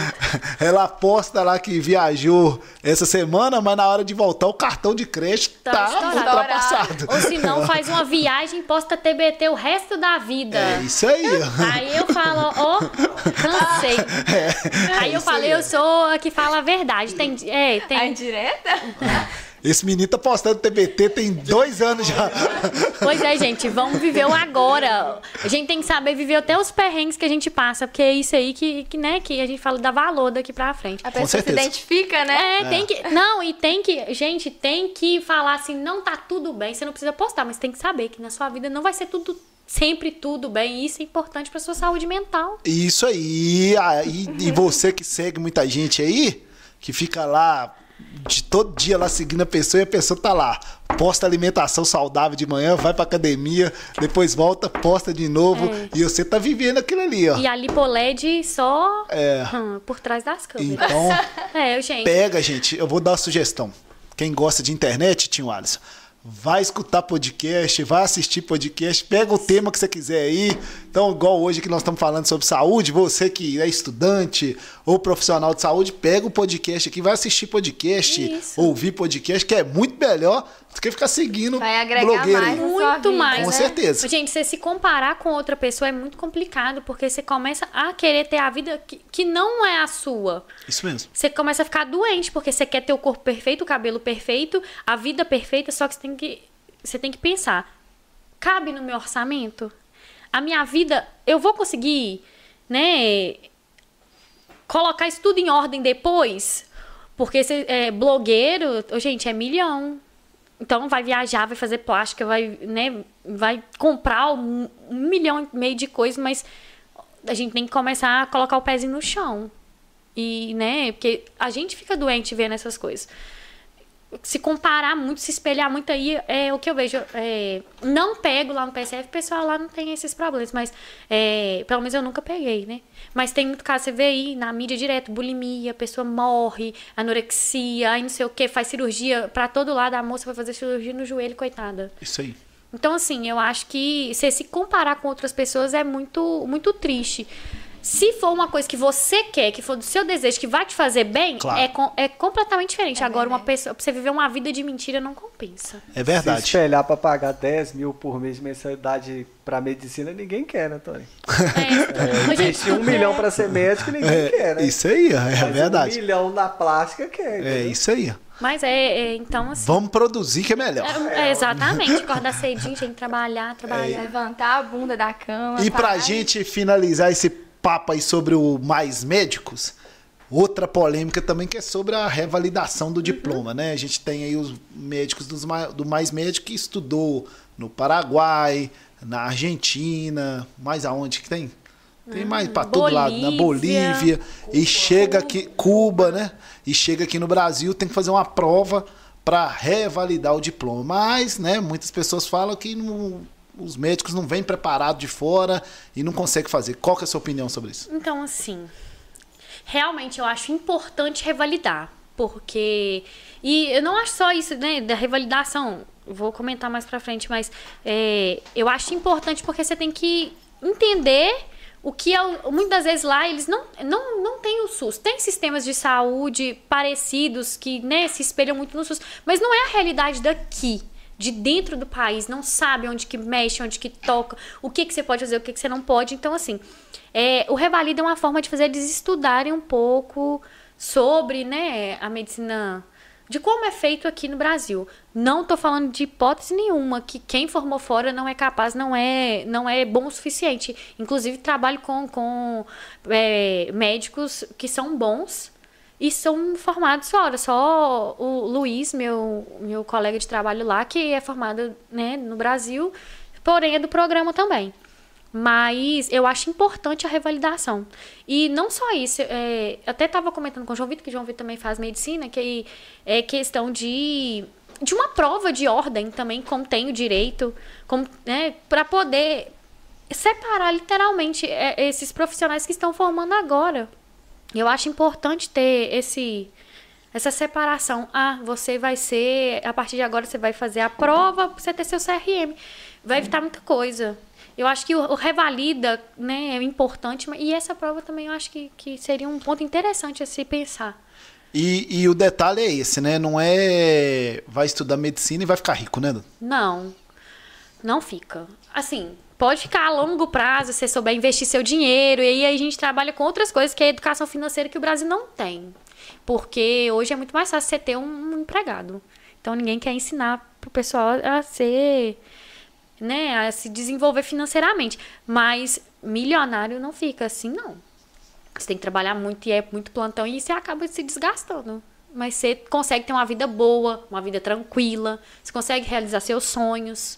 ela posta lá que viajou essa semana, mas na hora de voltar o cartão de crédito Tá tá, estourado. ultrapassado. Ou se não, faz uma viagem e posta T B T o resto da vida. É isso aí. Aí eu falo, ó, cansei. Aí é eu isso falei, aí. eu sou a que fala a verdade. Tem, é, A tem, indireta? Esse menino tá postando T B T tem dois anos já. Pois é, gente, vamos viver o agora. A gente tem que saber viver até os perrengues que a gente passa, porque é isso aí que, que, né, que a gente fala da valor daqui pra frente. A pessoa se certeza. identifica, né? É, tem que. Não, e tem que. Gente, tem que falar assim, não tá tudo bem. Você não precisa postar, mas tem que saber que na sua vida não vai ser tudo. Sempre tudo bem. E isso é importante pra sua saúde mental. Isso aí. aí. E você que segue muita gente aí, que fica lá de todo dia lá seguindo a pessoa e a pessoa tá lá. Posta alimentação saudável de manhã, vai pra academia, depois volta, posta de novo. É. E você tá vivendo aquilo ali, ó. E a Lipoled só É. hum, por trás das câmeras. Então, É, gente. pega, gente. Eu vou dar uma sugestão. Quem gosta de internet, tio Alisson, vai escutar podcast, vai assistir podcast, pega o tema que você quiser aí. Então, igual hoje que nós estamos falando sobre saúde, você que é estudante ou profissional de saúde, pega o podcast aqui, vai assistir podcast, Isso. ouvir podcast, que é muito melhor do que ficar seguindo Vai agregar blogueiro mais aí. na sua Muito vida, mais, Com né? certeza. Gente, você se comparar com outra pessoa é muito complicado, porque você começa a querer ter a vida que, que não é a sua. Isso mesmo. Você começa a ficar doente, porque você quer ter o corpo perfeito, o cabelo perfeito, a vida perfeita, só que você tem que, você tem que pensar, cabe no meu orçamento? A minha vida, eu vou conseguir, né, colocar isso tudo em ordem depois? Porque você é blogueiro, ô, gente, é milhão. Então vai viajar, vai fazer plástica, vai, né, vai comprar um, um milhão e meio de coisas, mas a gente tem que começar a colocar o pezinho no chão. E, né, porque a gente fica doente vendo essas coisas. Se comparar muito, se espelhar muito aí, é o que eu vejo. É, não pego lá no P S F, o pessoal lá não tem esses problemas, mas é, pelo menos eu nunca peguei, né? Mas tem muito caso, você vê aí na mídia direto, bulimia, a pessoa morre, anorexia, aí não sei o que, faz cirurgia pra todo lado, a moça vai fazer cirurgia no joelho, coitada. Isso aí. Então, assim, eu acho que você se comparar com outras pessoas é muito, muito triste. Se for uma coisa que você quer, que for do seu desejo, que vai te fazer bem, Claro. é, com- é completamente diferente. É Agora, uma verdade. pessoa, pra você viver uma vida de mentira, não compensa. É Se verdade. espelhar pra pagar dez mil por mês de mensalidade pra medicina, ninguém quer, né, Tony? É, É, investir um milhão pra ser médico, ninguém quer, É, né? isso aí, é Mas verdade. Um milhão na plástica quer. É entendeu? isso aí. Mas é, é, então, assim. Vamos produzir que é melhor. É, é, exatamente. Acordar cedinho, tem que trabalhar, trabalhar. Levantar a bunda da cama. E pra parar. gente finalizar esse papo aí sobre o Mais Médicos, outra polêmica também que é sobre a revalidação do diploma, né? A gente tem aí os médicos dos, Ma- do Mais Médico que estudou no Paraguai, na Argentina, mais aonde que tem? Tem mais pra todo lado, na Bolívia, Bolívia, e chega aqui, Cuba, né? E chega aqui no Brasil, tem que fazer uma prova para revalidar o diploma. Mas, né, muitas pessoas falam que não- os médicos não vêm preparados de fora e não conseguem fazer. Qual que é a sua opinião sobre isso? Então, assim, realmente eu acho importante revalidar, porque... E eu não acho só isso, né, da revalidação, vou comentar mais pra frente, mas é, eu acho importante porque você tem que entender o que é, muitas das vezes lá eles não, não, não têm o SUS. Tem sistemas de saúde parecidos que, né, se espelham muito no SUS, mas não é a realidade daqui, de dentro do país. Não sabe onde que mexe, onde que toca, o que, que você pode fazer, o que, que você não pode. Então, assim, é, o Revalida é uma forma de fazer eles estudarem um pouco sobre, né, a medicina, de como é feito aqui no Brasil. Não tô falando de hipótese nenhuma que quem formou fora não é capaz, não é, não é bom o suficiente. Inclusive, trabalho com, com é, médicos que são bons e são formados fora. Só o Luiz, meu, meu colega de trabalho lá, que é formado, né, no Brasil, porém é do programa também. Mas eu acho importante a revalidação. E não só isso, é, eu até estava comentando com o João Vitor, que o João Vitor também faz medicina, que é questão de, de uma prova de ordem também, como tem o direito, como, né, para poder separar literalmente é, esses profissionais que estão formando agora. Eu acho importante ter esse, essa separação. Ah, você vai ser, a partir de agora você vai fazer a prova para você ter seu C R M. Vai evitar muita coisa. Eu acho que o, o revalida, né, é importante, e essa prova também eu acho que, que seria um ponto interessante a se pensar. E, e o detalhe é esse, né? Não é vai estudar medicina e vai ficar rico, né? Não, não fica. Assim, pode ficar a longo prazo, se você souber investir seu dinheiro, e aí a gente trabalha com outras coisas, que é a educação financeira que o Brasil não tem. Porque hoje é muito mais fácil você ter um, um empregado. Então ninguém quer ensinar pro pessoal a ser... né, a se desenvolver financeiramente. Mas milionário não fica assim, não. Você tem que trabalhar muito e é muito plantão e você acaba se desgastando. Mas você consegue ter uma vida boa, uma vida tranquila, você consegue realizar seus sonhos.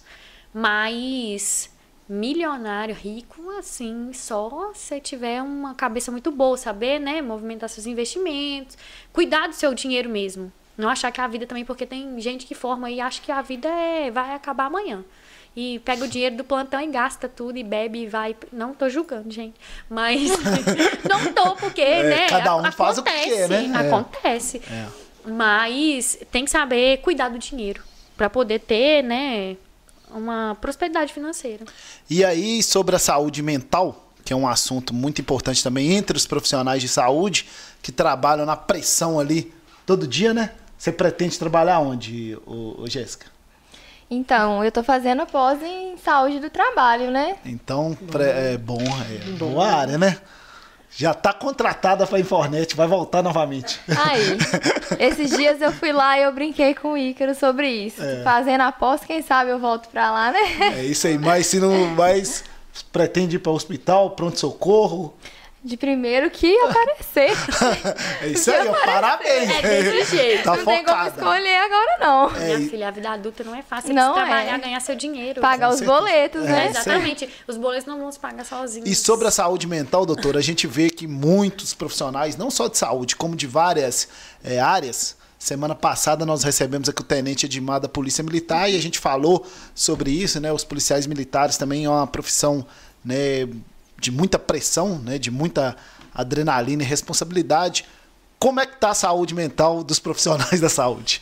Mas milionário, rico, assim, só se você tiver uma cabeça muito boa, saber, né, movimentar seus investimentos, cuidar do seu dinheiro mesmo. Não achar que a vida também, porque tem gente que forma e acha que a vida é, vai acabar amanhã. E pega o dinheiro do plantão e gasta tudo e bebe e vai. Não tô julgando, gente. Mas não tô, porque, é, né? Cada um acontece, faz o que quer, né? Acontece. É. Mas tem que saber cuidar do dinheiro para poder ter, né, uma prosperidade financeira. E aí, sobre a saúde mental, que é um assunto muito importante também entre os profissionais de saúde que trabalham na pressão ali todo dia, né? Você pretende trabalhar onde, ô, ô Jéssica? Então, eu tô fazendo pós em saúde do trabalho, né? Então, é bom, é boa área, né? Já tá contratada pra Infornet, vai voltar novamente. Aí, esses dias eu fui lá e eu brinquei com o Ícaro sobre isso. É. Fazendo a pós, quem sabe eu volto pra lá, né? É isso aí, mas se não mais pretende ir para o hospital, pronto-socorro? De primeiro que aparecer. É isso aí, ó, parabéns. É desse jeito. Tá não tem como escolher agora, não. É, Minha filha, a vida adulta não é fácil. Não Você trabalhar, é. ganhar seu dinheiro. Pagar os boletos, É, né? É, exatamente. Os boletos não vão se pagar sozinhos. E sobre a saúde mental, doutora, a gente vê que muitos profissionais, não só de saúde, como de várias é, áreas. Semana passada nós recebemos aqui o Tenente Edmar da Polícia Militar e a gente falou sobre isso, né? Os policiais militares também é uma profissão, né, de muita pressão, né, de muita adrenalina e responsabilidade. Como é que tá a saúde mental dos profissionais da saúde?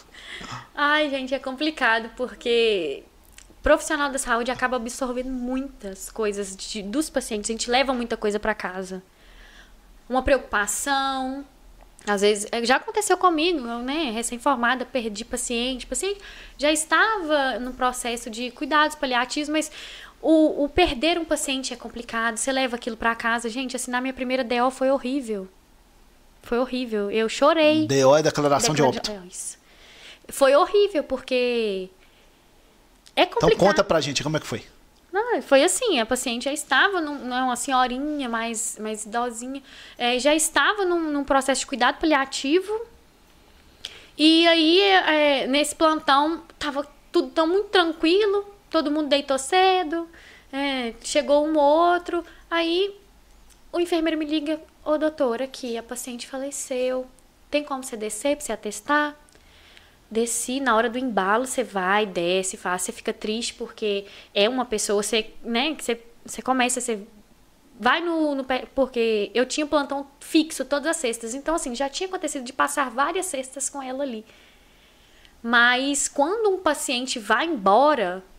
Ai, gente, é complicado porque o profissional da saúde acaba absorvendo muitas coisas de, dos pacientes. A gente leva muita coisa para casa. Uma preocupação. Às vezes, já aconteceu comigo, né? Recém-formada, perdi paciente. O paciente já estava no processo de cuidados paliativos, mas o, o perder um paciente é complicado. Você leva aquilo para casa. Gente, assinar minha primeira D O foi horrível. Foi horrível. Eu chorei. D O é declaração de óbito. É isso. Foi horrível, porque é complicado. Então conta pra gente como é que foi. Não, foi assim, a paciente já estava, num, uma senhorinha mais, mais idosinha, é, já estava num, num processo de cuidado paliativo. E aí, é, nesse plantão, estava tudo tão muito tranquilo, todo mundo deitou cedo, é, chegou um outro. Aí, o enfermeiro me liga, ô doutora, aqui, a paciente faleceu, tem como você descer para você atestar? Desci, na hora do embalo, você vai, desce, faz, você fica triste porque é uma pessoa, você, né, que você, você começa, você vai no, no... Porque eu tinha plantão fixo todas as sextas, então assim, já tinha acontecido de passar várias sextas com ela ali. Mas quando um paciente vai embora,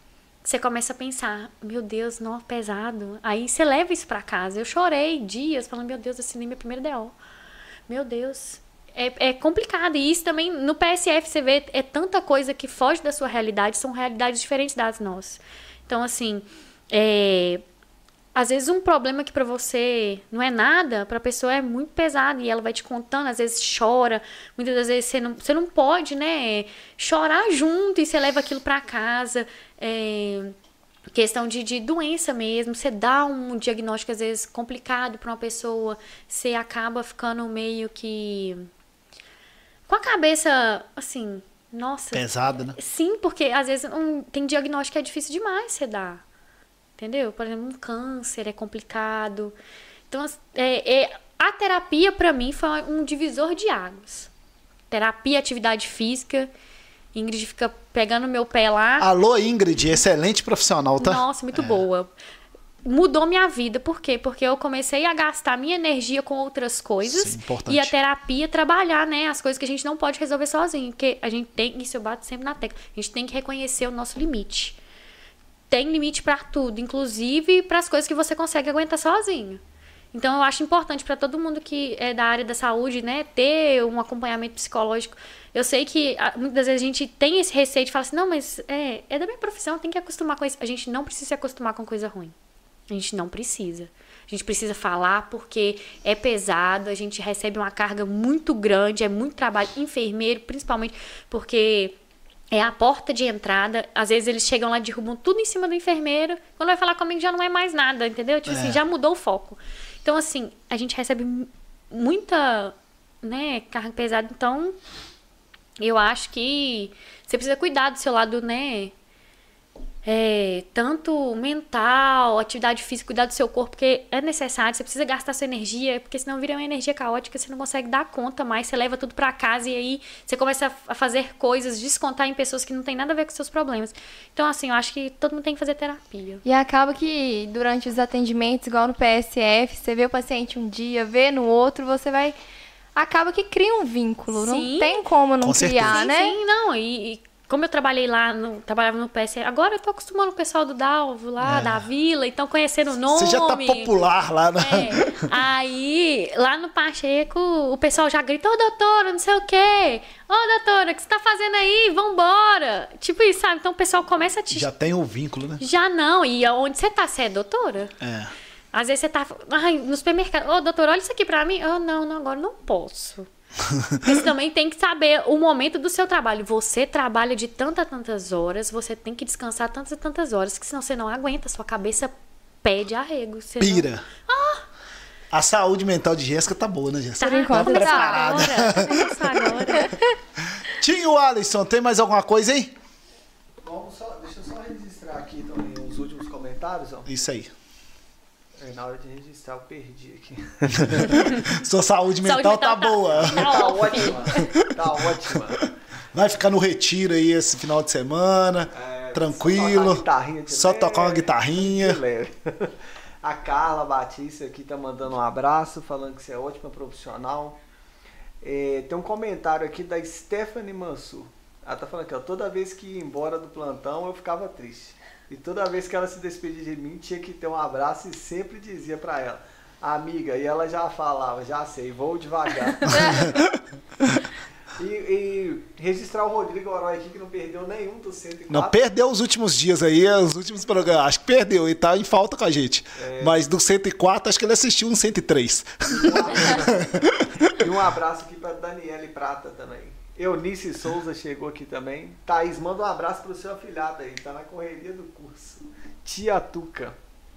você começa a pensar, meu Deus, não, pesado. Aí você leva isso pra casa. Eu chorei dias falando, meu Deus, assinei minha primeira D O. Meu Deus, é, é complicado. E isso também, no P S F, você vê, é tanta coisa que foge da sua realidade, são realidades diferentes das nossas. Então, assim, é, às vezes um problema que pra você não é nada, pra pessoa é muito pesado. E ela vai te contando, às vezes chora. Muitas das vezes você não, você não pode, né, chorar junto e você leva aquilo pra casa. É, questão de, de doença mesmo, você dá um diagnóstico às vezes complicado para uma pessoa, você acaba ficando meio que com a cabeça assim, nossa, Pesada, né? sim, porque às vezes um, tem diagnóstico que é difícil demais você dar, entendeu? Por exemplo, um câncer é complicado. Então é, é, a terapia para mim foi um divisor de águas. Terapia, atividade física. Ingrid fica pegando meu pé lá. Alô, Ingrid, excelente profissional, tá? Nossa, muito é. boa. Mudou minha vida. Por quê? Porque eu comecei a gastar minha energia com outras coisas. Sim, importante. E a terapia trabalhar, né? As coisas que a gente não pode resolver sozinho. Porque a gente tem, isso eu bato sempre na tecla, a gente tem que reconhecer o nosso limite. Tem limite pra tudo, inclusive para as coisas que você consegue aguentar sozinho. Então, eu acho importante para todo mundo que é da área da saúde, né, ter um acompanhamento psicológico. Eu sei que muitas vezes a gente tem esse receio de falar assim, não, mas é, é da minha profissão, tem que acostumar com isso. A gente não precisa se acostumar com coisa ruim. A gente não precisa. A gente precisa falar porque é pesado, a gente recebe uma carga muito grande, é muito trabalho. Enfermeiro, principalmente, porque é a porta de entrada. Às vezes eles chegam lá e derrubam tudo em cima do enfermeiro. Quando vai falar comigo já não é mais nada, entendeu? Tipo é. assim, já mudou o foco. Então, assim, a gente recebe muita, né, carga pesada. Então, eu acho que você precisa cuidar do seu lado, né, é, tanto mental, atividade física, cuidar do seu corpo, porque é necessário, você precisa gastar sua energia, porque senão vira uma energia caótica, você não consegue dar conta mais, você leva tudo pra casa e aí você começa a fazer coisas, descontar em pessoas que não tem nada a ver com seus problemas. Então, assim, eu acho que todo mundo tem que fazer terapia. E acaba que durante os atendimentos, igual no P S F, você vê o paciente um dia, vê no outro, você vai... Acaba que cria um vínculo, sim, não tem como não com criar, certeza. né? Sim, não, e... e... Como eu trabalhei lá, no, trabalhava no P S F, agora eu tô acostumando o pessoal do Dalvo lá, é. da vila, então conhecendo o nome. Você já tá popular lá, né? É. Aí, lá no Pacheco, o pessoal já grita, ô doutora, não sei o quê. Ô doutora, o que você tá fazendo aí? Vambora. Tipo isso, sabe? Então o pessoal começa a te... Já tem o vínculo, né? Já não, e onde você tá? Você é doutora? É. Às vezes você tá ai, no supermercado, ô doutora, olha isso aqui pra mim. Oh, não, não, agora não posso. Você também tem que saber o momento do seu trabalho. Você trabalha de tantas tantas horas, você tem que descansar tantas e tantas horas, que senão você não aguenta, sua cabeça pede arrego. Você Pira. Não... Ah! A saúde mental de Jéssica tá boa, né, Jéssica? Por enquanto tá tá. Começar agora. Tio Alisson, tem mais alguma coisa aí? Vamos só, deixa eu só registrar aqui também os últimos comentários. Ó. Isso aí. É, na hora de registrar eu perdi aqui. Sua saúde mental, saúde mental tá, tá boa. Tá ótima. Tá ótima. Vai ficar no retiro aí esse final de semana. É, tranquilo. Só tocar uma guitarrinha. Só leve, tocar uma guitarrinha. De leve. A Carla Batista aqui tá mandando um abraço, falando que você é ótima profissional. É, tem um comentário aqui da Stephanie Mansur. Ela tá falando que ó, toda vez que ia embora do plantão eu ficava triste. E toda vez que ela se despedia de mim, tinha que ter um abraço e sempre dizia pra ela, amiga, e ela já falava, já sei, vou devagar. e, e registrar o Rodrigo Oroy aqui, que não perdeu nenhum dos cento e quatro. Não, perdeu os últimos dias aí, os últimos programas, acho que perdeu, e tá em falta com a gente. É... Mas do cento e quatro, acho que ele assistiu um cento e três. E um abraço aqui pra Daniele Prata também. Eunice Souza chegou aqui também. Thaís, manda um abraço pro seu afilhado aí, tá na correria do curso. Tia Tuca.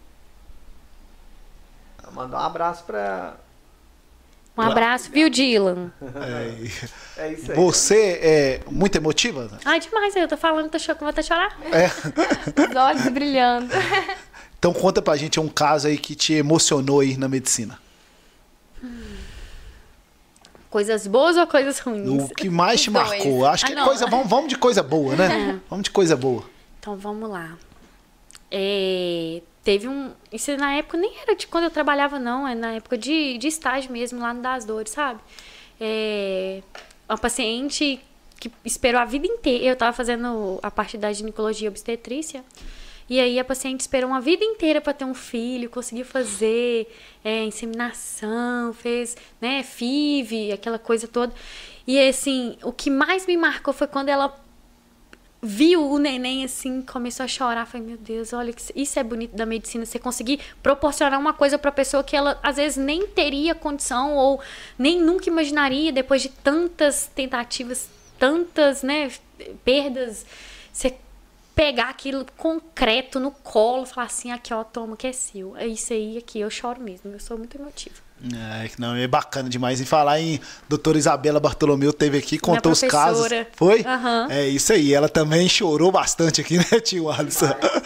Manda um abraço pra... Um abraço, viu, Dylan? É, é isso aí. Você é muito emotiva? Ai, demais, eu tô falando, tô cho... vou até chorar. É. Os olhos brilhando. Então conta pra gente um caso aí que te emocionou aí na medicina. Hum. Coisas boas ou coisas ruins? O que mais te marcou? Acho que ah, é coisa. Vamos, vamos de coisa boa, né? Vamos de coisa boa. Então vamos lá. É, teve um. Isso na época nem era de quando eu trabalhava, não. É na época de, de estágio mesmo, lá no Das Dores, sabe? É, uma paciente que esperou a vida inteira. Eu tava fazendo a parte da ginecologia e obstetrícia. E aí a paciente esperou uma vida inteira para ter um filho, conseguiu fazer é, inseminação, fez, né, F I V, aquela coisa toda. E assim, o que mais me marcou foi quando ela viu o neném assim, começou a chorar. Falei, meu Deus, olha, isso é bonito da medicina. Você conseguir proporcionar uma coisa para a pessoa que ela, às vezes, nem teria condição ou nem nunca imaginaria, depois de tantas tentativas, tantas, né, perdas. Você pegar aquilo concreto no colo, falar assim, aqui, ó, toma, que é seu. É isso aí, aqui, eu choro mesmo. Eu sou muito emotiva. É, não, é bacana demais. Em falar em doutora Isabela Bartolomeu, teve aqui, contou os casos. Foi? Uhum. É isso aí. Ela também chorou bastante aqui, né, tio Alisson?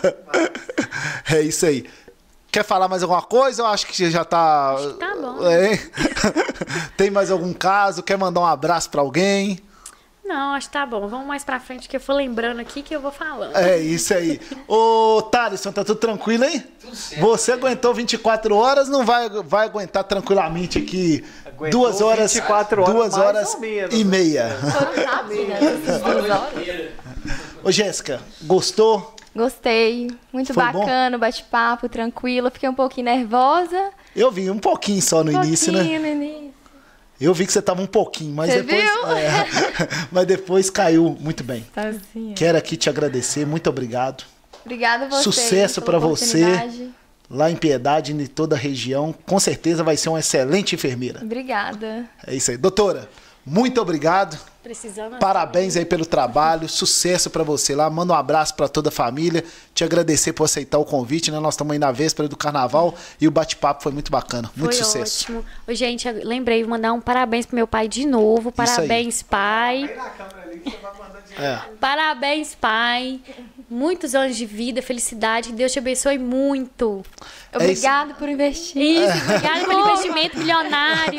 É isso aí. Quer falar mais alguma coisa? Eu acho que já tá... Acho que tá bom. É. Tem mais algum caso? Quer mandar um abraço pra alguém? Não, acho que tá bom. Vamos mais pra frente, que eu for lembrando aqui que eu vou falando. É isso aí. Ô, Thalisson, tá tudo tranquilo, hein? Tudo certo. Você aguentou vinte e quatro horas, não vai, vai aguentar tranquilamente aqui Aguentou duas horas, vinte e quatro horas, duas mais horas ou menos. e meia. Foram rápidas, né? Essas duas horas. Ô, Jéssica, gostou? Gostei. Muito Foi bacana, o bate-papo, tranquilo. Fiquei um pouquinho nervosa. Eu vi um pouquinho só no Um início, pouquinho né? no início. Eu vi que você tava um pouquinho, mas Você depois. viu? É, mas depois caiu muito bem. Tá assim, ó. Quero aqui te agradecer, muito obrigado. Obrigada a você. Sucesso pela pra você. oportunidade. Lá em Piedade, em toda a região, com certeza vai ser uma excelente enfermeira. Obrigada. É isso aí. Doutora, muito obrigado. Precisando. Parabéns aí pelo trabalho, sucesso pra você lá. Manda um abraço pra toda a família. Te agradecer por aceitar o convite, né? Nós estamos aí na véspera do carnaval e o bate-papo foi muito bacana. Muito Foi sucesso. ótimo. Ô, gente, eu lembrei de mandar um parabéns pro meu pai de novo. Parabéns, pai. Vem na câmera ali que você vai mandando direto. É. Parabéns, pai. Muitos anos de vida, felicidade. Que Deus te abençoe muito. Obrigada por investir. Isso, obrigada pelo investimento milionário.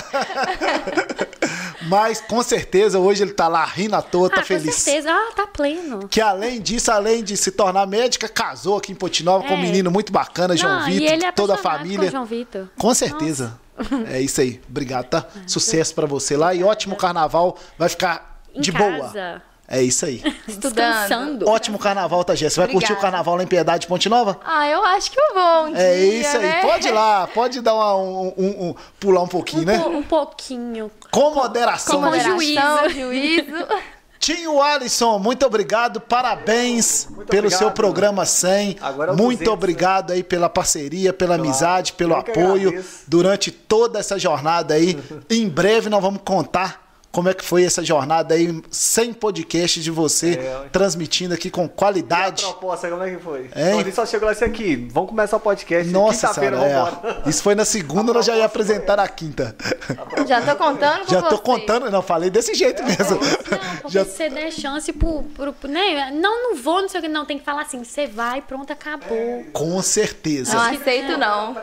Mas com certeza hoje ele tá lá rindo à toa, tá Ah, feliz. com certeza. Ah, tá pleno. Que além disso, além de se tornar médica, casou aqui em Ponte-Nova com um É. menino muito bacana, João Não, e Vitor, ele é toda a apaixonado família. com o João Vitor. Com certeza. É isso aí. Obrigado, tá? Sucesso pra você lá e ótimo carnaval. Vai ficar Em de casa. boa. É isso aí. Estudando. Descansando. Ótimo carnaval, tá, Jéssica? Vai Obrigada. curtir o carnaval lá em Piedade de Ponte Nova? Ah, eu acho que eu vou um É dia, isso aí. né? Pode ir lá, pode dar uma, um, um- um- pular um pouquinho, Um, né? po- um pouquinho. Com moderação. com gente. Moderação, juízo. juízo. Tio Alisson, muito obrigado, parabéns Muito pelo obrigado. seu programa cem. Agora é o muito duzentos, obrigado aí pela parceria, pela Claro. amizade, pelo Eu que apoio agradeço. durante toda essa jornada aí. Em breve nós vamos contar como é que foi essa jornada aí, sem podcast de você, É. transmitindo aqui com E a qualidade. proposta, como é que foi? Hein? Então, ele só chegou lá assim aqui, vamos começar o podcast. Nossa quinta-feira, senhora, vamos embora. é. Isso foi na segunda, nós já ia apresentar na quinta. Já tô contando com Já tô você. contando, não, falei desse jeito mesmo. Não, porque Já- se você der chance pro, pro, pro- né? Não, não vou, não sei o que. Não, tem que falar assim, você vai, pronto, acabou. Com certeza. Não aceito, não.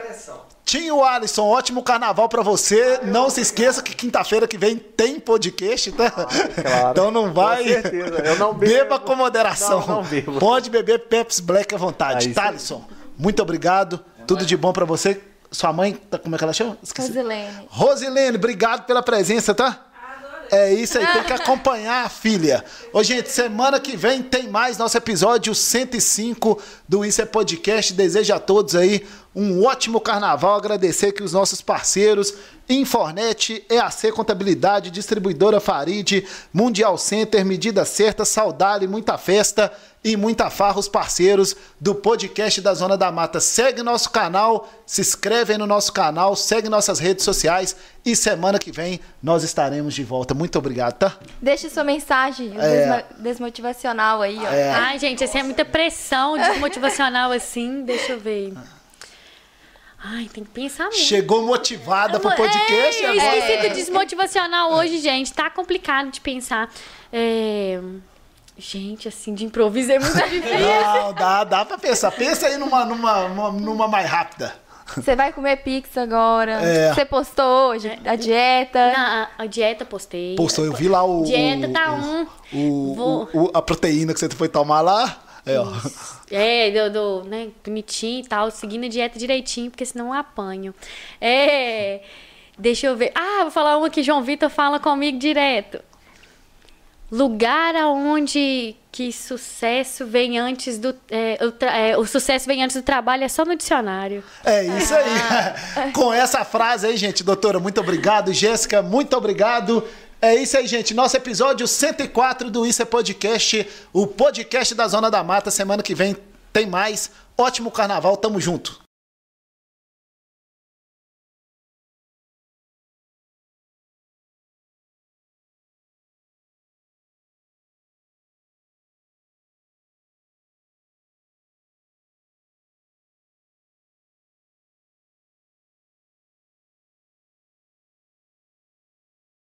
Tio Alisson, ótimo carnaval pra você. Não se esqueça que quinta-feira que vem tem podcast, tá? Claro. Então não vai. Com certeza. Eu não bebo. Beba com moderação. Não, não bebo. Pode beber Pepsi Black à vontade. Aí sim. Thalisson, muito obrigado. Tudo de bom pra você. Sua mãe, tá- como é que ela chama? Esqueci. Rosilene. Rosilene, obrigado pela presença, tá? É isso aí, tem que acompanhar a filha. Ô, gente, semana que vem tem mais nosso episódio cento e cinco do Isso é Podcast. Desejo a todos aí um ótimo carnaval. Agradecer que os nossos parceiros, Infornet, E A C Contabilidade, Distribuidora Farid, Mundial Center, Medida Certa, Saudade, muita festa e muita farra, os parceiros do podcast da Zona da Mata. Segue nosso canal, se inscreve aí no nosso canal, segue nossas redes sociais e semana que vem nós estaremos de volta. Muito obrigado, tá? Deixa sua mensagem o É. desma- desmotivacional aí, ó. É. Ai, gente, assim é muita pressão desmotivacional assim. Deixa eu ver. Ai, tem que pensar muito. Chegou motivada pro podcast é, agora. esqueci do desmotivacional hoje, gente. Tá complicado de pensar. É... Gente, assim, de improviso é muito difícil. Não, dá, dá pra pensar. Pensa aí numa, numa, numa, numa mais rápida. Você vai comer pizza agora. É. Você postou hoje a dieta. Na, a dieta postei. Postou, eu vi lá o... Dieta o- tá o- um. o- Vou- o- o- a proteína que você foi tomar lá. É, ó. É, do, do, né, bonitinho e tal, seguindo a dieta direitinho, porque senão eu apanho. É, deixa eu ver. Ah, vou falar uma que João Vitor fala comigo direto. Lugar aonde que sucesso vem antes do... É, o, tra- é, o sucesso vem antes do trabalho, é só no dicionário. É isso aí. Com essa frase aí, gente, doutora, muito obrigado. Jéssica, muito obrigado. É isso aí, gente. Nosso episódio cento e quatro do Isso é Podcast, o podcast da Zona da Mata. Semana que vem tem mais. Ótimo carnaval, tamo junto.